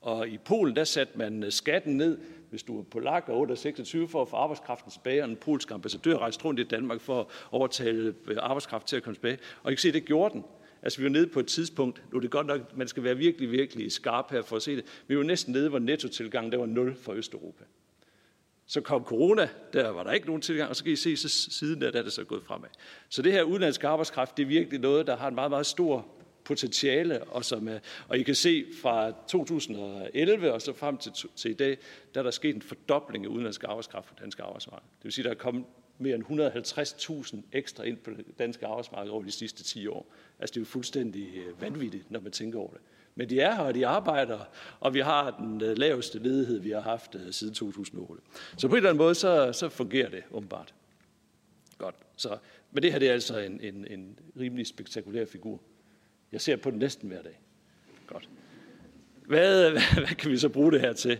Og i Polen, der satte man skatten ned, hvis du er polak og under 26 for at få arbejdskraften tilbage, og den polske ambassadør rejste rundt i Danmark for at overtale arbejdskraft til at komme tilbage. Og I kan se, det gjorde den. Altså, vi var nede på et tidspunkt, nu er det godt nok, man skal være virkelig, virkelig skarp her for at se det. Vi var næsten nede, hvor nettotilgangen der var 0 for Østeuropa. Så kom corona, der var der ikke nogen tilgang, og så kan I se, så siden der er det så gået fremad. Så det her udenlandske arbejdskraft, det er virkelig noget, der har en meget, meget stor potentiale, og I kan se fra 2011 og så frem til i dag, der er der sket en fordobling af udenlandsk arbejdskraft på dansk arbejdsmarked. Det vil sige, der er kommet mere end 150.000 ekstra ind på det danske arbejdsmarked over de sidste 10 år. Altså det er jo fuldstændig vanvittigt, når man tænker over det. Men de er her, og de arbejder, og vi har den laveste ledighed, vi har haft siden 2008. Så på en eller anden måde, så fungerer det åbenbart. Godt. Men det her det er altså en rimelig spektakulær figur. Jeg ser på den næsten hver dag. Godt. Hvad kan vi så bruge det her til?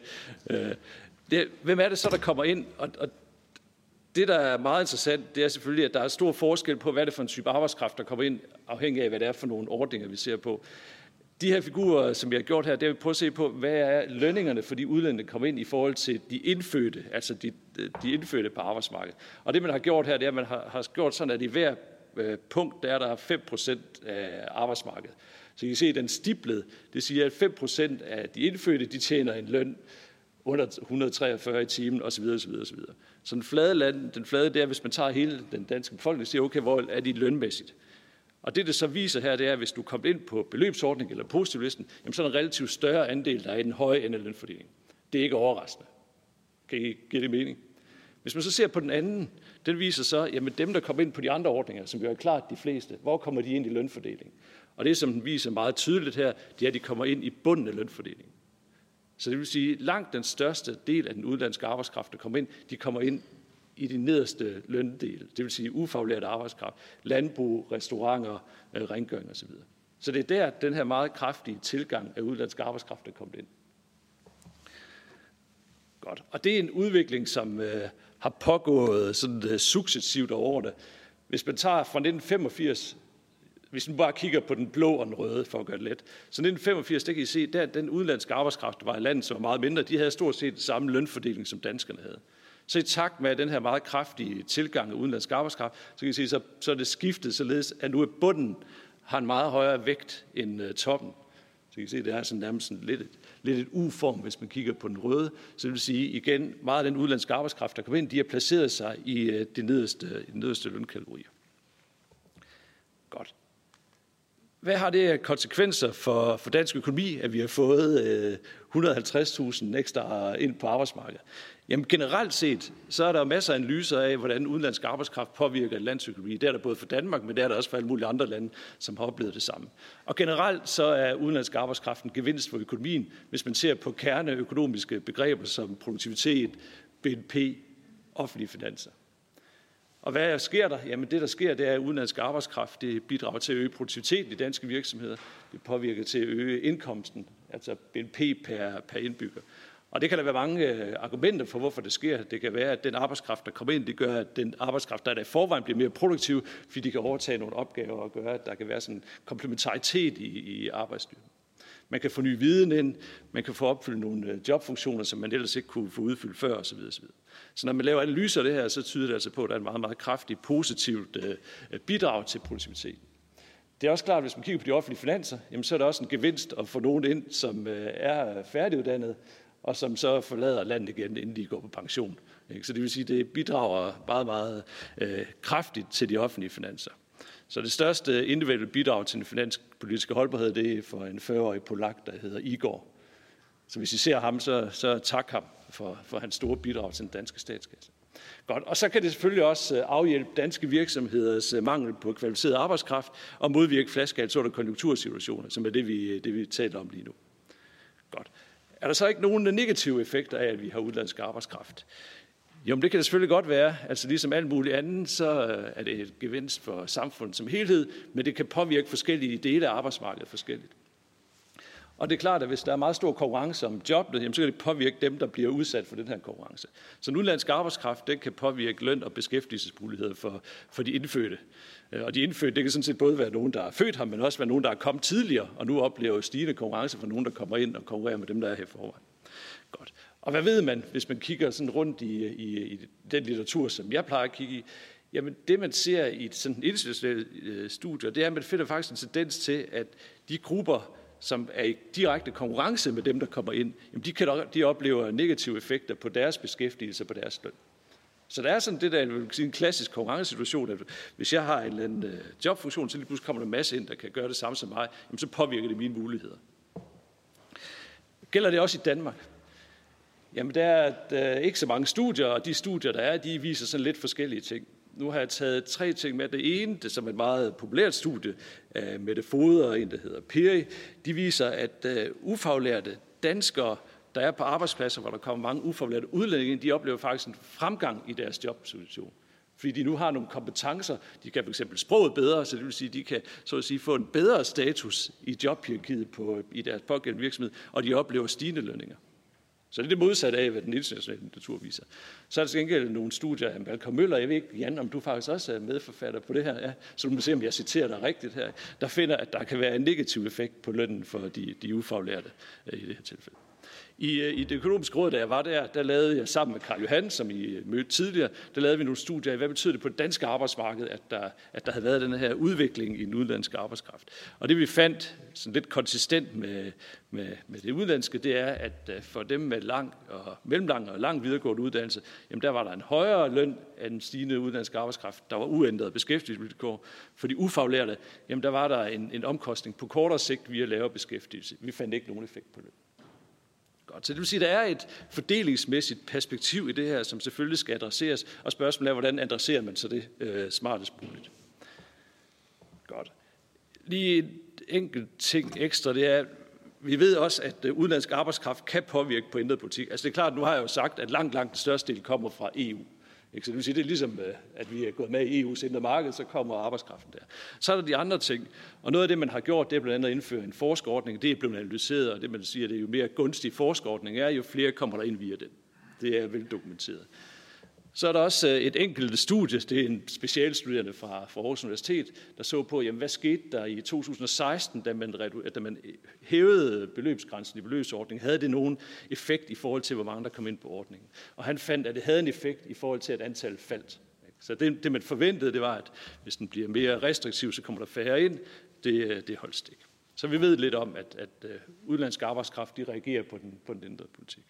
Hvem er det så, der kommer ind? Og det, der er meget interessant, det er selvfølgelig, at der er stor forskel på, hvad det er for en type arbejdskraft, der kommer ind, afhængig af, hvad det er for nogle ordninger, vi ser på. De her figurer, som jeg har gjort her, det er vi prøve at se på, hvad er lønningerne for de udlændinge, der kommer ind i forhold til de indfødte, altså de indfødte på arbejdsmarkedet. Og det, man har gjort her, det er, at man har gjort sådan, at i hver punkt, der er 5% af arbejdsmarkedet. Så I kan se, at den stiplede, det siger, at 5% af de indfødte, de tjener en løn under 143 i timen, osv. osv. osv. Så den flade der, hvis man tager hele den danske befolkning, siger, okay, hvor er de lønmæssigt? Og det så viser her, det er, at hvis du kommer ind på beløbsordning eller positivlisten, jamen så er der en relativt større andel, der er i den høje ende af lønfordelingen. Det er ikke overraskende. Kan I give det mening? Hvis man så ser på den anden, den viser så, jamen dem, der kommer ind på de andre ordninger, som jo er klart de fleste, hvor kommer de ind i lønfordelingen? Og det, som den viser meget tydeligt her, det er, at de kommer ind i bunden af lønfordelingen. Så det vil sige, at langt den største del af den udenlandske arbejdskraft, der kommer ind, de kommer ind i de nederste løndel, det vil sige ufaglært arbejdskraft, landbrug, restauranter, rengøring osv. Så det er der, den her meget kraftige tilgang af udenlandsk arbejdskraft er kommet ind. Godt. Og det er en udvikling, som har pågået sådan successivt over det. Hvis man tager fra 1985, hvis man bare kigger på den blå og den røde, for at gøre det let, så 1985, der kan I se, der den udenlandske arbejdskraft, der var i landet, som var meget mindre, de havde stort set samme lønfordeling, som danskerne havde. Så i takt med den her meget kraftige tilgang af udenlandsk arbejdskraft, så kan I se, så er det skiftet således, at nu er bunden har en meget højere vægt end toppen. Så I kan se, det er sådan nærmest sådan lidt et U-form, hvis man kigger på den røde. Så det vil sige, igen, meget af den udenlandske arbejdskraft, der kommer ind, de har placeret sig i de nederste lønkategorier. Godt. Hvad har det konsekvenser for dansk økonomi, at vi har fået 150.000 ekstra ind på arbejdsmarkedet? Jamen generelt set, så er der masser af analyser af, hvordan udenlandsk arbejdskraft påvirker et lands økonomi. Det er der både for Danmark, men det er der også for alle mulige andre lande, som har oplevet det samme. Og generelt så er udenlandsk arbejdskraft en gevinst for økonomien, hvis man ser på kerneøkonomiske begreber som produktivitet, BNP, offentlige finanser. Og hvad sker der? Jamen det, der sker, det er, at udenlandsk arbejdskraft det bidrager til at øge produktiviteten i danske virksomheder. Det påvirker til at øge indkomsten, altså BNP per indbygger. Og det kan der være mange argumenter for, hvorfor det sker. Det kan være, at den arbejdskraft, der kommer ind, det gør, at den arbejdskraft, der er der i forvejen, bliver mere produktiv, fordi de kan overtage nogle opgaver og gøre, at der kan være sådan en komplementaritet i arbejdsstyrken. Man kan få ny viden ind, man kan få opfyldt nogle jobfunktioner, som man ellers ikke kunne få udfyldt før osv. Så når man laver analyser af det her, så tyder det altså på, at der er en meget, meget kraftig positivt bidrag til produktiviteten. Det er også klart, at hvis man kigger på de offentlige finanser, jamen, så er der også en gevinst at få nogen ind, som er færdiguddannet, og som så forlader landet igen, inden de går på pension. Så det vil sige, at det bidrager meget, meget kraftigt til de offentlige finanser. Så det største individuelle bidrag til den finanspolitiske holdbarhed, det er for en 40-årig polak, der hedder Igor. Så hvis I ser ham, så tak ham for hans store bidrag til den danske statskasse. Godt. Og så kan det selvfølgelig også afhjælpe danske virksomheders mangel på kvalificeret arbejdskraft og modvirke flaskehalse under konjunktursituationer, som er det, vi taler om lige nu. Godt. Er der så ikke nogen negative effekter af, at vi har udenlandsk arbejdskraft? Jo, men det kan det selvfølgelig godt være. Altså ligesom alt muligt andet, så er det et gevinst for samfundet som helhed, men det kan påvirke forskellige dele af arbejdsmarkedet forskelligt. Og det er klart, at hvis der er meget stor konkurrence om jobbene, jamen, så kan det påvirke dem, der bliver udsat for den her konkurrence. Så en udenlandsk arbejdskraft, den kan påvirke løn- og beskæftigelsesmuligheder for de indfødte. Og de indfødte, det kan sådan set både være nogen, der er født her, men også være nogen, der er kommet tidligere, og nu oplever stigende konkurrence fra nogen, der kommer ind og konkurrerer med dem, der er her i forvejen. Godt. Og hvad ved man, hvis man kigger sådan rundt i den litteratur, som jeg plejer at kigge i? Jamen det, man ser i sådan internationale studier, det er, at man finder faktisk en tendens til, at de grupper, som er i direkte konkurrence med dem, der kommer ind, jamen de oplever negative effekter på deres beskæftigelse og på deres løn. Så der er sådan det der, jeg vil sige, en klassisk konkurrencesituation, at hvis jeg har en eller anden jobfunktion, så lige pludselig kommer der en masse ind, der kan gøre det samme som mig, jamen så påvirker det mine muligheder. Gælder det også i Danmark? Jamen der er ikke så mange studier, og de studier, der er, de viser sådan lidt forskellige ting. Nu har jeg taget 3 ting med. Det ene, det som er et meget populært studie af Mette Fod og en, der hedder Piri, de viser, at ufaglærte danskere, der er på arbejdspladser, hvor der kommer mange ufaglærte udlændinge, de oplever faktisk en fremgang i deres jobsituation. Fordi de nu har nogle kompetencer, de kan fx sproget bedre, så det vil sige, at de kan så at sige, få en bedre status i jobhierarkiet i deres pågældende virksomhed, og de oplever stigende lønninger. Så det er det modsatte af, hvad den internationale litteratur viser. Så er der til gengæld nogle studier af Malcolm Møller. Jeg ved ikke, Jan, om du faktisk også er medforfatter på det her. Ja, så du må se, om jeg citerer dig rigtigt her. Der finder, at der kan være en negativ effekt på lønnen for de ufaglærte i det her tilfælde. I det økonomiske råd, da jeg var der lavede jeg sammen med Karl Johan, som I mødte tidligere, der lavede vi nogle studier af, hvad betyder det på det danske arbejdsmarked, at der havde været den her udvikling i den udenlandske arbejdskraft. Og det vi fandt sådan lidt konsistent med det udenlandske, det er, at for dem med mellemlang og lang videregående uddannelse, jamen der var der en højere løn af den stigende udenlandske arbejdskraft, der var uændret beskæftigelsesvilkår. For de ufaglærte, jamen der var der en omkostning på kortere sigt via lavere beskæftigelse. Vi fandt ikke nogen effekt på løn. Godt. Så det vil sige, at der er et fordelingsmæssigt perspektiv i det her, som selvfølgelig skal adresseres, og spørgsmålet er, hvordan adresserer man så det smartest muligt. Godt. Lige en enkelt ting ekstra, det er, vi ved også, at udenlandsk arbejdskraft kan påvirke på ændret politik. Altså det er klart, nu har jeg jo sagt, at langt den største del kommer fra EU. Så det vil sige, det er ligesom, at vi er gået med i EU's indre marked, så kommer arbejdskraften der. Så er der de andre ting, og noget af det, man har gjort, det er blandt andet at indføre en forskerordning. Det er blevet analyseret, og det man siger, det er jo mere gunstig forskerordning er, jo flere kommer der ind via den. Det er veldokumenteret. Så er der også et enkelt studie, det er en specialstuderende fra Aarhus Universitet, der så på, jamen, hvad skete der i 2016, da man hævede beløbsgrænsen i beløbsordningen. Havde det nogen effekt i forhold til, hvor mange der kom ind på ordningen? Og han fandt, at det havde en effekt i forhold til, at antallet faldt. Så det man forventede, det var, at hvis den bliver mere restriktiv, så kommer der færre ind. Det holdt stik. Så vi ved lidt om, at udenlandsk arbejdskraft, de reagerer på den ændrede politik.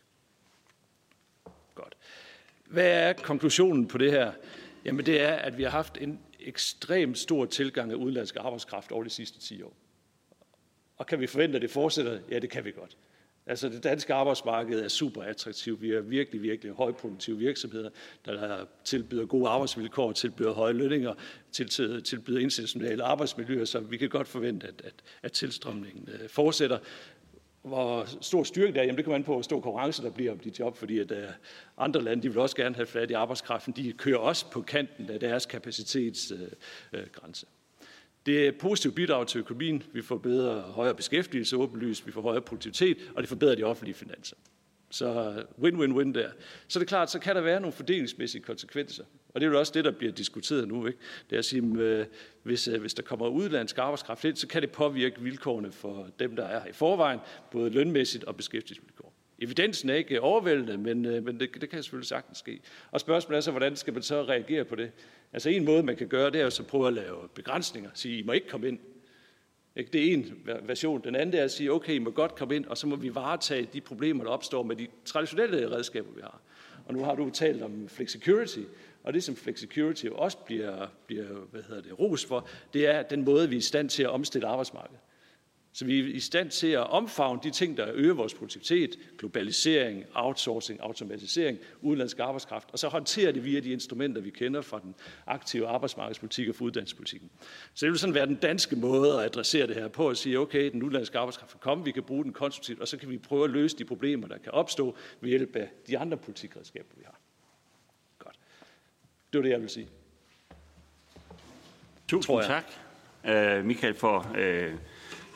Godt. Hvad er konklusionen på det her? Jamen det er, at vi har haft en ekstremt stor tilgang af udenlandsk arbejdskraft over de sidste 10 år. Og kan vi forvente, at det fortsætter? Ja, det kan vi godt. Altså det danske arbejdsmarked er super attraktivt. Vi er virkelig, virkelig højproduktive virksomheder, der tilbyder gode arbejdsvilkår, tilbyder høje lønninger, tilbyder internationale arbejdsmiljøer, så vi kan godt forvente, at tilstrømningen fortsætter. Hvor stor styrke der er, jamen det kommer an på, hvor stor konkurrence der bliver om de job, fordi at andre lande, de vil også gerne have fat i arbejdskraften, de kører også på kanten af deres kapacitetsgrænse. Det er et positivt bidrag til økonomien. Vi får højere beskæftigelse, åbenlyst, vi får højere produktivitet, og det forbedrer de offentlige finanser. Så win-win-win der. Så det er klart, så kan der være nogle fordelingsmæssige konsekvenser. Og det er jo også det, der bliver diskuteret nu. Ikke? Det er at sige, hvis der kommer udlandsk arbejdskraft ind, så kan det påvirke vilkårene for dem, der er her i forvejen, både lønmæssigt og beskæftigelsesvilkår. Evidensen er ikke overvældende, men det kan selvfølgelig sagtens ske. Og spørgsmålet er så, hvordan skal man så reagere på det? Altså en måde, man kan gøre, det er så prøve at lave begrænsninger. Sige, I må ikke komme ind. Det er en version. Den anden er at sige, okay, I må godt komme ind, og så må vi varetage de problemer, der opstår med de traditionelle redskaber, vi har. Og nu har du talt om flexicurity, og det som flexicurity også bliver ros for, det er den måde, vi er i stand til at omstille arbejdsmarkedet. Så vi er i stand til at omfavne de ting, der øger vores produktivitet, globalisering, outsourcing, automatisering, udenlandsk arbejdskraft, og så håndtere det via de instrumenter, vi kender fra den aktive arbejdsmarkedspolitik og fra uddannelsespolitikken. Så det vil sådan være den danske måde at adressere det her på, at sige, okay, den udenlandske arbejdskraft kan komme, vi kan bruge den konstruktivt, og så kan vi prøve at løse de problemer, der kan opstå ved hjælp af de andre politikredskaber, vi har. Godt. Det var det, jeg vil sige. Tusind tak, Michael,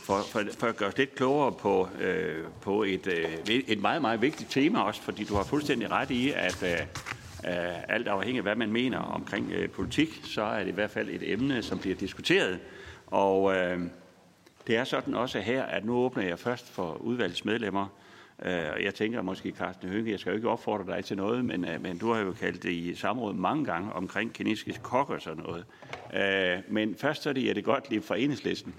for at gøre os lidt klogere på et meget, meget vigtigt tema også, fordi du har fuldstændig ret i, at alt afhængig af, hvad man mener omkring politik, så er det i hvert fald et emne, som bliver diskuteret. Og det er sådan også her, at nu åbner jeg først for udvalgsmedlemmer. Jeg tænker måske, Carsten Hønge, jeg skal jo ikke opfordre dig til noget, men du har jo kaldt det i samråd mange gange omkring kinesiske kokke og sådan noget. Men først så er det Jette Gottlieb fra Enhedslisten.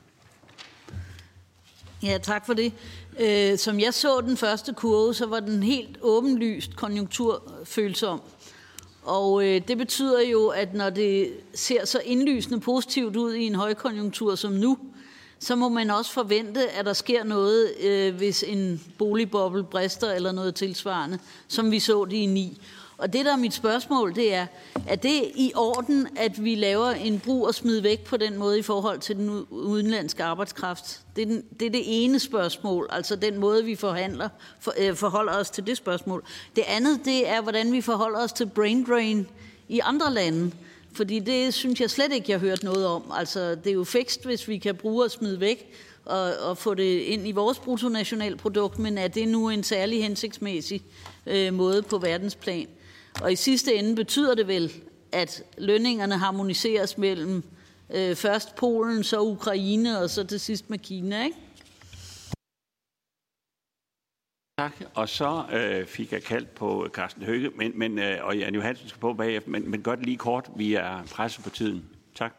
Ja, tak for det. Som jeg så den første kurve, så var den helt åbenlyst konjunkturfølsom. Og det betyder jo, at når det ser så indlysende positivt ud i en højkonjunktur som nu, så må man også forvente, at der sker noget, hvis en boligboble brister eller noget tilsvarende, som vi så det i 9. Og det, der er mit spørgsmål, det er det i orden, at vi laver en brug og smid væk på den måde i forhold til den udenlandske arbejdskraft? Det er det ene spørgsmål, altså den måde, vi forholder os til det spørgsmål. Det andet, det er, hvordan vi forholder os til brain drain i andre lande. Fordi det synes jeg slet ikke, jeg har hørt noget om. Altså, det er jo fikst, hvis vi kan bruge og smide væk og få det ind i vores bruttonationalprodukt, men er det nu en særlig hensigtsmæssig måde på verdensplan? Og i sidste ende betyder det vel, at lønningerne harmoniseres mellem først Polen, så Ukraine og så til sidst med Kina, ikke? Tak, og så fik jeg kaldt på Carsten Hønge, og Jan Johansen skal på bagefter, men gør det lige kort, vi er presset på tiden. Tak.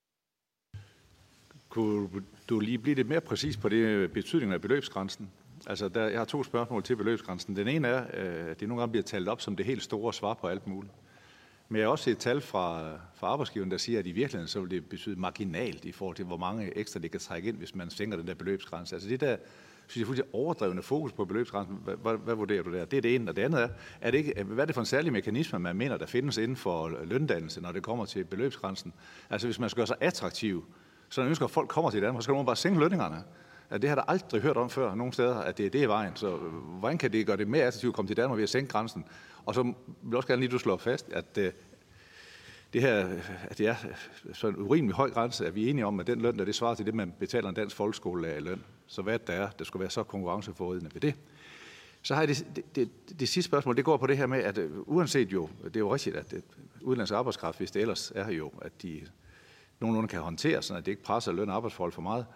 Kunne du lige blive lidt mere præcis på det betydningen af beløbsgrænsen? Altså, jeg har 2 spørgsmål til beløbsgrænsen. Den ene er, at det nogle gange bliver talt op som det helt store svar på alt muligt. Men jeg har også set tal fra arbejdsgiveren, der siger, at i virkeligheden så vil det betyde marginalt i forhold til, hvor mange ekstra det kan trække ind, hvis man sænker den der beløbsgrænse. Altså det der, synes jeg, fuldstændig overdrevne fokus på beløbsgrænsen. Hvad vurderer du der? Det er det ene. Og det andet er det ikke, hvad er det for en særlig mekanisme, man mener, der findes inden for løndannelse, når det kommer til beløbsgrænsen? Altså hvis man skal gøre sig attraktiv, så man ønsker, at folk kommer til Danmark, så skal man bare sænke lønningerne. Det har jeg da aldrig hørt om før nogen steder, at det er vejen. Så hvordan kan det gøre det mere attraktivt at komme til Danmark ved at sænke grænsen? Og så vil jeg også gerne lige, du slår fast, at det her, at det er så en urimelig høj grænse, at vi er enige om, at den løn, der det svarer til det, man betaler en dansk folkeskole af løn. Så hvad der skulle være så konkurrenceforvridende ved det. Så har jeg det sidste spørgsmål, det går på det her med, at uanset jo, det er jo rigtigt, at udenlandsk arbejdskraft, hvis det ellers er jo, at de nogenlunde kan håndtere, sådan at det ikke presser løn og arbejdsforhold for meget.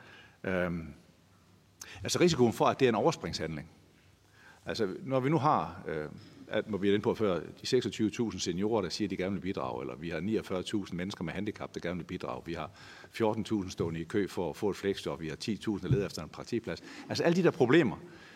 Altså risikoen for, at det er en overspringshandling. Altså når vi nu har, hvor vi er inde på før, de 26.000 seniorer, der siger, at de gerne vil bidrage, eller vi har 49.000 mennesker med handicap, der gerne vil bidrage, vi har 14.000 stående i kø for at få et flexjob, vi har 10.000, der leder efter en praktikplads. Altså alle de der problemer,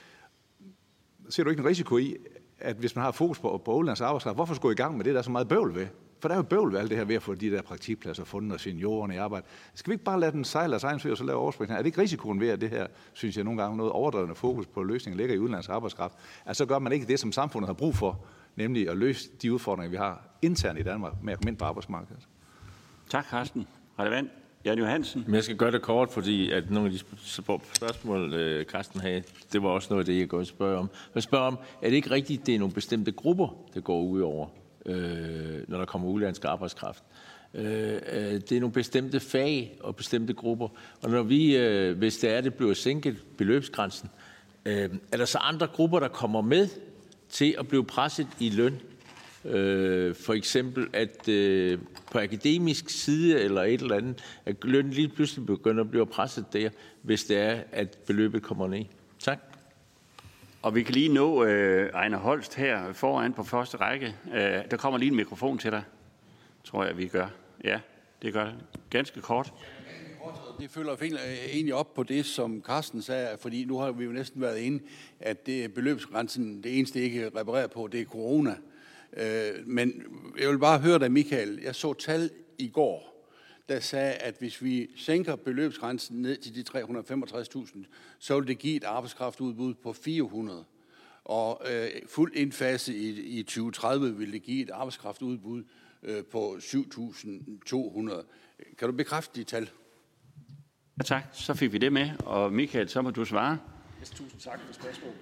ser du ikke en risiko i, at hvis man har fokus på udenlandsk arbejdskraft, hvorfor skulle gå i gang med det, der er så meget bøvl ved? For der er jo bøvl ved alt det her ved at få de der praktikpladser fundet og seniorerne i arbejde. Skal vi ikke bare lade den sejle af egen sø og så lave overspring? Er det ikke risikoen ved, at det her, synes jeg nogle gange, noget overdrevne fokus på løsningen ligger i udenlandsk arbejdskraft? Altså så gør man ikke det, som samfundet har brug for, nemlig at løse de udfordringer, vi har internt i Danmark med at komme ind på arbejdsmarkedet. Tak, Carsten. Relevant. Jan Johansen. Men jeg skal gøre det kort, fordi at nogle af de spørgsmål, Carsten havde, det var også noget af det, jeg godt spørger om. Jeg spørger om, er det ikke rigtigt, det er nogle bestemte grupper, der går ud over, når der kommer udenlandsk arbejdskraft? Det er nogle bestemte fag og bestemte grupper. Og når vi, hvis det bliver sænket beløbsgrænsen, er der så andre grupper, der kommer med til at blive presset i løn? For eksempel, at på akademisk side eller et eller andet, at lønnen lige pludselig begynder at blive presset der, hvis det er, at beløbet kommer ned. Tak. Og vi kan lige nå Ejner Holst her foran på første række. Der kommer lige en mikrofon til dig, tror jeg, vi gør. Ja, det gør det. Ganske kort. Det følger egentlig op på det, som Carsten sagde, fordi nu har vi jo næsten været inde, at det beløbsgrænsen, det eneste ikke reparerer på, det er corona. Men jeg vil bare høre dig, Michael. Jeg så tal i går, der sagde, at hvis vi sænker beløbsgrænsen ned til de 365.000, så vil det give et arbejdskraftudbud på 400. Og fuldt indfaset i 2030 vil det give et arbejdskraftudbud på 7.200. Kan du bekræfte de tal? Ja, tak. Så fik vi det med. Og Michael, så må du svare. Tusind tak for spørgsmålet.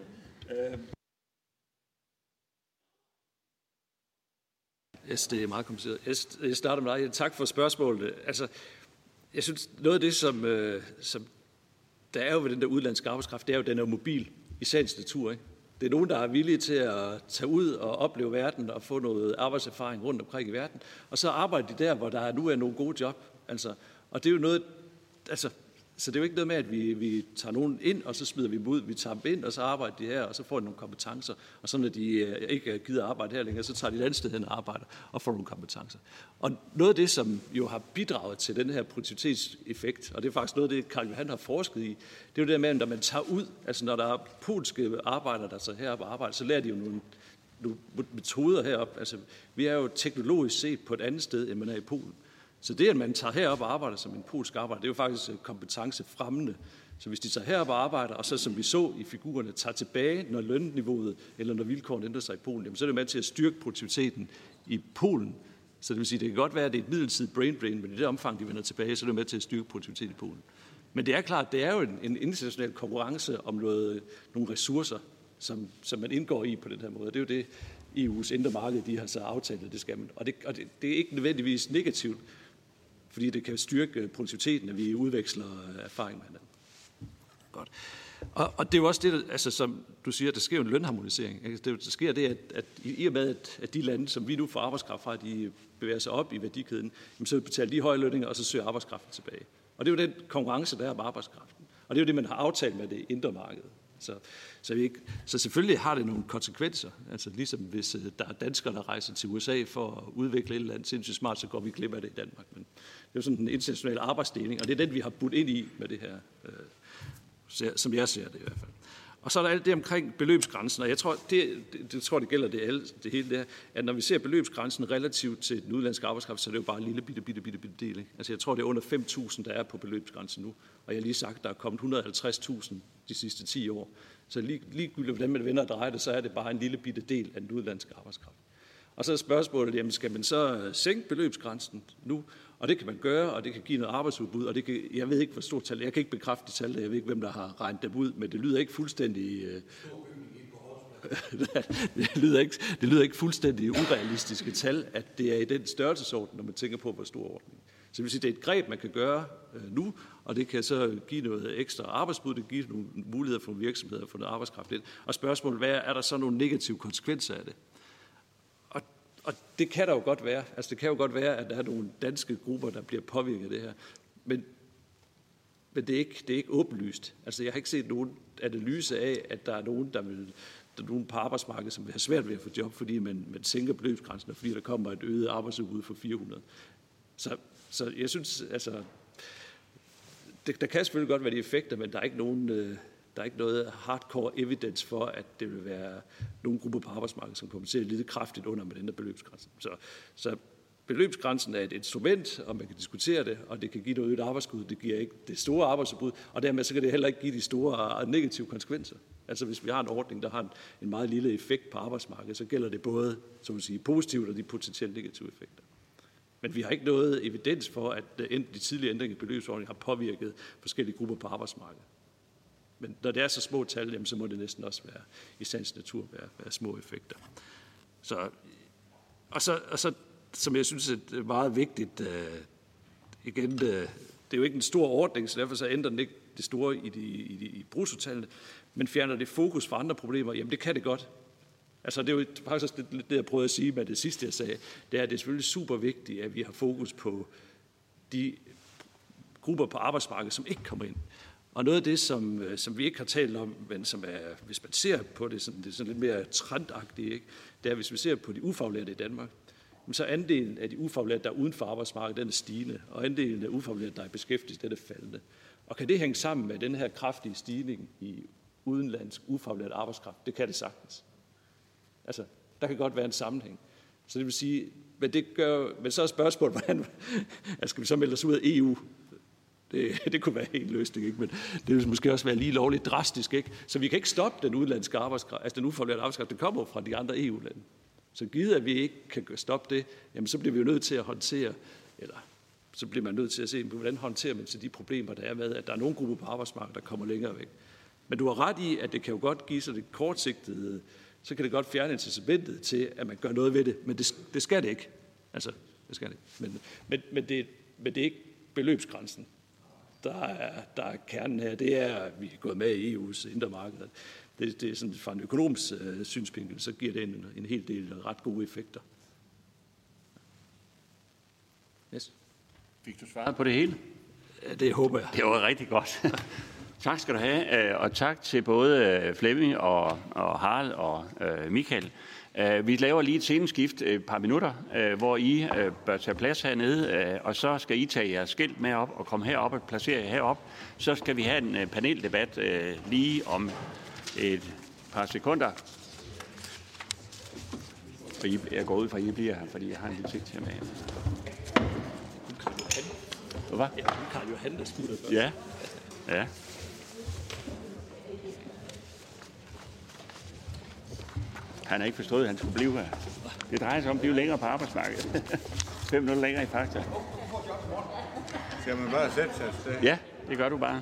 Yes, det er meget kompliceret. Jeg starter med dig. Tak for spørgsmålet. Altså, jeg synes, noget af det, som der er jo ved den der udenlandske arbejdskraft, det er jo, den er mobil i sagens natur, ikke? Det er nogen, der er villige til at tage ud og opleve verden og få noget arbejdserfaring rundt omkring i verden, og så arbejder de der, hvor der nu er nogle gode job. Altså, og det er jo noget, altså, så det er jo ikke noget med, at vi tager nogen ind, og så smider vi dem ud. Vi tager dem ind, og så arbejder de her, og så får de nogle kompetencer. Og så når de ikke gider arbejde her længere, så tager de et andet sted hen og arbejder og får nogle kompetencer. Og noget af det, som jo har bidraget til den her produktivitetseffekt, og det er faktisk noget af det, Carl Johan har forsket i, det er jo det med, at når man tager ud, altså når der er polske arbejdere, der så heroppe og arbejder, så lærer de jo nogle metoder heroppe. Altså, vi er jo teknologisk set på et andet sted, end man er i Polen. Så det, at man tager herop og arbejder som en polsk arbejder, det er jo faktisk kompetencefremmende. Så hvis de tager herop og arbejder, og så som vi så i figurerne, tager tilbage, når lønniveauet eller når vilkårene ændrer sig i Polen, jamen, så er det med til at styrke produktiviteten i Polen. Så det vil sige, det kan godt være, at det er et midlertidigt brain drain, men i det omfang, de vender tilbage, så er det med til at styrke produktiviteten i Polen. Men det er klart, det er jo en international konkurrence om nogle ressourcer, som man indgår i på den her måde. Det er jo det, EU's indre marked, de har så aftalt, det skal man. Og det er ikke nødvendigvis negativt, fordi det kan styrke produktiviteten, at vi udveksler erfaring med hinanden. Godt. Og det er jo også det, altså, som du siger, der sker en lønharmonisering. Der sker det, at i og med, at de lande, som vi nu får arbejdskraft fra, de bevæger sig op i værdikæden, så betaler de høje lønninger, og så søger arbejdskraften tilbage. Og det er jo den konkurrence, der er med arbejdskraften. Og det er jo det, man har aftalt med det indre marked. Så selvfølgelig har det nogle konsekvenser. Altså ligesom hvis der er danskere, der rejser til USA for at udvikle et eller andet sindssygt smart, så går vi glip af det i Danmark. Men det er jo sådan en international arbejdsdeling, og det er den, vi har budt ind i med det her, som jeg ser det i hvert fald. Og så er der alt det omkring beløbsgrænsen, og jeg tror, det gælder det hele det her, at når vi ser beløbsgrænsen relativt til den udenlandske arbejdskraft, så er det jo bare en lille bitte del. Ikke? Altså jeg tror, det er under 5.000, der er på beløbsgrænsen nu, og jeg har lige sagt, der er kommet 150.000 de sidste 10 år. Så ligegyldigt hvordan man vender og drejer det, så er det bare en lille bitte del af den udenlandske arbejdskraft. Og så er spørgsmålet, jamen skal man så sænke beløbsgrænsen nu? Og det kan man gøre, og det kan give noget arbejdsudbud, og det kan, jeg ved ikke, hvor stort tal, jeg kan ikke bekræfte de tal, jeg ved ikke, hvem der har regnet dem ud, men det lyder ikke fuldstændig... det lyder ikke fuldstændig urealistiske tal, at det er i den størrelsesorden, når man tænker på, hvor stor ordningen. Så det vil sige, det er et greb, man kan gøre nu, og det kan så give noget ekstra arbejdsbud, det kan give nogle muligheder for virksomheder at få noget arbejdskraft ind. Og spørgsmålet er der så nogle negative konsekvenser af det? Og det kan der jo godt være. Altså det kan jo godt være, at der er nogle danske grupper, der bliver påvirket af det her. Men det er ikke åbenlyst. Altså jeg har ikke set nogen analyse af, at der er nogen, der er nogen på arbejdsmarkedet, som vil have svært ved at få job, fordi man sænker beløbsgrænsen, og fordi der kommer et øget arbejdsudbud for 400. Så jeg synes, altså, der kan selvfølgelig godt være de effekter, men der er ikke noget hardcore evidence for, at det vil være nogle grupper på arbejdsmarkedet, som kommer til at lide kraftigt under med den der beløbsgrænse. Så beløbsgrænsen er et instrument, og man kan diskutere det, og det kan give noget øget arbejdsudbud, det giver ikke det store arbejdsudbud, og dermed så kan det heller ikke give de store negative konsekvenser. Altså hvis vi har en ordning, der har en meget lille effekt på arbejdsmarkedet, så gælder det både, som sige, positivt og de potentielt negative effekter. Men vi har ikke noget evidens for, at de tidlige ændringer i beløbsordningen har påvirket forskellige grupper på arbejdsmarkedet. Men når det er så små tal, jamen, så må det næsten også være i sagens natur være små effekter. Og så som jeg synes er meget vigtigt, igen, det er jo ikke en stor ordning, så derfor så ændrer den ikke det store i bruttotallene, men fjerner det fokus fra andre problemer, jamen det kan det godt. Altså det er jo faktisk lidt det, jeg prøvede at sige med det sidste, jeg sagde, det er, at det er selvfølgelig super vigtigt, at vi har fokus på de grupper på arbejdsmarkedet, som ikke kommer ind. Og noget af det, som vi ikke har talt om, men som er, hvis man ser på det, det er sådan lidt mere trendagtigt, ikke? Det er, hvis vi ser på de ufaglærte i Danmark, så andelen af de ufaglærte, der er uden for arbejdsmarkedet, den er stigende, og andelen af ufaglærte, der er beskæftiget, den er faldende. Og kan det hænge sammen med den her kraftige stigning i udenlandsk ufaglært arbejdskraft? Det kan det sagtens. Altså, der kan godt være en sammenhæng. Så det vil sige, men så er spørgsmålet, hvordan skal vi så melde os ud af EU? Det kunne være en løsning, ikke? Men det vil måske også være lige lovligt drastisk, ikke? Så vi kan ikke stoppe den udenlandske arbejdskraft, altså den ufaglærte arbejdskraft, der kommer fra de andre EU-lande. Så givet, at vi ikke kan stoppe det, jamen så bliver vi jo nødt til at håndtere, eller så bliver man nødt til at se, hvordan håndterer man til de problemer, der er med, at der er nogle grupper på arbejdsmarkedet, der kommer længere væk. Men du har ret i, at det kan jo godt give sig det kortsigtede, så kan det godt fjerne incitamentet til, at man gør noget ved det, men det skal det ikke. Altså, det skal det. Men det er ikke beløbsgrænsen, der er kernen her, det er, at vi er gået med i EU's indre marked. Det er sådan, fra en økonomisk synsvinkel, så giver det en hel del ret gode effekter. Yes. Fik du svaret på det hele? Ja, det håber jeg. Det var rigtig godt. Tak skal du have, og tak til både Flemming og Harald og Michael. Vi laver lige et sceneskift et par minutter, hvor I bør tage plads hernede, og så skal I tage jeres skilt med op og komme herop og placere jer herop. Så skal vi have en paneldebat lige om et par sekunder. Og jeg går ud fra, at I bliver her, fordi jeg har en lille ting til jer med. Hvad? Ja, Karl Johan, der smutter først. Ja, ja. Han har ikke forstået, at han skulle blive her. Det drejer sig om at blive længere på arbejdsmarkedet. 5 minutter længere i Fakta. Skal man bare sætte sig et sted? Ja, det gør du bare.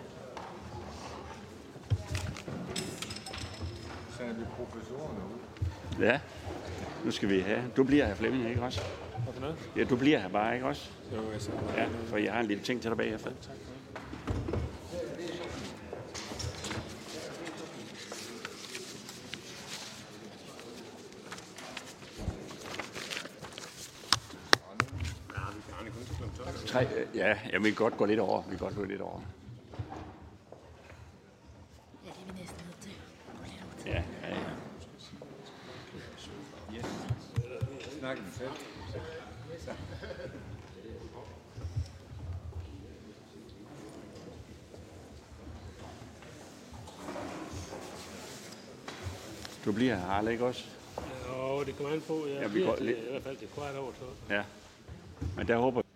Så er vi professorerne ud. Ja, nu skal vi have. Du bliver her, Flemming, ikke også? Hvorfor noget? Ja, du bliver her bare, ikke også? Jo, jeg siger Ja, for jeg har en lille ting til dig bagefter. Ja, jeg vil godt gå lidt over. Vi kan godt gå lidt over. Ja, det er vi næsten nødt til. Ja. Snak den selv. Du bliver her, Harald, ikke også? Jo, det kommer an på. Jeg bliver til, i hvert fald til kvart over så. Ja, men der håber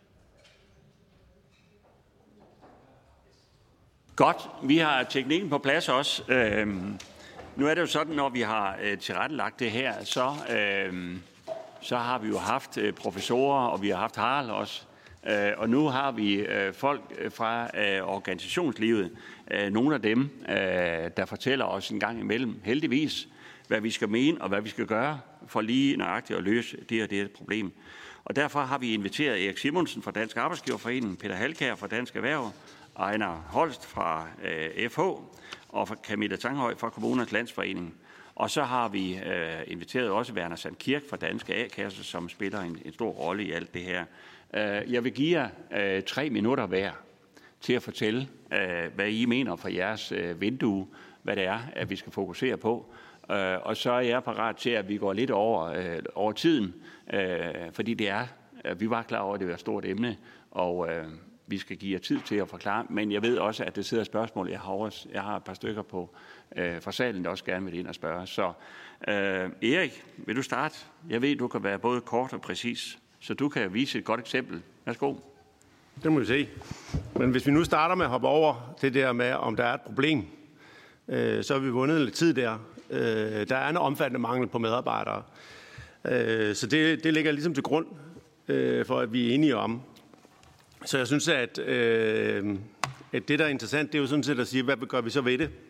Godt, vi har teknikken på plads også. Nu er det jo sådan, når vi har tilrettelagt det her, så har vi jo haft professorer, og vi har haft Harald også. Og nu har vi folk fra organisationslivet, nogle af dem, der fortæller os en gang imellem, heldigvis, hvad vi skal mene og hvad vi skal gøre for lige nøjagtigt at løse det og det problem. Og derfor har vi inviteret Erik Simonsen fra Dansk Arbejdsgiverforening, Peter Halkær fra Dansk Erhverv, Ejner Holst fra FH og Camilla Tanghøj fra Kommunernes Landsforening. Og så har vi inviteret også Werner Sandkirk fra Danske A-kasser, som spiller en stor rolle i alt det her. Jeg vil give jer 3 minutter hver til at fortælle, hvad I mener fra jeres vindue, hvad det er, at vi skal fokusere på. Og så er jeg parat til, at vi går lidt over tiden, fordi vi var klar over, at det var et stort emne, og vi skal give jer tid til at forklare. Men jeg ved også, at det sidder spørgsmål. Jeg har et par stykker på fra salen, der også gerne vil ind og spørge. Så Erik, vil du starte? Jeg ved, du kan være både kort og præcis, så du kan vise et godt eksempel. Værsgo. Det må vi se. Men hvis vi nu starter med at hoppe over det der med, om der er et problem, så har vi vundet lidt tid der. Der er en omfattende mangel på medarbejdere. Så det ligger ligesom til grund for, at vi er enige om. Så jeg synes, at det, der er interessant, det er jo sådan set at sige, hvad gør vi så ved det?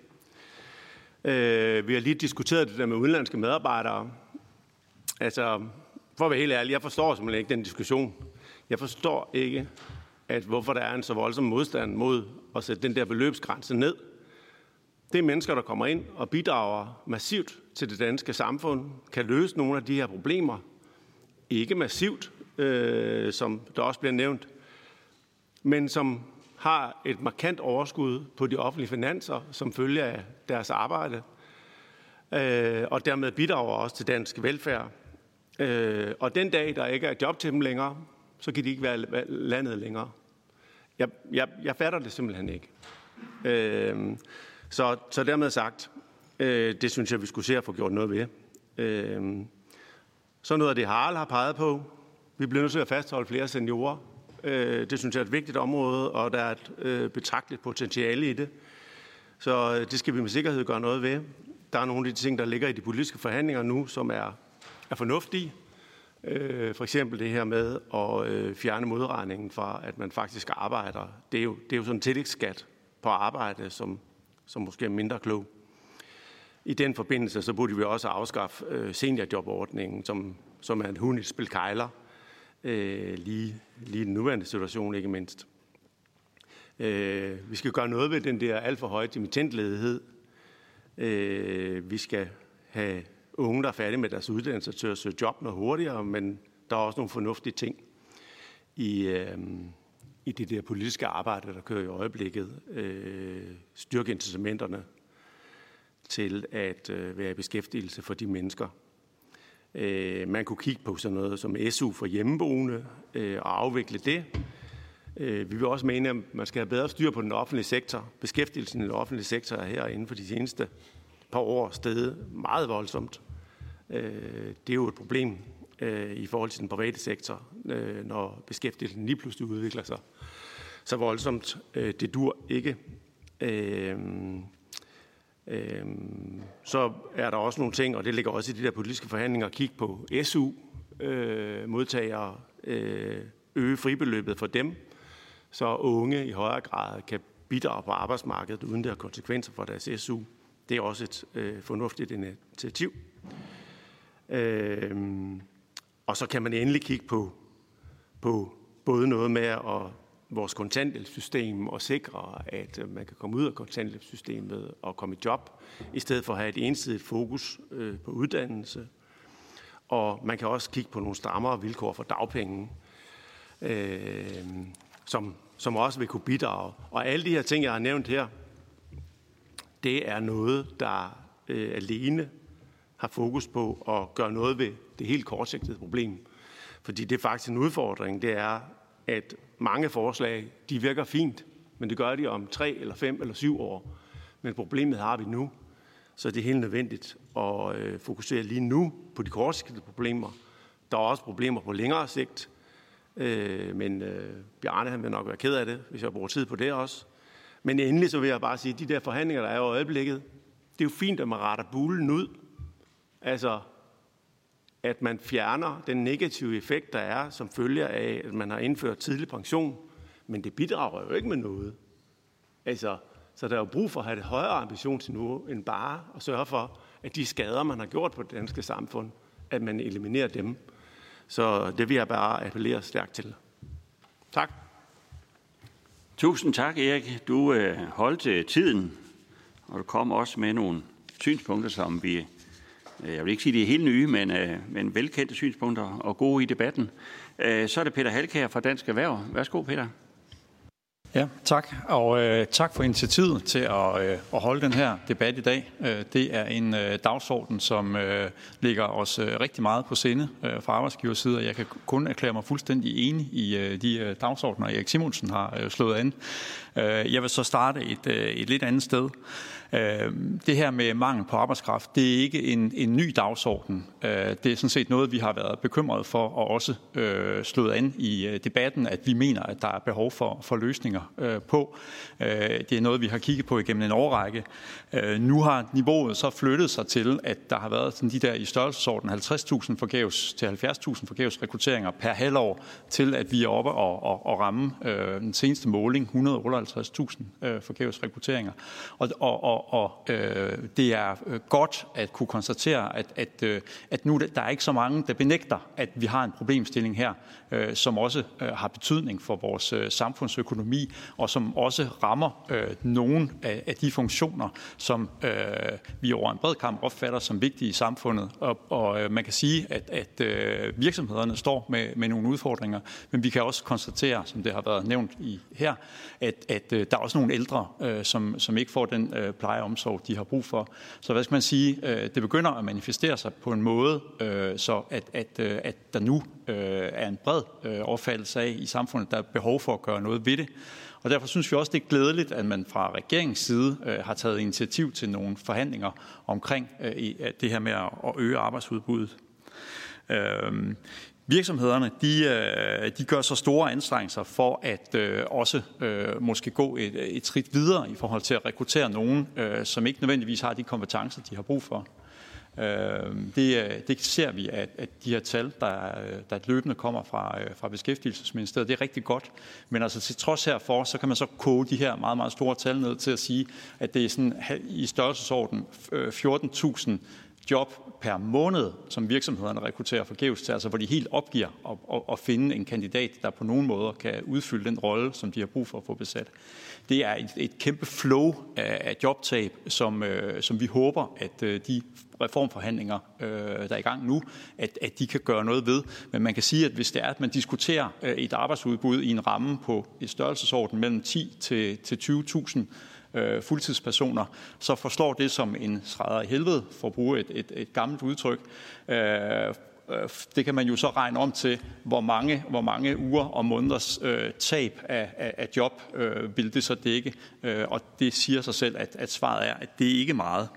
Vi har lige diskuteret det der med udenlandske medarbejdere. Altså, for at være helt ærlig, jeg forstår simpelthen ikke den diskussion. Jeg forstår ikke, hvorfor der er en så voldsom modstand mod at sætte den der beløbsgrænse ned. Det er mennesker, der kommer ind og bidrager massivt til det danske samfund, kan løse nogle af de her problemer. Ikke massivt, som der også bliver nævnt, men som har et markant overskud på de offentlige finanser, som følge af deres arbejde, og dermed bidrager også til dansk velfærd. Og den dag, der ikke er job til dem længere, så kan de ikke være landet længere. Jeg fatter det simpelthen ikke. Så dermed sagt, det synes jeg, vi skulle se at få gjort noget ved. Så noget af det, Harald har peget på. Vi bliver nødt til at fastholde flere seniorer. Det synes jeg er et vigtigt område, og der er et betragteligt potentiale i det. Så det skal vi med sikkerhed gøre noget ved. Der er nogle af de ting, der ligger i de politiske forhandlinger nu, som er fornuftige. For eksempel det her med at fjerne modregningen fra, at man faktisk arbejder. Det er jo sådan en tillægsskat på arbejde, som måske er mindre klog. I den forbindelse så burde vi også afskaffe seniorjobordningen, som er en hund i et spil kejler, lige i den nuværende situation ikke mindst. Vi skal gøre noget ved den der alt for høje dimittentledighed. Vi skal have unge, der er færdige med deres uddannelse, til at søge job noget hurtigere, men der er også nogle fornuftige ting i det der politiske arbejde, der kører i øjeblikket. Styrke incitamenterne til at være i beskæftigelse for de mennesker. Man kunne kigge på sådan noget som SU for hjemmeboende og afvikle det. Vi vil også mene, at man skal have bedre styr på den offentlige sektor. Beskæftigelsen i den offentlige sektor er her inden for de seneste par år steget meget voldsomt. Det er jo et problem i forhold til den private sektor, når beskæftigelsen lige pludselig udvikler sig så voldsomt. Det dur ikke. Så er der også nogle ting, og det ligger også i de der politiske forhandlinger, at kigge på SU-modtagere, øge fribeløbet for dem, så unge i højere grad kan bidrage på arbejdsmarkedet, uden det har konsekvenser for deres SU. Det er også et fornuftigt initiativ. Og så kan man endelig kigge på både noget med vores kontanthjælpssystem og sikre, at man kan komme ud af kontanthjælpssystemet og komme i job, i stedet for at have et ensidigt fokus på uddannelse. Og man kan også kigge på nogle strammere vilkår for dagpenge, som også vil kunne bidrage. Og alle de her ting, jeg har nævnt her, det er noget, der alene har fokus på at gøre noget ved det helt kortsigtede problem. Fordi det er faktisk en udfordring, det er, at mange forslag, de virker fint, men det gør de om 3 eller 5 eller 7 år. Men problemet har vi nu, så det er helt nødvendigt at fokusere lige nu på de kortsigtede problemer. Der er også problemer på længere sigt, men Bjarne han vil nok være ked af det, hvis jeg bruger tid på det også. Men endelig så vil jeg bare sige, at de der forhandlinger, der er i øjeblikket, det er jo fint, at man retter bulen ud. Altså, at man fjerner den negative effekt, der er, som følger af, at man har indført tidlig pension. Men det bidrager jo ikke med noget. Altså, så der er jo brug for at have et højere ambitionsniveau, end bare at sørge for, at de skader, man har gjort på det danske samfund, at man eliminerer dem. Så det vil jeg bare appellere stærkt til. Tak. Tusind tak, Erik. Du holdt tiden, og du kom også med nogle synspunkter, som vi, jeg vil ikke sige, de er helt nye, men velkendte synspunkter og gode i debatten. Så er det Peter Halkær fra Dansk Erhverv. Værsgo, Peter. Ja, tak. Og tak for initiativet til at holde den her debat i dag. Det er en dagsorden, som ligger os rigtig meget på sinde fra arbejdsgivers side, og jeg kan kun erklære mig fuldstændig enig i de dagsordner, Erik Simonsen har slået an. Jeg vil så starte et lidt andet sted. Det her med mangel på arbejdskraft, det er ikke en ny dagsorden. Det er sådan set noget, vi har været bekymret for, og også slået an i debatten, at vi mener, at der er behov for løsninger på. Det er noget, vi har kigget på igennem en årrække. Nu har niveauet så flyttet sig til, at der har været sådan de der i størrelsesorden 50.000 forgæves til 70.000 forgæves rekrutteringer per halvår, til at vi er oppe og ramme den seneste måling 158.000 forgæves rekrutteringer. Og det er godt at kunne konstatere, at nu der er ikke så mange, der benægter, at vi har en problemstilling her, som også har betydning for vores samfundsøkonomi, og som også rammer nogle af de funktioner, som vi over en bred kamp opfatter som vigtige i samfundet. Og man kan sige, at virksomhederne står med nogle udfordringer, men vi kan også konstatere, som det har været nævnt her, at der er også nogle ældre, som ikke får den pleje og omsorg, de har brug for. Så hvad skal man sige? Det begynder at manifestere sig på en måde, så at der nu er en bred opfattelse af i samfundet, der er behov for at gøre noget ved det. Og derfor synes vi også, det er glædeligt, at man fra regeringens side har taget initiativ til nogle forhandlinger omkring det her med at øge arbejdsudbuddet. Virksomhederne, de gør så store anstrengelser for at også måske gå et skridt videre i forhold til at rekruttere nogen, som ikke nødvendigvis har de kompetencer, de har brug for. Det ser vi, at de her tal, der løbende kommer fra Beskæftigelsesministeriet, det er rigtig godt. Men altså til trods herfor, så kan man så koge de her meget, meget store tal ned til at sige, at det er sådan i størrelsesorden 14.000 job per måned, som virksomhederne rekrutterer forgæves til, altså hvor de helt opgiver at finde en kandidat, der på nogen måder kan udfylde den rolle, som de har brug for at få besat. Det er et kæmpe flow af jobtab, som vi håber, at de reformforhandlinger, der er i gang nu, at de kan gøre noget ved. Men man kan sige, at hvis det er, at man diskuterer et arbejdsudbud i en ramme på et størrelsesorden mellem 10 til 20.000 fuldtidspersoner, så forslår det som en skrædder i helvede, for at bruge et gammelt udtryk. Det kan man jo så regne om til, hvor mange uger og måneders tab af job vil det så dække. Og det siger sig selv, at svaret er, at det ikke er meget.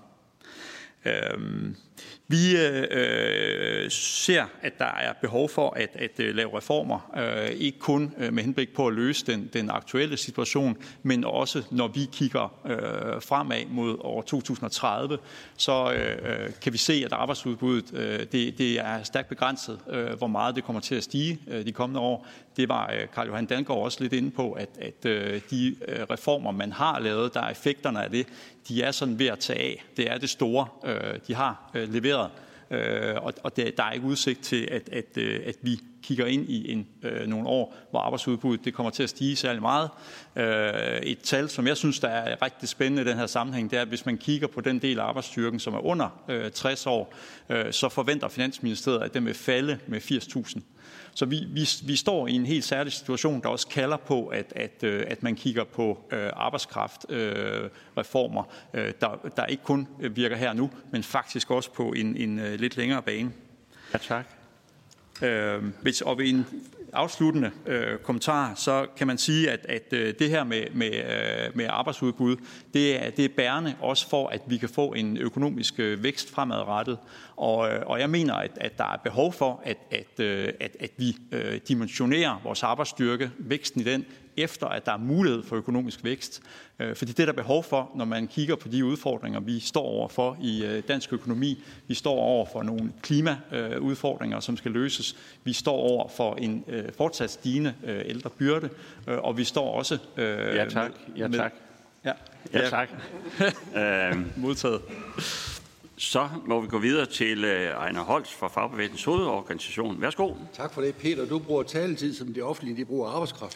Vi ser, at der er behov for at lave reformer, ikke kun med henblik på at løse den aktuelle situation, men også når vi kigger fremad mod år 2030, så kan vi se, at arbejdsudbuddet det er stærkt begrænset, hvor meget det kommer til at stige de kommende år. Det var Carl Johan Dalgaard også lidt inde på, at de reformer, man har lavet, der er effekterne af det, de er sådan ved at tage af. Det er det store, de har leveret. Og der er ikke udsigt til, at vi kigger ind i nogle år, hvor arbejdsudbuddet det kommer til at stige særlig meget. Et tal, som jeg synes, der er rigtig spændende i den her sammenhæng, det er, at hvis man kigger på den del af arbejdsstyrken, som er under 60 år, så forventer Finansministeriet, at den vil falde med 80.000. Så vi står i en helt særlig situation, der også kalder på, at man kigger på arbejdskraftreformer, der ikke kun virker her nu, men faktisk også på en lidt længere bane. Ja, tak. Og ved en afsluttende kommentar, så kan man sige, at det her med arbejdsudbud, det er bærende også for, at vi kan få en økonomisk vækst fremadrettet. Og jeg mener, at der er behov for, at vi dimensionerer vores arbejdsstyrke, væksten i den, efter at der er mulighed for økonomisk vækst. Fordi det er der behov for, når man kigger på de udfordringer, vi står overfor i dansk økonomi. Vi står over for nogle klimaudfordringer, som skal løses. Vi står over for en fortsat stigende ældre byrde, og vi står også... Ja tak. Ja tak. Ja tak. Modtaget. Så må vi gå videre til Ejner Holst fra Fagbevægelsens Hovedorganisation. Værsgo. Tak for det, Peter. Du bruger taletid, som det offentlige de bruger arbejdskraft.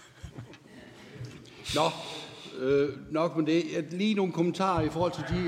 Nå, nok med det. Lige nogle kommentarer i forhold til de...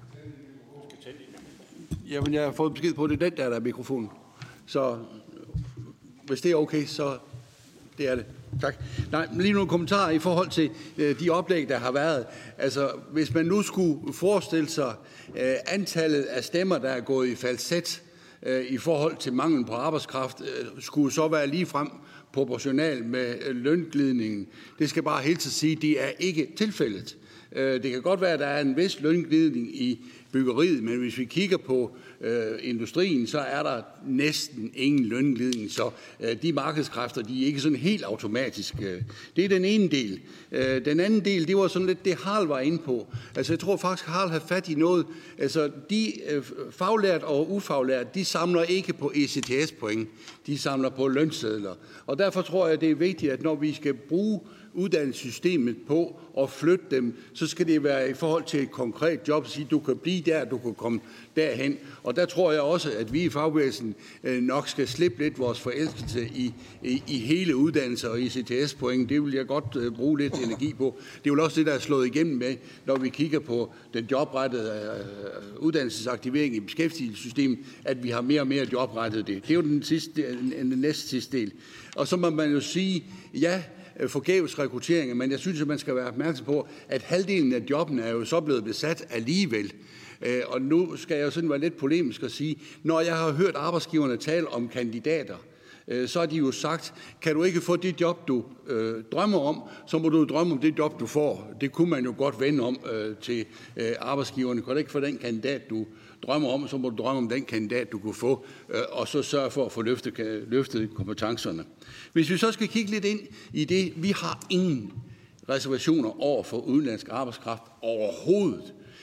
Jamen, jeg har fået besked på, det er den der er mikrofonen. Så hvis det er okay, så det er det. Tak. Nej, lige nogle kommentarer i forhold til de oplæg, der har været. Altså, hvis man nu skulle forestille sig antallet af stemmer, der er gået i falset i forhold til manglen på arbejdskraft, skulle så være ligefrem proportional med lønglidningen. Det skal bare helt til sige, at det er ikke tilfældet. Det kan godt være, at der er en vis lønglidning i byggeriet, men hvis vi kigger på industrien, så er der næsten ingen lønglidning, så de markedskræfter, de er ikke sådan helt automatisk. Det er den ene del. Den anden del, det var sådan lidt det, Harald var inde på. Altså, jeg tror faktisk, Harald har fat i noget. Altså, de faglært og ufaglært, de samler ikke på ECTS-point. De samler på lønsedler. Og derfor tror jeg, det er vigtigt, at når vi skal bruge uddannelsessystemet på at flytte dem, så skal det være i forhold til et konkret job, at sige, du kan blive der, du kan komme derhen. Og der tror jeg også, at vi i fagbevægelsen nok skal slippe lidt vores forelskelse i hele uddannelser og ICTS-point. Det vil jeg godt bruge lidt energi på. Det er jo også det, der er slået igennem med, når vi kigger på den jobrettede uddannelsesaktivering i beskæftigelsessystemet, at vi har mere og mere jobrettet det. Det er jo den næste sidste del. Og så må man jo sige, ja, forgæves rekruttering, men jeg synes, at man skal være opmærksom på, at halvdelen af jobben er jo så blevet besat alligevel. Og nu skal jeg jo sådan være lidt polemisk og sige, når jeg har hørt arbejdsgiverne tale om kandidater, så har de jo sagt, kan du ikke få det job, du drømmer om, så må du drømme om det job, du får. Det kunne man jo godt vende om til arbejdsgiverne. Kan du ikke få den kandidat, du drømmer om, så må du drømme om den kandidat, du kunne få, og så sørge for at få løftet kompetencerne. Hvis vi så skal kigge lidt ind i det, vi har ingen reservationer over for udenlandsk arbejdskraft overhovedet.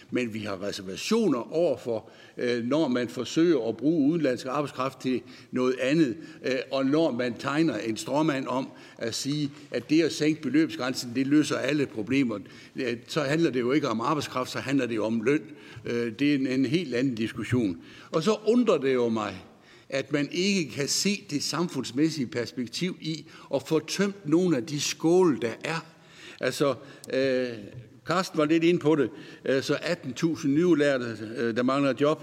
men vi har reservationer overfor, når man forsøger at bruge udenlandsk arbejdskraft til noget andet, og når man tegner en stråmand om at sige, at det at sænke beløbsgrænsen, det løser alle problemer. Så handler det jo ikke om arbejdskraft, så handler det jo om løn. Det er en helt anden diskussion. Og så undrer det jo mig, at man ikke kan se det samfundsmæssige perspektiv i at få tømt nogle af de skåle, der er. Altså, Carsten var lidt inde på det, så 18.000 nyudlærte, der mangler job,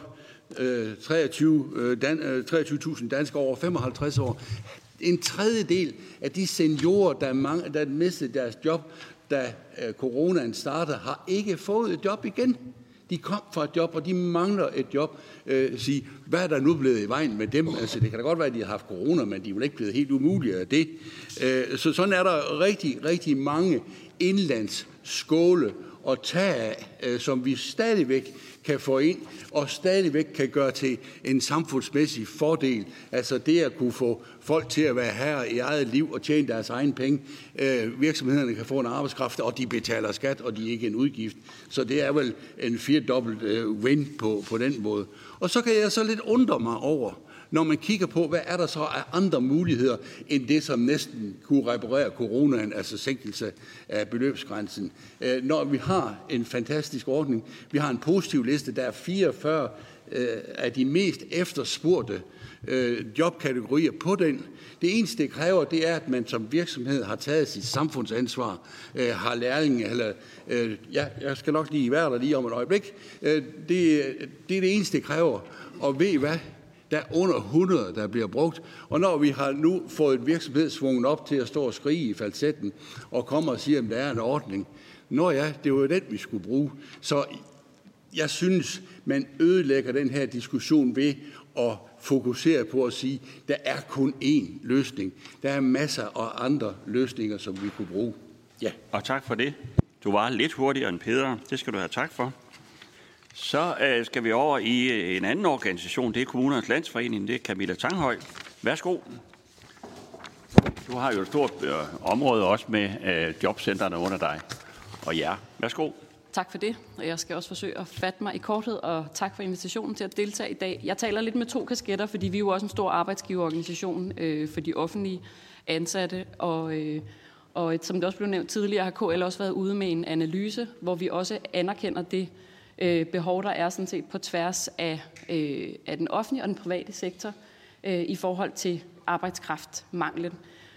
23.000 danskere over 55 år. En tredjedel af de seniorer, der mistede deres job, da coronaen startede, har ikke fået et job igen. De kom fra et job, og de mangler et job. Hvad er der nu blevet i vejen med dem? Altså, det kan da godt være, at de har haft corona, men de er vel ikke blevet helt umulige af det. Så sådan er der rigtig, rigtig mange indlandsskåle at tage af, som vi stadigvæk kan få ind, og stadigvæk kan gøre til en samfundsmæssig fordel. Altså det at kunne få folk til at være herre i eget liv og tjene deres egen penge. Virksomhederne kan få en arbejdskraft, og de betaler skat, og de er ikke en udgift. Så det er vel en firedobbelt win på den måde. Og så kan jeg så lidt undre mig over, når man kigger på, hvad er der så af andre muligheder, end det, som næsten kunne reparere coronaen, altså sænkelse af beløbsgrænsen. Når vi har en fantastisk ordning, vi har en positiv liste, der er 44 af de mest efterspurgte jobkategorier på den. Det eneste, det kræver, det er, at man som virksomhed har taget sit samfundsansvar, har lærlinge, eller jeg skal nok lige være der lige om et øjeblik. Det er det eneste, det kræver. Og ved I hvad? Der er under 100, der bliver brugt. Og når vi har nu fået et virksomhed svunget op til at stå og skrige i falsetten, og kommer og siger, at der er en ordning. Nå ja, det var jo den, vi skulle bruge. Så jeg synes, man ødelægger den her diskussion ved at fokusere på at sige, at der er kun én løsning. Der er masser af andre løsninger, som vi kunne bruge. Ja, og tak for det. Du var lidt hurtigere end Peder. Det skal du have tak for. Så skal vi over i en anden organisation. Det er Kommunernes Landsforening. Det er Camilla Tanghøj. Værsgo. Du har jo et stort område også med jobcentrene under dig. Og ja, værsgo. Tak for det, og jeg skal også forsøge at fatte mig i korthed, og tak for invitationen til at deltage i dag. Jeg taler lidt med 2 kasketter, fordi vi er jo også en stor arbejdsgiverorganisation for de offentlige ansatte, og som det også blev nævnt tidligere, har KL også været ude med en analyse, hvor vi også anerkender det behov, der er sådan set på tværs af den offentlige og den private sektor i forhold til arbejdskraftmanglen.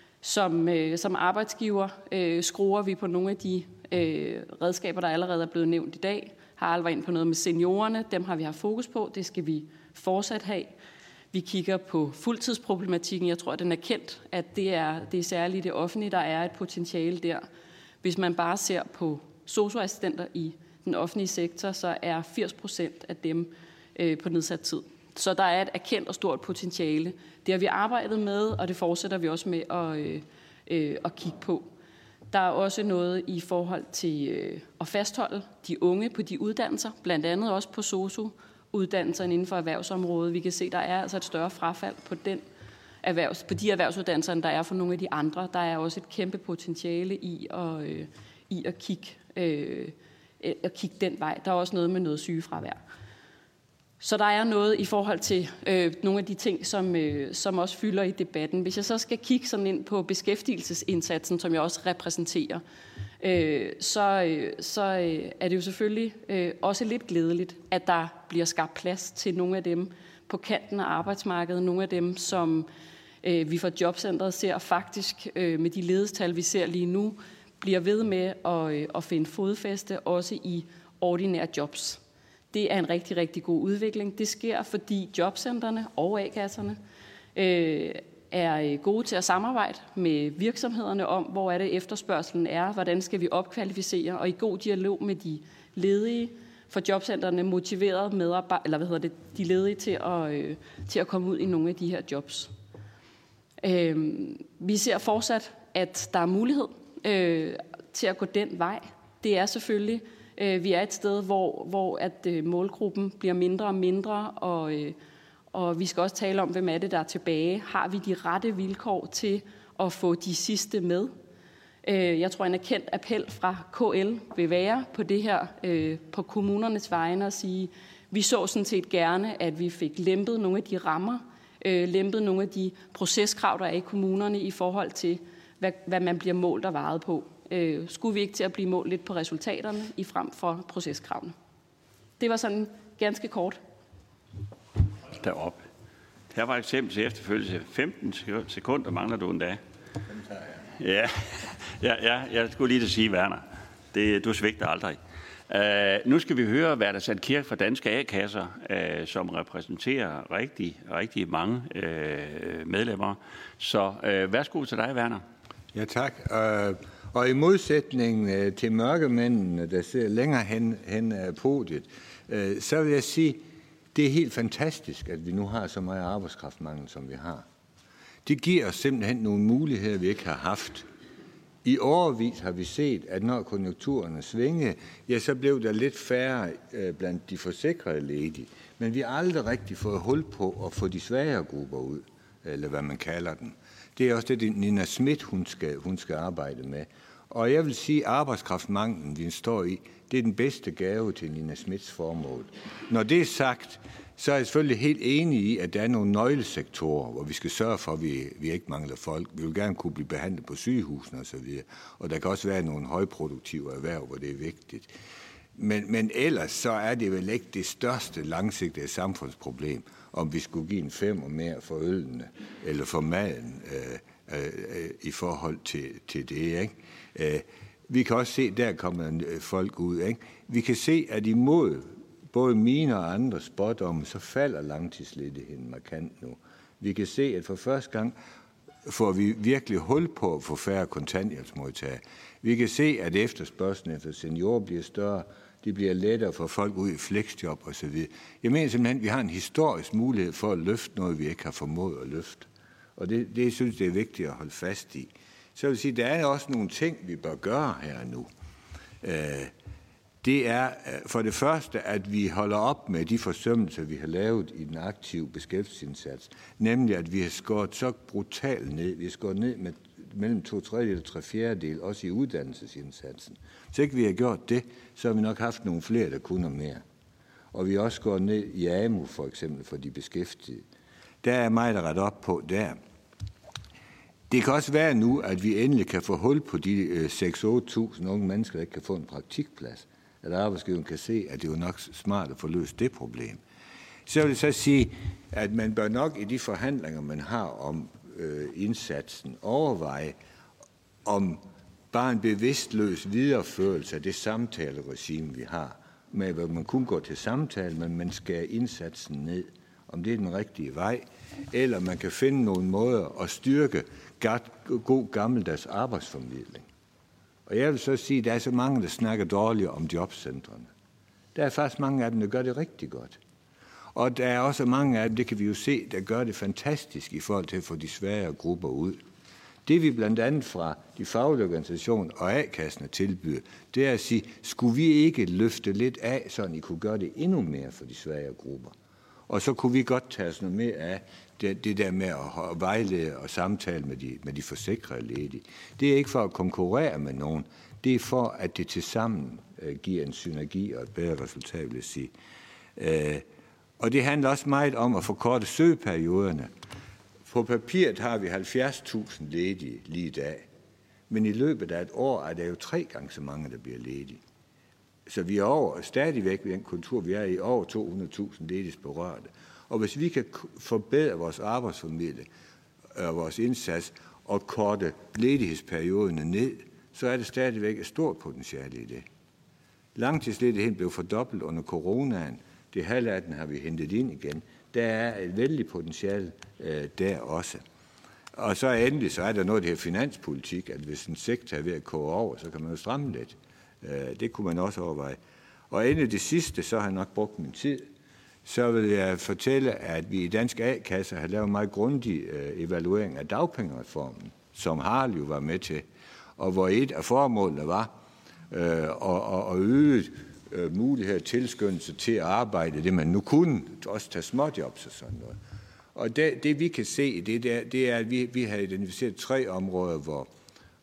Som arbejdsgiver skruer vi på nogle af de redskaber, der allerede er blevet nævnt i dag. Harald var inde på noget med seniorerne. Dem har vi haft fokus på. Det skal vi fortsat have. Vi kigger på fuldtidsproblematikken. Jeg tror, at den er kendt, at det er særligt det offentlige, der er et potentiale der. Hvis man bare ser på sosu-assistenter i den offentlige sektor, så er 80% af dem på nedsat tid. Så der er et erkendt og stort potentiale. Det har vi arbejdet med, og det fortsætter vi også med at kigge på. Der er også noget i forhold til at fastholde de unge på de uddannelser, blandt andet også på sosu-uddannelserne inden for erhvervsområdet. Vi kan se, at der er altså et større frafald på de erhvervsuddannelser, end der er for nogle af de andre. Der er også et kæmpe potentiale i at kigge den vej. Der er også noget med noget sygefravær. Så der er noget i forhold til nogle af de ting, som også fylder i debatten. Hvis jeg så skal kigge sådan ind på beskæftigelsesindsatsen, som jeg også repræsenterer, så er det jo selvfølgelig også lidt glædeligt, at der bliver skabt plads til nogle af dem på kanten af arbejdsmarkedet. Nogle af dem, som vi fra Jobcentret ser faktisk med de ledighedstal, vi ser lige nu, bliver ved med at finde fodfæste også i ordinære jobs. Det er en rigtig, rigtig god udvikling. Det sker, fordi jobcentrene og A-kasserne er gode til at samarbejde med virksomhederne om, hvor er det efterspørgselen er, hvordan skal vi opkvalificere, og i god dialog med de ledige, for jobcentrene motiveret de ledige til at komme ud i nogle af de her jobs. Vi ser fortsat, at der er mulighed til at gå den vej. Det er selvfølgelig, vi er et sted, hvor at målgruppen bliver mindre og mindre, og vi skal også tale om, hvem er det, der er tilbage. Har vi de rette vilkår til at få de sidste med? Jeg tror, en erkendt appel fra KL vil være på det her, på kommunernes vegne at sige, vi så sådan set gerne, at vi fik lempet nogle af de rammer, lempet nogle af de proceskrav, der er i kommunerne i forhold til, hvad man bliver målt og vejet på. Skulle vi ikke til at blive målt lidt på resultaterne i frem for proceskravene? Det var sådan ganske kort. Derop. Her var et eksempel til efterfølgelse. 15 sekunder mangler du endda. Ja, jeg skulle lige til sige, Werner. Du svigter aldrig. Nu skal vi høre Werner Sandkirk fra Danske A-kasser, som repræsenterer rigtig mange medlemmer. Så værsgo til dig, Werner. Ja, tak. Og i modsætning til mørkemændene, der sidder længere hen af podiet, så vil jeg sige, det er helt fantastisk, at vi nu har så meget arbejdskraftmangel, som vi har. Det giver os simpelthen nogle muligheder, vi ikke har haft. I årevis har vi set, at når konjunkturerne svingede, ja, så blev der lidt færre blandt de forsikrede ledige. Men vi har aldrig rigtig fået hul på at få de svagere grupper ud, eller hvad man kalder dem. Det er også det, Nina Schmidt, hun skal arbejde med. Og jeg vil sige, at arbejdskraftmanglen, vi står i, det er den bedste gave til Nina Schmidts formål. Når det er sagt, så er jeg selvfølgelig helt enig i, at der er nogle nøglesektorer, hvor vi skal sørge for, at vi ikke mangler folk. Vi vil gerne kunne blive behandlet på sygehusene osv. Og der kan også være nogle højproduktive erhverv, hvor det er vigtigt. Men ellers så er det vel ikke det største langsigtede samfundsproblem, om vi skulle give en 5 og mere for ølene eller for maden i forhold til det, ikke? Vi kan også se, at der kommer folk ud, ikke? Vi kan se, at imod både mine og andre spådomme, så falder langtidsledigheden markant nu. Vi kan se, at for første gang får vi virkelig hul på at få færre kontanthjælpsmodtagere. Vi kan se, at efterspørgslen efter seniorer bliver større. Det bliver lettere for folk ud i flexjob osv. Jeg mener simpelthen, at vi har en historisk mulighed for at løfte noget, vi ikke har formået at løfte. Og det synes jeg er vigtigt at holde fast i. Så jeg vil sige, at der er også nogle ting, vi bør gøre her nu. Det er for det første, at vi holder op med de forsømmelser, vi har lavet i den aktive beskæftigelsesindsats. Nemlig, at vi har skåret så brutalt ned. Vi har skåret ned med mellem 2/3 og 3/4, også i uddannelsesindsatsen. Så ikke vi har gjort det, så har vi nok haft nogle flere, der kunne noget mere. Og vi har også gået ned i AMU, for eksempel, for de beskæftigede. Der er meget at rette op på der. Det kan også være nu, at vi endelig kan få hul på de 6-8.000 unge mennesker, der ikke kan få en praktikplads. At arbejdsgiveren kan se, at det er nok smart at få løst det problem. Så vil jeg så sige, at man bør nok i de forhandlinger, man har om indsatsen, overveje om bare en bevidstløs videreførelse af det samtaleregime, vi har, med hvor man kun går til samtale, men man skærer indsatsen ned, om det er den rigtige vej, eller man kan finde nogle måder at styrke god gammeldags arbejdsformidling. Og jeg vil så sige, at der er så mange, der snakker dårligt om jobcentrene. Der er faktisk mange af dem, der gør det rigtig godt. Og der er også mange af dem, det kan vi jo se, der gør det fantastisk i forhold til at få de svagere grupper ud. Det vi blandt andet fra de faglige organisationer og A-kasserne tilbyder, det er at sige, skulle vi ikke løfte lidt af, så I kunne gøre det endnu mere for de svagere grupper. Og så kunne vi godt tage os noget mere af det der med at vejlede og samtale med de forsikrede ledige. Det er ikke for at konkurrere med nogen. Det er for, at det tilsammen giver en synergi og et bedre resultat, vil jeg sige. Og det handler også meget om at forkorte søgeperioderne. På papiret har vi 70.000 ledige lige i dag. Men i løbet af et år er der jo 3 gange så mange, der bliver ledige. Så vi er stadigvæk ved den kultur, vi er i over 200.000 ledige berørte. Og hvis vi kan forbedre vores arbejdsformidling og vores indsats og korte ledighedsperioderne ned, så er det stadigvæk et stort potentiale i det. Langtidsledigheden blev fordoblet under coronaen. Det halve af den har vi hentet ind igen. Der er et vældig potentiale der også. Og så endelig, så er der noget af det her finanspolitik, at hvis en sektor er ved at koge over, så kan man jo stramme lidt. Det kunne man også overveje. Og endelig det sidste, så har jeg nok brugt min tid, så vil jeg fortælle, at vi i Dansk A-kasse har lavet en meget grundig evaluering af dagpengereformen, som Harald jo var med til, og hvor et af formålene var at øge mulighed og tilskyndelse til at arbejde det, man nu kunne, også tage småjobs og sådan noget. Og det vi kan se, det er, at vi har identificeret 3 områder,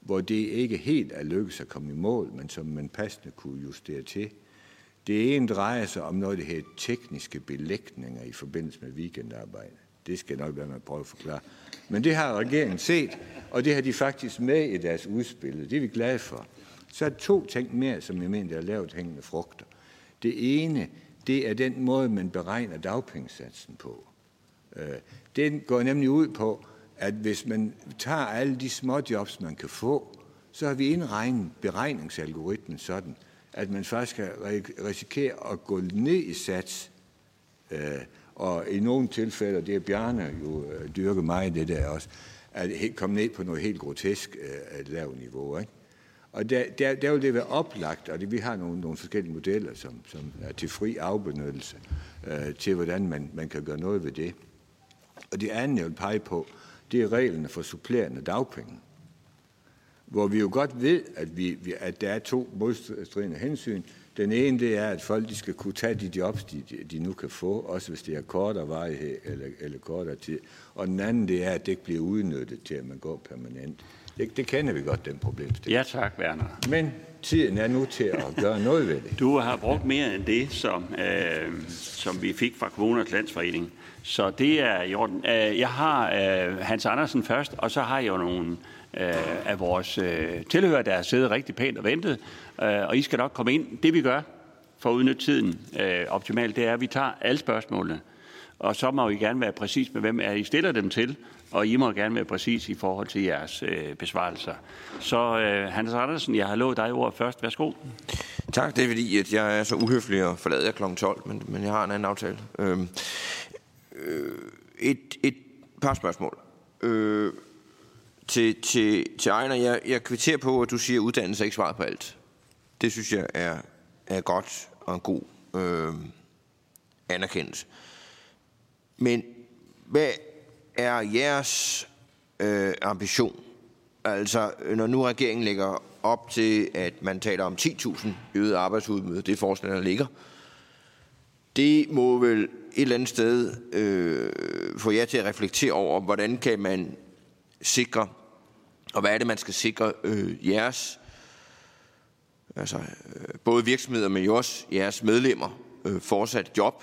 hvor det ikke helt er lykkedes at komme i mål, men som man passende kunne justere til. Det ene drejer sig om noget, der hedder tekniske belægninger i forbindelse med weekendarbejde. Det skal nok være med at prøve at forklare. Men det har regeringen set, og det har de faktisk med i deres udspil. Det er vi glade for. Så er der 2 ting mere, som jeg mener, der er lavet hængende frugter. Det ene, det er den måde, man beregner dagpengesatsen på. Den går nemlig ud på, at hvis man tager alle de små jobs, man kan få, så har vi indregnet beregningsalgoritmen sådan, at man faktisk kan risikere at gå ned i sats, og i nogle tilfælde, det er Bjarne jo dyrker mig det der også, at komme ned på noget helt grotesk lavt niveau, ikke? Og der vil det være oplagt, og vi har nogle forskellige modeller, som er til fri afbenyttelse, til hvordan man kan gøre noget ved det. Og det andet, jeg vil pege på, det er reglerne for supplerende dagpenge, hvor vi jo godt ved, at der er 2 modstridende hensyn. Den ene, det er, at folk de skal kunne tage de jobs, de nu kan få, også hvis det er kortere varighed eller kortere tid. Og den anden, det er, at det ikke bliver udnyttet til, at man går permanent. Det kender vi godt, den problemstilling. Ja tak, Werner. Men tiden er nu til at gøre noget ved det. Du har brugt mere end det, som vi fik fra Kommunernes Landsforening. Så det er i orden. Jeg har Hans Andersen først, og så har jeg jo nogle af vores tilhører, der har siddet rigtig pænt og ventet. Og I skal nok komme ind. Det vi gør for at udnytte tiden optimalt, det er, at vi tager alle spørgsmålene. Og så må I gerne være præcis med, hvem I stiller dem til. Og I må gerne være præcis i forhold til jeres besvarelser. Så Hans Andersen, jeg har lovet dig ordet først. Værsgo. Tak, det er fordi, at jeg er så uhøflig og forlader jer kl. 12, men jeg har en anden aftale. Et par spørgsmål. Til Ejner, jeg kvitterer på, at du siger, at uddannelse er ikke svaret på alt. Det synes jeg er godt og en god anerkendelse. Men hvad er jeres ambition? Altså, når nu regeringen lægger op til, at man taler om 10.000 øget arbejdsudbud, det forslag, der ligger, det må vel et eller andet sted få jer til at reflektere over, hvordan kan man sikre, og hvad er det, man skal sikre jeres, altså både virksomheder, men jo også jeres medlemmer fortsat job.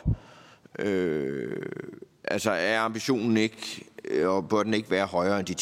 Altså er ambitionen ikke, og bør den ikke være højere end de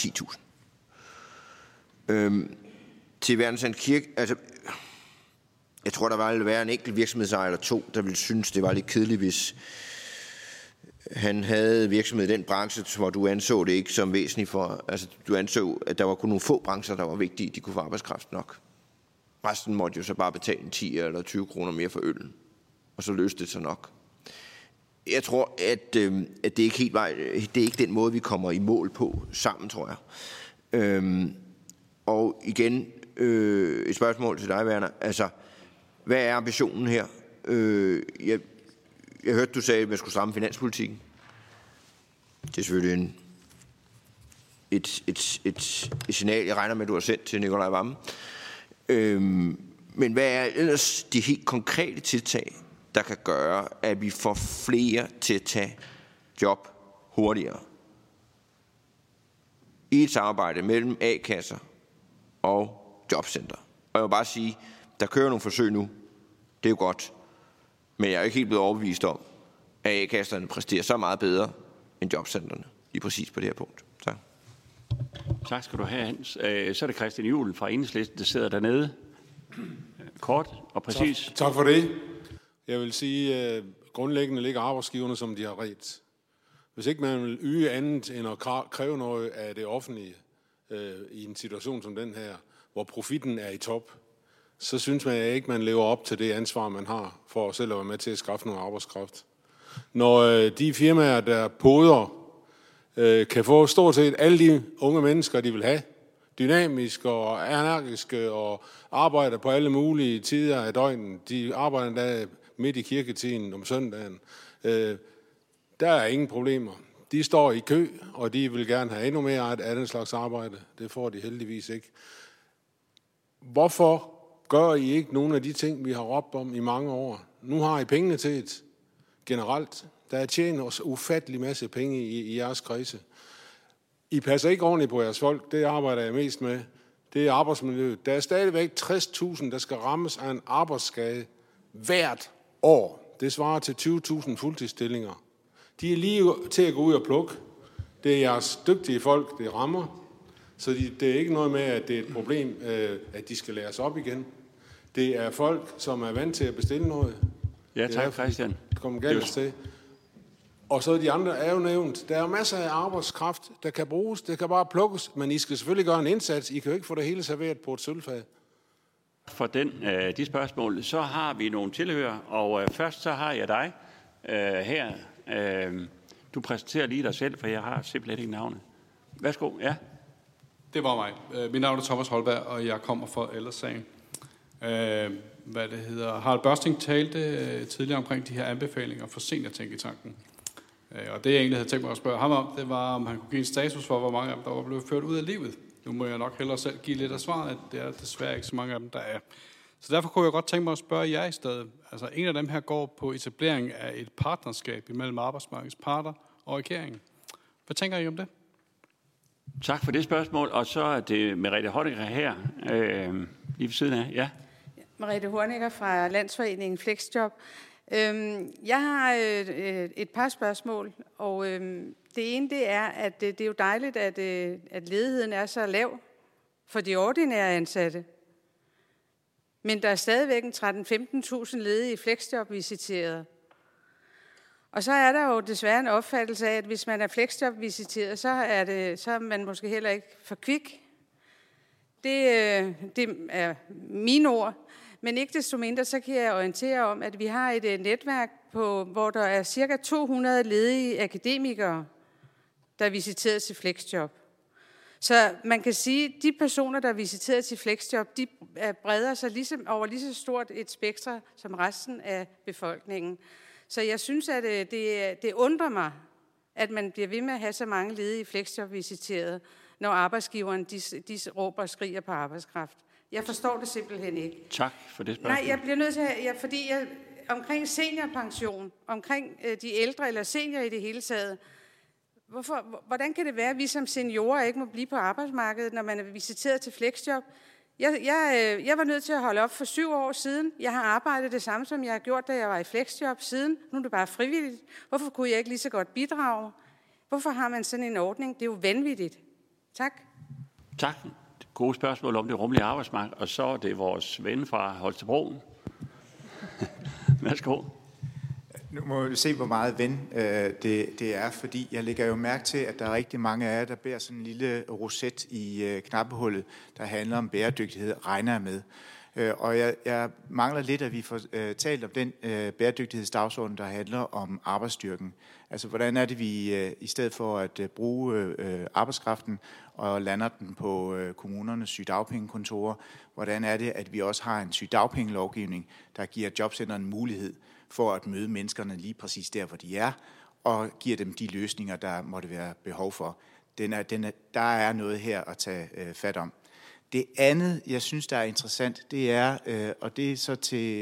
10.000? Til Verdensand Kirke, altså jeg tror, der ville være en enkelt virksomhedsejer eller 2, der ville synes, det var lidt kedeligt, hvis han havde virksomhed i den branche, hvor du anså det ikke som væsentligt for, altså du anså, at der var kun nogle få brancher, der var vigtige, de kunne få arbejdskraft nok. Resten måtte jo så bare betale 10 eller 20 kroner mere for øllen, og så løste det sig nok. Jeg tror, at det er ikke helt det er ikke den måde, vi kommer i mål på sammen, tror jeg. Og igen et spørgsmål til dig, Werner. Altså, hvad er ambitionen her? Jeg hørte, du sagde, at man skulle stramme finanspolitikken. Det er selvfølgelig et signal, jeg regner med, at du har sendt til Nikolaj Wammen. Men hvad er ellers de helt konkrete tiltag, der kan gøre, at vi får flere til at tage job hurtigere? I et samarbejde mellem A-kasser og jobcenter. Og jeg vil bare sige, der kører nogle forsøg nu. Det er jo godt. Men jeg er ikke helt blevet overbevist om, at A-kasserne præsterer så meget bedre end jobcentrene. Lige præcis på det her punkt. Tak. Tak skal du have, Hans. Så er det Christian Juhl fra Enhedslisten, der sidder dernede. Kort og præcis. Tak for det. Jeg vil sige, at grundlæggende ligger arbejdsgiverne, som de har ret. Hvis ikke man vil yde andet end at kræve noget af det offentlige i en situation som den her, hvor profitten er i top, så synes man ikke, man lever op til det ansvar, man har for selv at være med til at skaffe noget arbejdskraft. Når de firmaer, der poder, kan få stort set alle de unge mennesker, de vil have, dynamiske og energiske og arbejder på alle mulige tider af døgnet. De arbejder der midt i kirketiden om søndagen. Der er ingen problemer. De står i kø, og de vil gerne have endnu mere af den slags arbejde. Det får de heldigvis ikke. Hvorfor gør I ikke nogle af de ting, vi har råbt om i mange år? Nu har I pengene til et generelt. Der er tjent os ufattelig masse penge i jeres kredse. I passer ikke ordentligt på jeres folk. Det arbejder jeg mest med. Det er arbejdsmiljøet. Der er stadigvæk 60.000, der skal rammes af en arbejdsskade hvert år. Det svarer til 20.000 fuldtidsstillinger. De er lige til at gå ud og plukke. Det er jeres dygtige folk, det rammer. Så det er ikke noget med, at det er et problem, at de skal læres op igen. Det er folk, som er vant til at bestille noget. Ja, tak, Christian. Det kommer galt til. Og så de andre er jo nævnt. Der er masser af arbejdskraft, der kan bruges. Det kan bare plukkes, men I skal selvfølgelig gøre en indsats. I kan jo ikke få det hele serveret på et sølvfad. For de spørgsmål, så har vi nogle tilhører, og først så har jeg dig her. Du præsenterer lige dig selv, for jeg har simpelthen ikke navnet. Værsgo, ja. Det var mig. Mit navn er Thomas Holberg, og jeg kommer fra Ældresagen. Harald Børsting talte tidligere omkring de her anbefalinger for Seniortænketanken. Og det jeg egentlig havde tænkt mig at spørge ham om, det var, om han kunne give en status for, hvor mange af dem, der var blevet ført ud af livet. Nu må jeg nok hellere selv give lidt af svaret, at det er desværre ikke så mange af dem, der er. Så derfor kunne jeg godt tænke mig at spørge jer i stedet. Altså en af dem her går på etablering af et partnerskab imellem arbejdsmarkedets parter og regeringen. Hvad tænker I om det? Tak for det spørgsmål, og så er det Merete Honecker her, lige ved siden af. Ja. Merete Honecker fra Landsforeningen Flexjob. Jeg har et par spørgsmål, og det ene det er, at det er jo dejligt, at ledigheden er så lav for de ordinære ansatte. Men der er stadigvæk 13-15.000 ledige flexjob-visiterede. Og så er der jo desværre en opfattelse af, at hvis man er flexjob-visiteret, så er man måske heller ikke for kvik. Det er mine ord. Men ikke desto mindre, så kan jeg orientere om, at vi har et netværk, hvor der er cirka 200 ledige akademikere, der er visiteret til flexjob. Så man kan sige, at de personer, der er visiteret til flexjob, de breder sig over lige så stort et spektre som resten af befolkningen. Så jeg synes, at det undrer mig, at man bliver ved med at have så mange ledige flexjob-visiterede, når arbejdsgiveren de råber og skriger på arbejdskraft. Jeg forstår det simpelthen ikke. Tak for det spørgsmål. Nej, jeg bliver nødt til at... omkring seniorpension, omkring de ældre eller seniorer i det hele taget, hvordan kan det være, at vi som seniorer ikke må blive på arbejdsmarkedet, når man er visiteret til flexjob? Jeg var nødt til at holde op for 7 år siden. Jeg har arbejdet det samme, som jeg har gjort, da jeg var i flexjob siden. Nu er det bare frivilligt. Hvorfor kunne jeg ikke lige så godt bidrage? Hvorfor har man sådan en ordning? Det er jo vanvittigt. Tak. Tak. Gode spørgsmål om det rummelige arbejdsmarked. Og så er det vores ven fra Holstebro. Værsgo. Nu må vi se, hvor meget ven det er, fordi jeg lægger jo mærke til, at der er rigtig mange af jer, der bærer sådan en lille roset i knappehullet, der handler om bæredygtighed, regner jeg med. Og jeg mangler lidt, at vi får talt om den bæredygtighedsdagsorden, der handler om arbejdsstyrken. Altså, hvordan er det, vi i stedet for at bruge arbejdskraften og lander den på kommunernes sygedagpengekontorer, hvordan er det, at vi også har en sygedagpengelovgivning, der giver jobcentrene mulighed for at møde menneskerne lige præcis der, hvor de er, og giver dem de løsninger, der måtte være behov for. Der er noget her at tage fat om. Det andet, jeg synes, der er interessant, det er, og det er så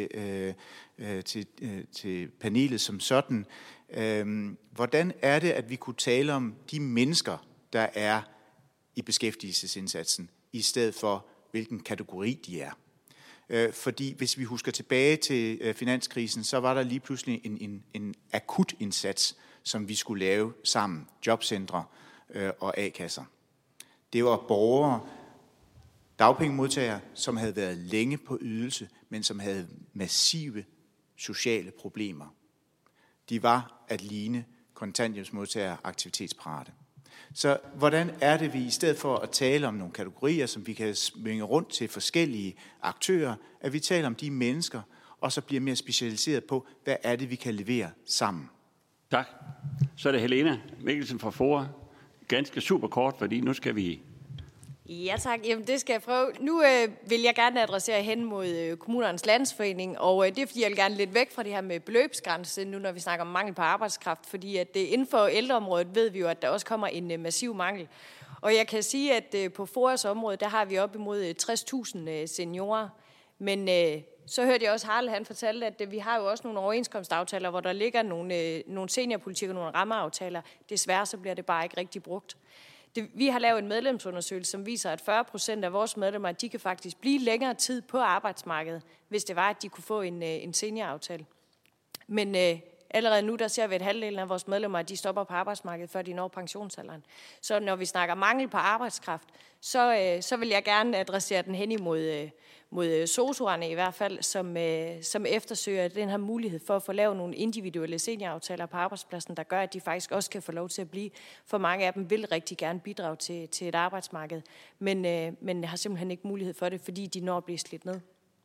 til panelet som sådan, hvordan er det, at vi kunne tale om de mennesker, der er i beskæftigelsesindsatsen, i stedet for, hvilken kategori de er. Fordi hvis vi husker tilbage til finanskrisen, så var der lige pludselig en akut indsats, som vi skulle lave sammen, jobcentre og A-kasser. Det var borgere, dagpengemodtagere, som havde været længe på ydelse, men som havde massive sociale problemer. De var at ligne kontanthjælpsmodtagere aktivitetsparate. Så hvordan er det, vi i stedet for at tale om nogle kategorier, som vi kan svinge rundt til forskellige aktører, at vi taler om de mennesker, og så bliver mere specialiseret på, hvad er det, vi kan levere sammen. Tak. Så er det Helena Mikkelsen fra FOA. Ganske super kort, fordi nu skal vi... Ja tak, jamen det skal jeg prøve. Nu vil jeg gerne adressere hen mod Kommunernes Landsforening, og det er fordi, jeg vil gerne lidt væk fra det her med beløbsgrænse, nu når vi snakker om mangel på arbejdskraft, fordi at inden for ældreområdet ved vi jo, at der også kommer en massiv mangel. Og jeg kan sige, at på FOAs område, der har vi op imod 60.000 seniorer, men så hørte jeg også Harald, han fortalte, at vi har jo også nogle overenskomstaftaler, hvor der ligger nogle seniorpolitik og nogle rammeaftaler. Desværre så bliver det bare ikke rigtig brugt. Vi har lavet en medlemsundersøgelse, som viser, at 40% af vores medlemmer, de kan faktisk blive længere tid på arbejdsmarkedet, hvis det var, at de kunne få en seniораftale. Men allerede nu, der ser vi, at halvdelen af vores medlemmer, de stopper på arbejdsmarkedet, før de når pensionsalderen. Så når vi snakker mangel på arbejdskraft, så vil jeg gerne adressere den hen mod sosuerne i hvert fald, som eftersøger den her mulighed for at få lavet nogle individuelle senioraftaler på arbejdspladsen, der gør, at de faktisk også kan få lov til at blive. For mange af dem vil rigtig gerne bidrage til et arbejdsmarked, men har simpelthen ikke mulighed for det, fordi de når at blive slidt ned.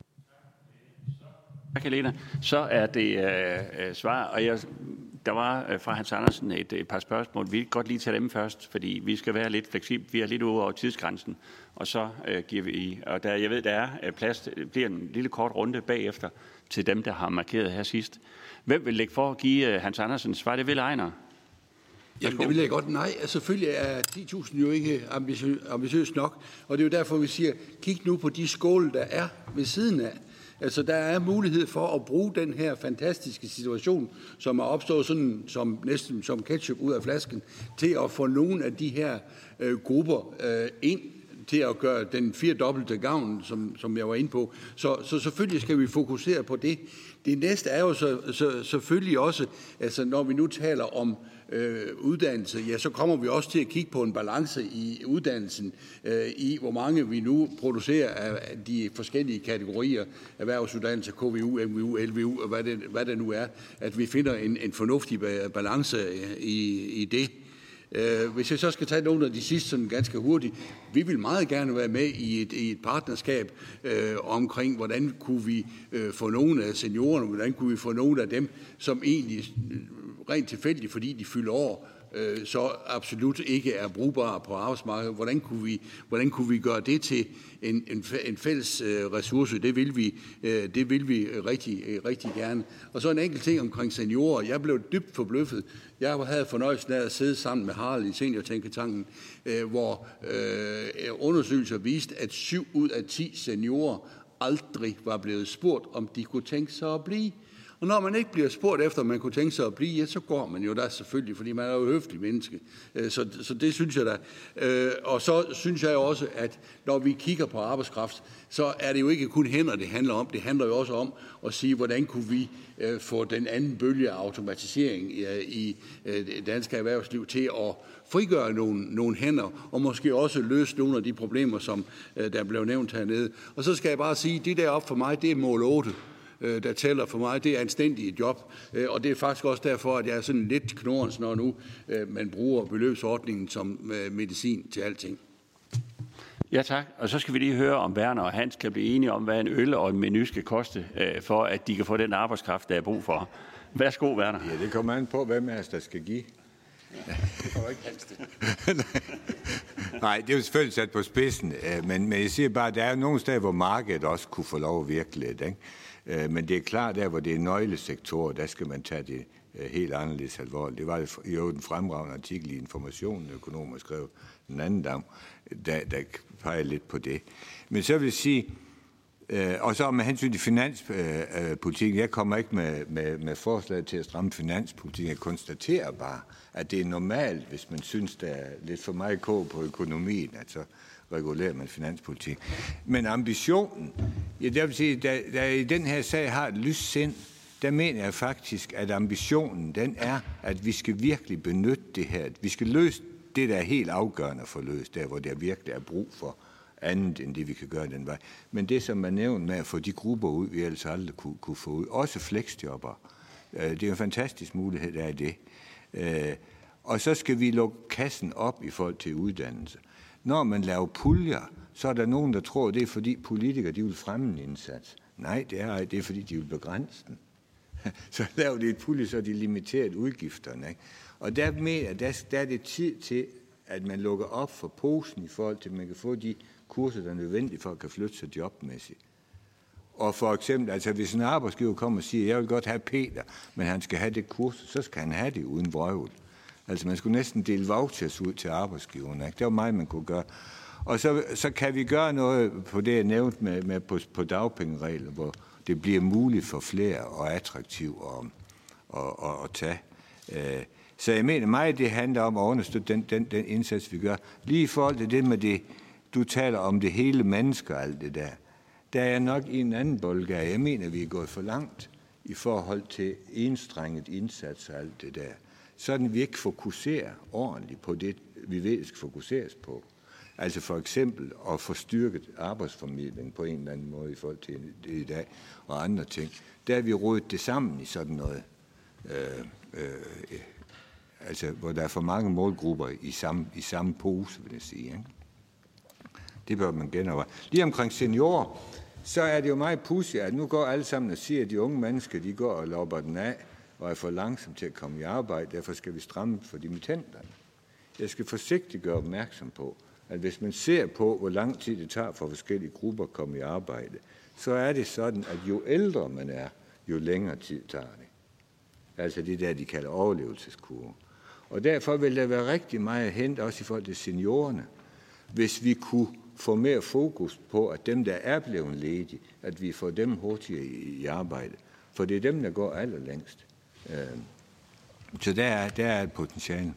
Tak, Helena. Så er det svar, og der var fra Hans Andersen et par spørgsmål. Vi kan godt lige tage dem først, fordi vi skal være lidt fleksible. Vi er lidt over tidsgrænsen, og så giver vi og jeg ved, der er plads. Det bliver en lille kort runde bagefter til dem, der har markeret her sidst. Hvem vil lægge for at give Hans Andersen svar? Det vil Ejner. Jamen, det vil jeg godt. Nej, selvfølgelig er 10.000 jo ikke ambitiøst nok, og det er jo derfor, vi siger, kig nu på de skåle, der er ved siden af. Altså, der er mulighed for at bruge den her fantastiske situation, som er opstået sådan næsten som ketchup ud af flasken, til at få nogle af de her grupper ind til at gøre den 4-dobbelte gavn, som jeg var inde på. Så selvfølgelig skal vi fokusere på det. Det næste er jo selvfølgelig også, altså når vi nu taler om uddannelse, ja, så kommer vi også til at kigge på en balance i uddannelsen, i hvor mange vi nu producerer af de forskellige kategorier, erhvervsuddannelse, KVU, MVU, LVU, og hvad det nu er, at vi finder en fornuftig balance i det. Hvis jeg så skal tage nogle af de sidste sådan ganske hurtigt, vi vil meget gerne være med i et partnerskab omkring, hvordan kunne vi få nogle af seniorerne, hvordan kunne vi få nogle af dem, som egentlig rent tilfældigt, fordi de fylder år, så absolut ikke er brugbare på arbejdsmarkedet. Hvordan kunne vi gøre det til en fælles ressource? Det vil vi rigtig gerne. Og så en enkelt ting omkring seniorer. Jeg blev dybt forbløffet. Jeg havde fornøjelsen af at sidde sammen med Harald i Seniortænketanken, hvor undersøgelser viste, at 7 ud af 10 seniorer aldrig var blevet spurgt, om de kunne tænke sig at blive. Og når man ikke bliver spurgt efter, om man kunne tænke sig at blive, ja, så går man jo der selvfølgelig, fordi man er jo et høfligt menneske. Så det synes jeg da. Og så synes jeg jo også, at når vi kigger på arbejdskraft, så er det jo ikke kun hænder, det handler om. Det handler jo også om at sige, hvordan kunne vi få den anden bølge af automatisering i det danske erhvervsliv til at frigøre nogle hænder, og måske også løse nogle af de problemer, som der blev nævnt hernede. Og så skal jeg bare sige, at det deroppe for mig, det er mål 8. Der tæller for mig, det er anstændigt et job, og det er faktisk også derfor, at jeg er sådan lidt knorrens, når nu man bruger beløbsordningen som medicin til alting. Ja, tak. Og så skal vi lige høre, om Werner og Hans kan blive enige om, hvad en øl og en menu skal koste, for at de kan få den arbejdskraft, der er brug for. Værsgo, Werner. Ja, det kommer an på, hvem af os, der skal give. Det kommer ikke Hans til. Nej, det er jo selvfølgelig sat på spidsen, men jeg siger bare, at der er nogle steder, hvor markedet også kunne få lov at virke lidt, ikke? Men det er klart, der hvor det er nøglesektorer, der skal man tage det helt anderledes alvorligt. Det var jo en fremragende artikel i Informationen, økonomer skrev den anden dag, der peger lidt på det. Men så vil jeg sige, og så med hensyn til finanspolitikken, jeg kommer ikke med forslag til at stramme finanspolitikken. Jeg konstaterer bare, at det er normalt, hvis man synes, der er lidt for meget kog på økonomien, altså regulerer man finanspolitik. Men ambitionen, ja, det vil sige, der i den her sag har et lyst sind, der mener jeg faktisk, at ambitionen, den er, at vi skal virkelig benytte det her. Vi skal løse det, der er helt afgørende for løst, der hvor der virkelig er brug for andet, end det vi kan gøre den vej. Men det, som man nævner med at få de grupper ud, vi ellers aldrig kunne få ud, også flexjobber, det er en fantastisk mulighed, der er det. Og så skal vi lukke kassen op i forhold til uddannelse. Når man laver puljer, så er der nogen, der tror, det er fordi politikere de vil fremme en indsats. Nej, det er fordi, de vil begrænse den. Så laver de et pulje, så er de limiteret udgifterne. Ikke? Og der er det tid til, at man lukker op for posen i forhold til, at man kan få de kurser, der er nødvendige for at kan flytte sig jobmæssigt. Og for eksempel, altså hvis en arbejdsgiver kommer og siger, jeg vil godt have Peter, men han skal have det kurs, så skal han have det uden vrøvl. Altså man skulle næsten dele vouchers ud til arbejdsgiverne. Ikke? Det var meget, man kunne gøre. Og så kan vi gøre noget på det, jeg nævnte med på dagpengeregler, hvor det bliver muligt for flere og attraktivt at tage. Så jeg mener meget, det handler om at understøtte den indsats, vi gør. Lige i forhold til det med det, du taler om det hele menneske og alt det der. Der er jeg nok i en anden boldgade. Jeg mener, vi er gået for langt i forhold til enstrenget indsats og alt det der. Sådan vi ikke fokuserer ordentligt på det, vi ved, skal fokuseres på. Altså for eksempel at få styrket arbejdsformidling på en eller anden måde i forhold til det i dag og andre ting. Der er vi rodet det sammen i sådan noget. Altså hvor der er for mange målgrupper i samme pose, vil jeg sige. Ikke? Det bør man genoverveje. Lige omkring seniorer, så er det jo meget pudsigt, at nu går alle sammen og siger, at de unge mennesker, de går og lopper den af og er for langsomme til at komme i arbejde. Derfor skal vi stramme for dimittenterne. Jeg skal forsigtigt gøre opmærksom på, at hvis man ser på, hvor lang tid det tager for forskellige grupper at komme i arbejde, så er det sådan, at jo ældre man er, jo længere tid tager det. Altså det der, de kalder overlevelseskurve. Og derfor vil der være rigtig meget hent, også i forhold til seniorerne, hvis vi kunne få mere fokus på, at dem, der er blevet ledige, at vi får dem hurtigere i arbejde. For det er dem, der går allerlængst. Så der er et potentiale.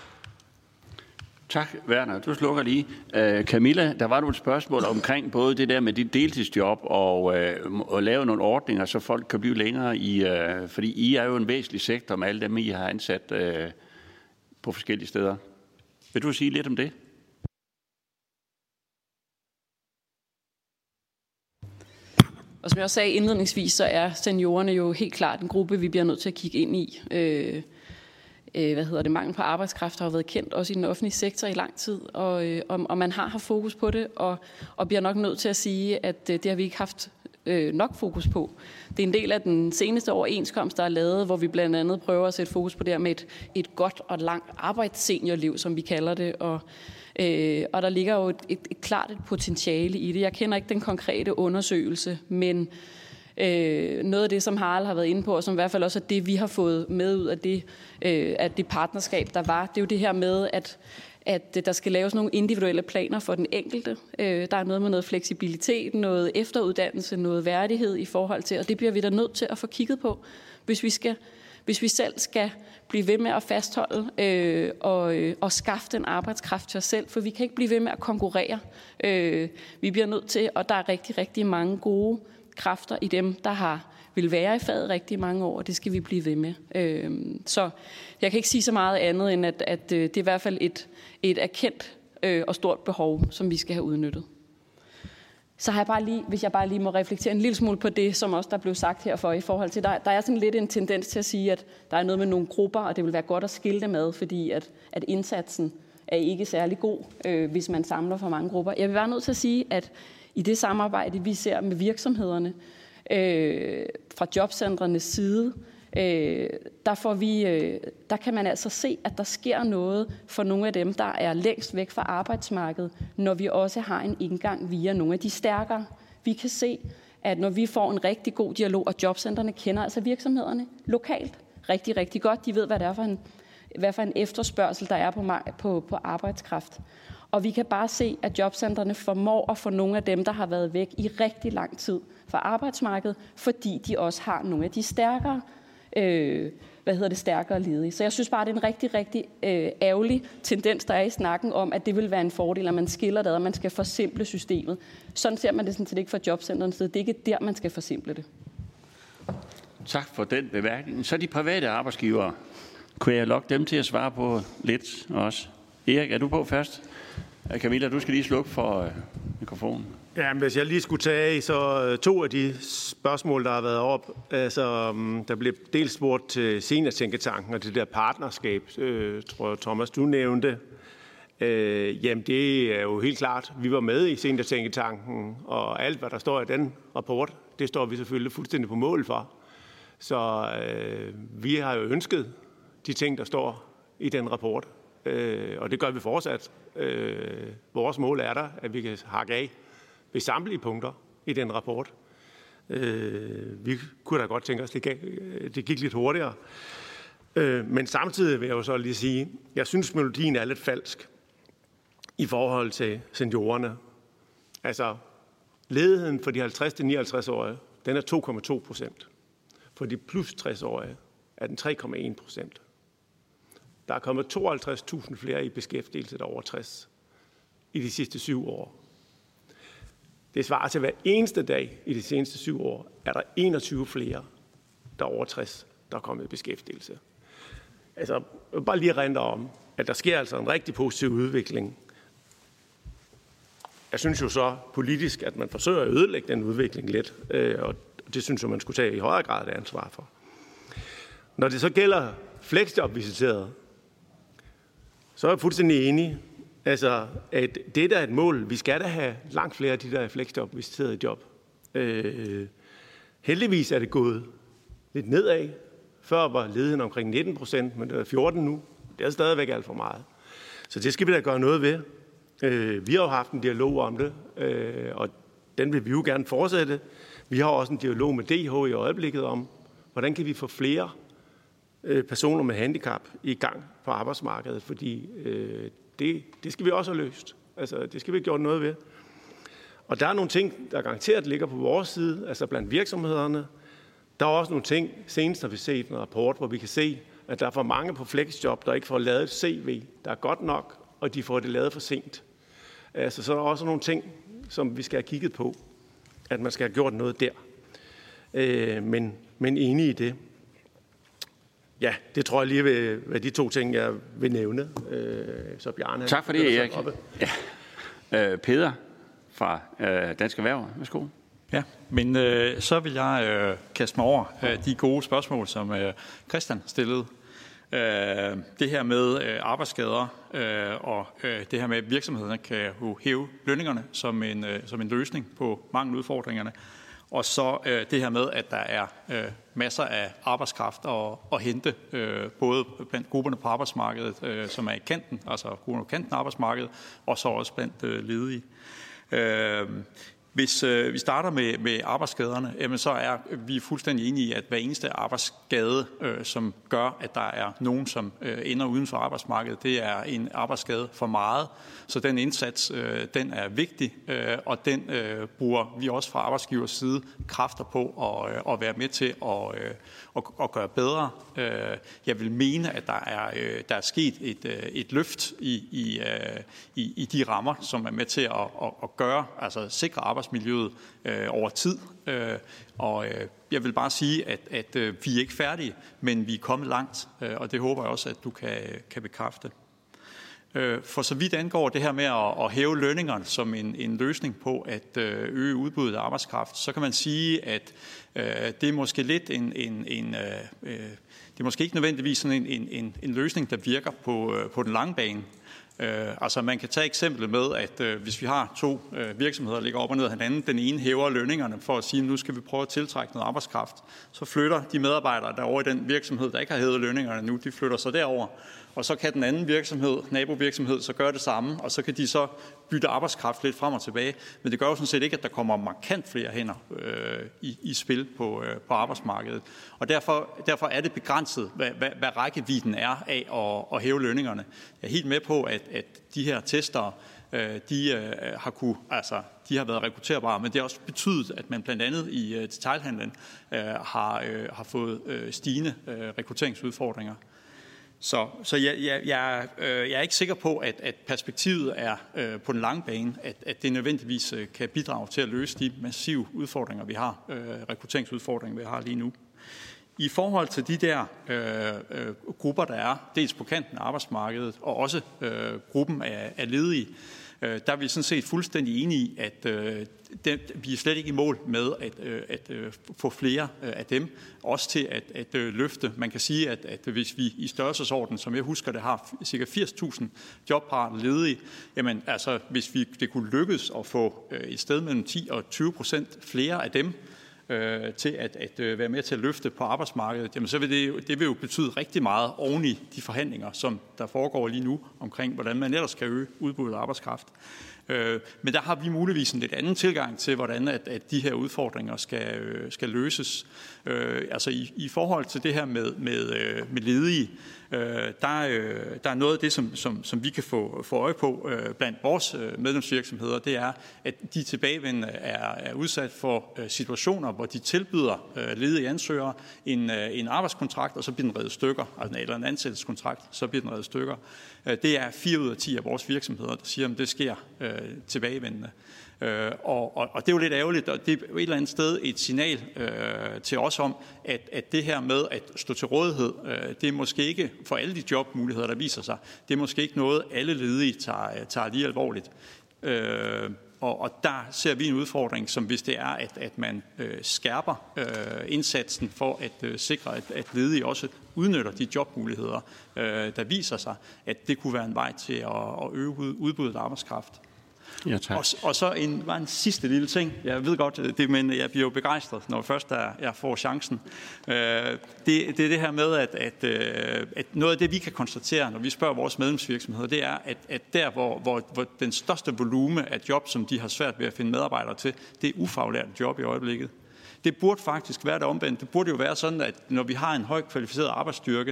Tak, Werner. Du slukker lige. Camilla, der var nogle spørgsmål omkring både det der med dit deltidsjob og at lave nogle ordninger, så folk kan blive længere i... fordi I er jo en væsentlig sektor med alle dem, I har ansat på forskellige steder. Vil du sige lidt om det? Og som jeg også sagde indledningsvis, så er seniorerne jo helt klart en gruppe, vi bliver nødt til at kigge ind i. Mangel på arbejdskraft har jo været kendt også i den offentlige sektor i lang tid, og man har haft fokus på det, og bliver nok nødt til at sige, at det har vi ikke haft nok fokus på. Det er en del af den seneste overenskomst, der er lavet, hvor vi blandt andet prøver at sætte fokus på det her med et godt og langt arbejdsseniorliv, som vi kalder det, og der ligger jo et klart et potentiale i det. Jeg kender ikke den konkrete undersøgelse, men noget af det, som Harald har været inde på, og som i hvert fald også er det, vi har fået med ud af det partnerskab, der var, det er jo det her med, at der skal laves nogle individuelle planer for den enkelte. Der er noget med noget fleksibilitet, noget efteruddannelse, noget værdighed i forhold til, og det bliver vi da nødt til at få kigget på, hvis vi selv skal blive ved med at fastholde og skaffe den arbejdskraft til os selv, for vi kan ikke blive ved med at konkurrere. Vi bliver nødt til, og der er rigtig, rigtig mange gode kræfter i dem, der vil være i faget rigtig mange år, og det skal vi blive ved med. Så jeg kan ikke sige så meget andet, end at det er i hvert fald et erkendt og stort behov, som vi skal have udnyttet. Så har jeg bare lige, hvis jeg bare lige må reflektere en lille smule på det, som også der blev sagt herfor i forhold til, der er sådan lidt en tendens til at sige, at der er noget med nogle grupper, og det vil være godt at skille dem ad, fordi at indsatsen er ikke særlig god, hvis man samler for mange grupper. Jeg vil være nødt til at sige, at i det samarbejde, vi ser med virksomhederne, fra jobcentrenes side, der kan man altså se, at der sker noget for nogle af dem, der er længst væk fra arbejdsmarkedet, når vi også har en indgang via nogle af de stærkere. Vi kan se, at når vi får en rigtig god dialog, og jobcentrene kender altså virksomhederne lokalt rigtig, rigtig godt. De ved, hvad det er for en efterspørgsel, der er på arbejdskraft. Og vi kan bare se, at jobcentrene formår at få nogle af dem, der har været væk i rigtig lang tid fra arbejdsmarkedet, fordi de også har nogle af de stærkere stærkere ledige. Så jeg synes bare, det er en rigtig, rigtig ærgerlig tendens, der er i snakken om, at det vil være en fordel, at man skiller det, og man skal forsimple systemet. Sådan ser man det sådan set ikke fra jobcentrene, så det er ikke der, man skal forsimple det. Tak for den bemærkning. Så de private arbejdsgivere, kunne jeg lokke dem til at svare på lidt også? Erik, er du på først? Camilla, du skal lige slukke for mikrofonen. Ja, men hvis jeg lige skulle tage så to af de spørgsmål, der har været op. Altså, der blev dels spurgt til Seniortænketanken og det der partnerskab, tror jeg, Thomas, du nævnte. Jamen, det er jo helt klart. Vi var med i Seniortænketanken, og alt, hvad der står i den rapport, det står vi selvfølgelig fuldstændig på mål for. Så vi har jo ønsket de ting, der står i den rapport, og det gør vi fortsat. Vores mål er der, at vi kan hakke af ved samtlige punkter i den rapport. Vi kunne da godt tænke os, at det gik lidt hurtigere. Men samtidig vil jeg jo så lige sige, jeg synes, melodien er lidt falsk i forhold til seniorerne. Altså, ledigheden for de 50-59-årige, den er 2,2%. For de plus 60-årige er den 3,1%. Der er kommet 52.000 flere i beskæftigelse, der over 60 i de sidste 7 år. Det svarer til hver eneste dag i de seneste 7 år, er der 21 flere, der over 60, der er kommet i beskæftigelse. Altså, bare lige rente om, at der sker altså en rigtig positiv udvikling. Jeg synes jo så politisk, at man forsøger at ødelægge den udvikling lidt, og det synes jeg, man skulle tage i højere grad et ansvar for. Når det så gælder fleksjobvisiteret, så er jeg fuldstændig enig. Altså, at det der er et mål. Vi skal da have langt flere af de der fleksjobvisiterede job. Heldigvis er det gået lidt nedad. Før var ledigheden omkring 19%, men det er 14 nu. Det er stadigvæk alt for meget. Så det skal vi da gøre noget ved. Vi har jo haft en dialog om det, og den vil vi jo gerne fortsætte. Vi har også en dialog med DH i øjeblikket om, hvordan kan vi få flere personer med handicap i gang på arbejdsmarkedet, fordi det skal vi også have løst. Altså, det skal vi have gjort noget ved. Og der er nogle ting, der garanteret ligger på vores side, altså blandt virksomhederne. Der er også nogle ting, senest har vi set en rapport, hvor vi kan se, at der er for mange på flexjob, der ikke får lavet et CV, der er godt nok, og de får det lavet for sent. Altså, så er der også nogle ting, som vi skal have kigget på, at man skal have gjort noget der. Men enig i det. Ja, det tror jeg lige ved de 2 ting, jeg vil nævne. Så Bjarne... Tak for det, Erik. Ja. Peder fra Dansk Erhverv. Værsgo. Ja, men så vil jeg kaste mig over de gode spørgsmål, som Christian stillede. Det her med arbejdsskader og det her med, at virksomhederne kan jo hæve lønningerne som en løsning på mange udfordringerne. Og så det her med, at der er masser af arbejdskraft at hente, både blandt grupperne på arbejdsmarkedet, som er i kanten, altså grupperne på kanten af arbejdsmarkedet, og så også blandt ledige. Hvis vi starter med arbejdsskaderne, jamen så er vi fuldstændig enige i, at hver eneste arbejdsskade, som gør, at der er nogen, som ender uden for arbejdsmarkedet, det er en arbejdsskade for meget. Så den indsats, den er vigtig, og den bruger vi også fra arbejdsgivers side kræfter på at være med til at gøre bedre. Jeg vil mene, at der er sket et løft i de rammer, som er med til at gøre, altså sikre arbejdsmiljøet over tid. Og jeg vil bare sige, at vi er ikke færdige, men vi er kommet langt, og det håber jeg også, at du kan bekræfte. For så vidt angår det her med at hæve lønningerne som en løsning på at øge udbuddet af arbejdskraft, så kan man sige, at det er måske lidt det er måske ikke nødvendigvis sådan en løsning, der virker på den lange bane. Altså man kan tage eksemplet med, at hvis vi har 2 virksomheder, der ligger op og ned af hinanden, den ene hæver lønningerne for at sige, at nu skal vi prøve at tiltrække noget arbejdskraft, så flytter de medarbejdere, der er over i den virksomhed, der ikke har hævet lønningerne nu, de flytter så derover. Og så kan den anden virksomhed, nabovirksomhed, så gøre det samme, og så kan de så bytte arbejdskraft lidt frem og tilbage. Men det gør jo sådan set ikke, at der kommer markant flere hænder i spil på arbejdsmarkedet. Og derfor er det begrænset, hvad rækkevidden er af at hæve lønningerne. Jeg er helt med på, at de her testere, de har været rekrutterbare, men det har også betydet, at man blandt andet i detailhandlen har fået stigende rekrutteringsudfordringer. Så jeg er ikke sikker på, at perspektivet er på den lange bane, at det nødvendigvis kan bidrage til at løse de massive udfordringer, vi har, rekrutteringsudfordringer, vi har lige nu. I forhold til de der grupper, der er dels på kanten af arbejdsmarkedet, og også gruppen af ledige, der er vi sådan set fuldstændig enige i, at vi er slet ikke i mål med at få flere af dem, også til at løfte. Man kan sige, at hvis vi i størrelsesorden, som jeg husker det, har ca. 80.000 jobparate ledige, jamen altså hvis det kunne lykkes at få et sted mellem 10 og 20% flere af dem, til at være med til at løfte på arbejdsmarkedet, jamen så vil det vil jo betyde rigtig meget oven i de forhandlinger, som der foregår lige nu omkring, hvordan man ellers kan øge udbuddet af arbejdskraft. Men der har vi muligvis en lidt anden tilgang til, hvordan at de her udfordringer skal løses. Altså i forhold til det her med ledige, der er noget af det, som vi kan få øje på blandt vores medlemsvirksomheder, det er, at de tilbagevendende er udsat for situationer, hvor de tilbyder ledige ansøgere en arbejdskontrakt, og så bliver den revet stykker, eller en ansættelseskontrakt, så bliver den revet stykker. Det er 4 ud af 10 af vores virksomheder, der siger, at det sker tilbagevendende. Og det er jo lidt ærgerligt, og det er et eller andet sted et signal til os om, at det her med at stå til rådighed, det er måske ikke for alle de jobmuligheder, der viser sig, det er måske ikke noget, alle ledige tager lige alvorligt. Og der ser vi en udfordring, som hvis det er, at man skærper indsatsen for at sikre, at ledige også udnytter de jobmuligheder, der viser sig, at det kunne være en vej til at øge udbuddet af arbejdskraft. Ja, tak. Og så en sidste lille ting. Jeg ved godt det, men jeg bliver jo begejstret, når først jeg får chancen. Det er det her med, at noget af det, vi kan konstatere, når vi spørger vores medlemsvirksomheder, det er, at der, hvor den største volume af job, som de har svært ved at finde medarbejdere til, det er ufaglærte job i øjeblikket. Det burde faktisk være det omvendt. Det burde jo være sådan, at når vi har en højt kvalificeret arbejdsstyrke,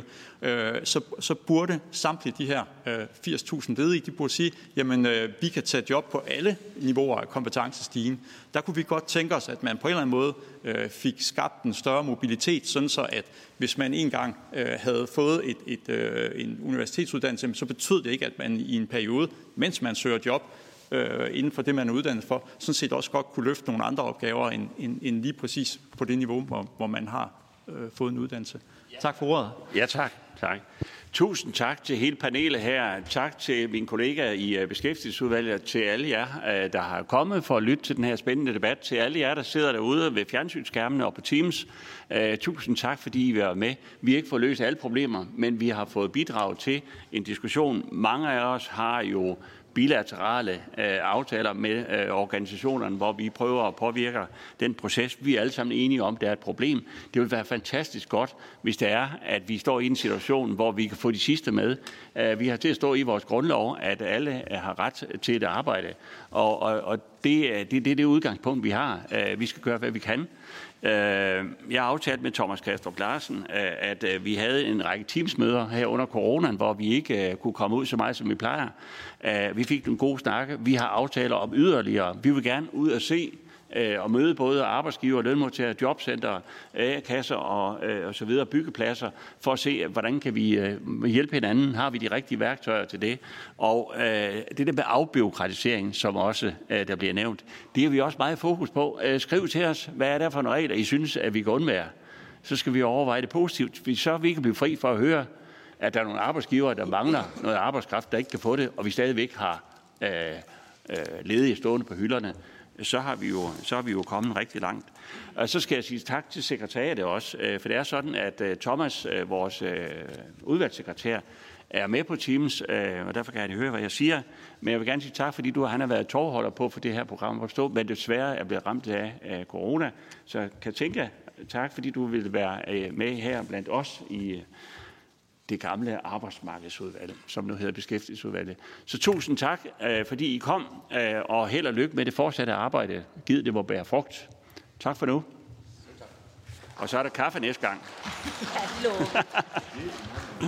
så burde samtlige de her 80.000 ledige, de burde sige, jamen vi kan tage job på alle niveauer af kompetencestigen. Der kunne vi godt tænke os, at man på en eller anden måde fik skabt en større mobilitet, sådan så at hvis man engang havde fået en universitetsuddannelse, så betød det ikke, at man i en periode, mens man søger job, inden for det, man er uddannet for, sådan set også godt kunne løfte nogle andre opgaver end lige præcis på det niveau, hvor man har fået en uddannelse. Tak for ordet. Ja, tak. Tusind tak til hele panelet her. Tak til mine kollegaer i Beskæftigelsesudvalget, til alle jer, der har kommet for at lytte til den her spændende debat, til alle jer, der sidder derude ved fjernsynsskærmene og på Teams. Tusind tak, fordi I var med. Vi har ikke fået løst alle problemer, men vi har fået bidrag til en diskussion. Mange af os har jo bilaterale aftaler med organisationerne, hvor vi prøver at påvirke den proces. Vi er alle sammen enige om, at det er et problem. Det vil være fantastisk godt, hvis det er, at vi står i en situation, hvor vi kan få de sidste med. Vi har til at stå i vores grundlov, at alle har ret til et arbejde. Og det er det udgangspunkt, vi har. Vi skal gøre, hvad vi kan. Jeg har aftalt med Thomas Kastrup Larsen, at vi havde en række teamsmøder her under coronaen, hvor vi ikke kunne komme ud så meget, som vi plejer. Vi fik nogle gode snakke. Vi har aftaler om yderligere. Vi vil gerne ud og se og møde både arbejdsgiver, lønmodtagere, jobcenter, A-kasser og så videre, byggepladser, for at se, hvordan kan vi hjælpe hinanden. Har vi de rigtige værktøjer til det? Og det der med afbureaukratisering, som også der bliver nævnt, det har vi også meget fokus på. Skriv til os, hvad er der for nogle regler, I synes, at vi kan undvære? Så skal vi overveje det positivt, så vi kan blive fri for at høre, at der er nogle arbejdsgivere, der mangler noget arbejdskraft, der ikke kan få det, og vi stadigvæk har ledige stående på hylderne. Så har vi jo kommet rigtig langt. Og så skal jeg sige tak til sekretariatet også, for det er sådan, at Thomas, vores udvalgssekretær, er med på Teams, og derfor kan han høre, hvad jeg siger. Men jeg vil gerne sige tak, fordi han har været tovholder på for det her program at stå, men desværre er blevet ramt af corona. Så kan tænke tak, fordi du vil være med her blandt os i det gamle arbejdsmarkedsudvalg, som nu hedder Beskæftigelsesudvalget. Så tusind tak, fordi I kom, og held og lykke med det fortsatte arbejde. Gid det må bære frugt. Tak for nu. Og så er der kaffe næste gang.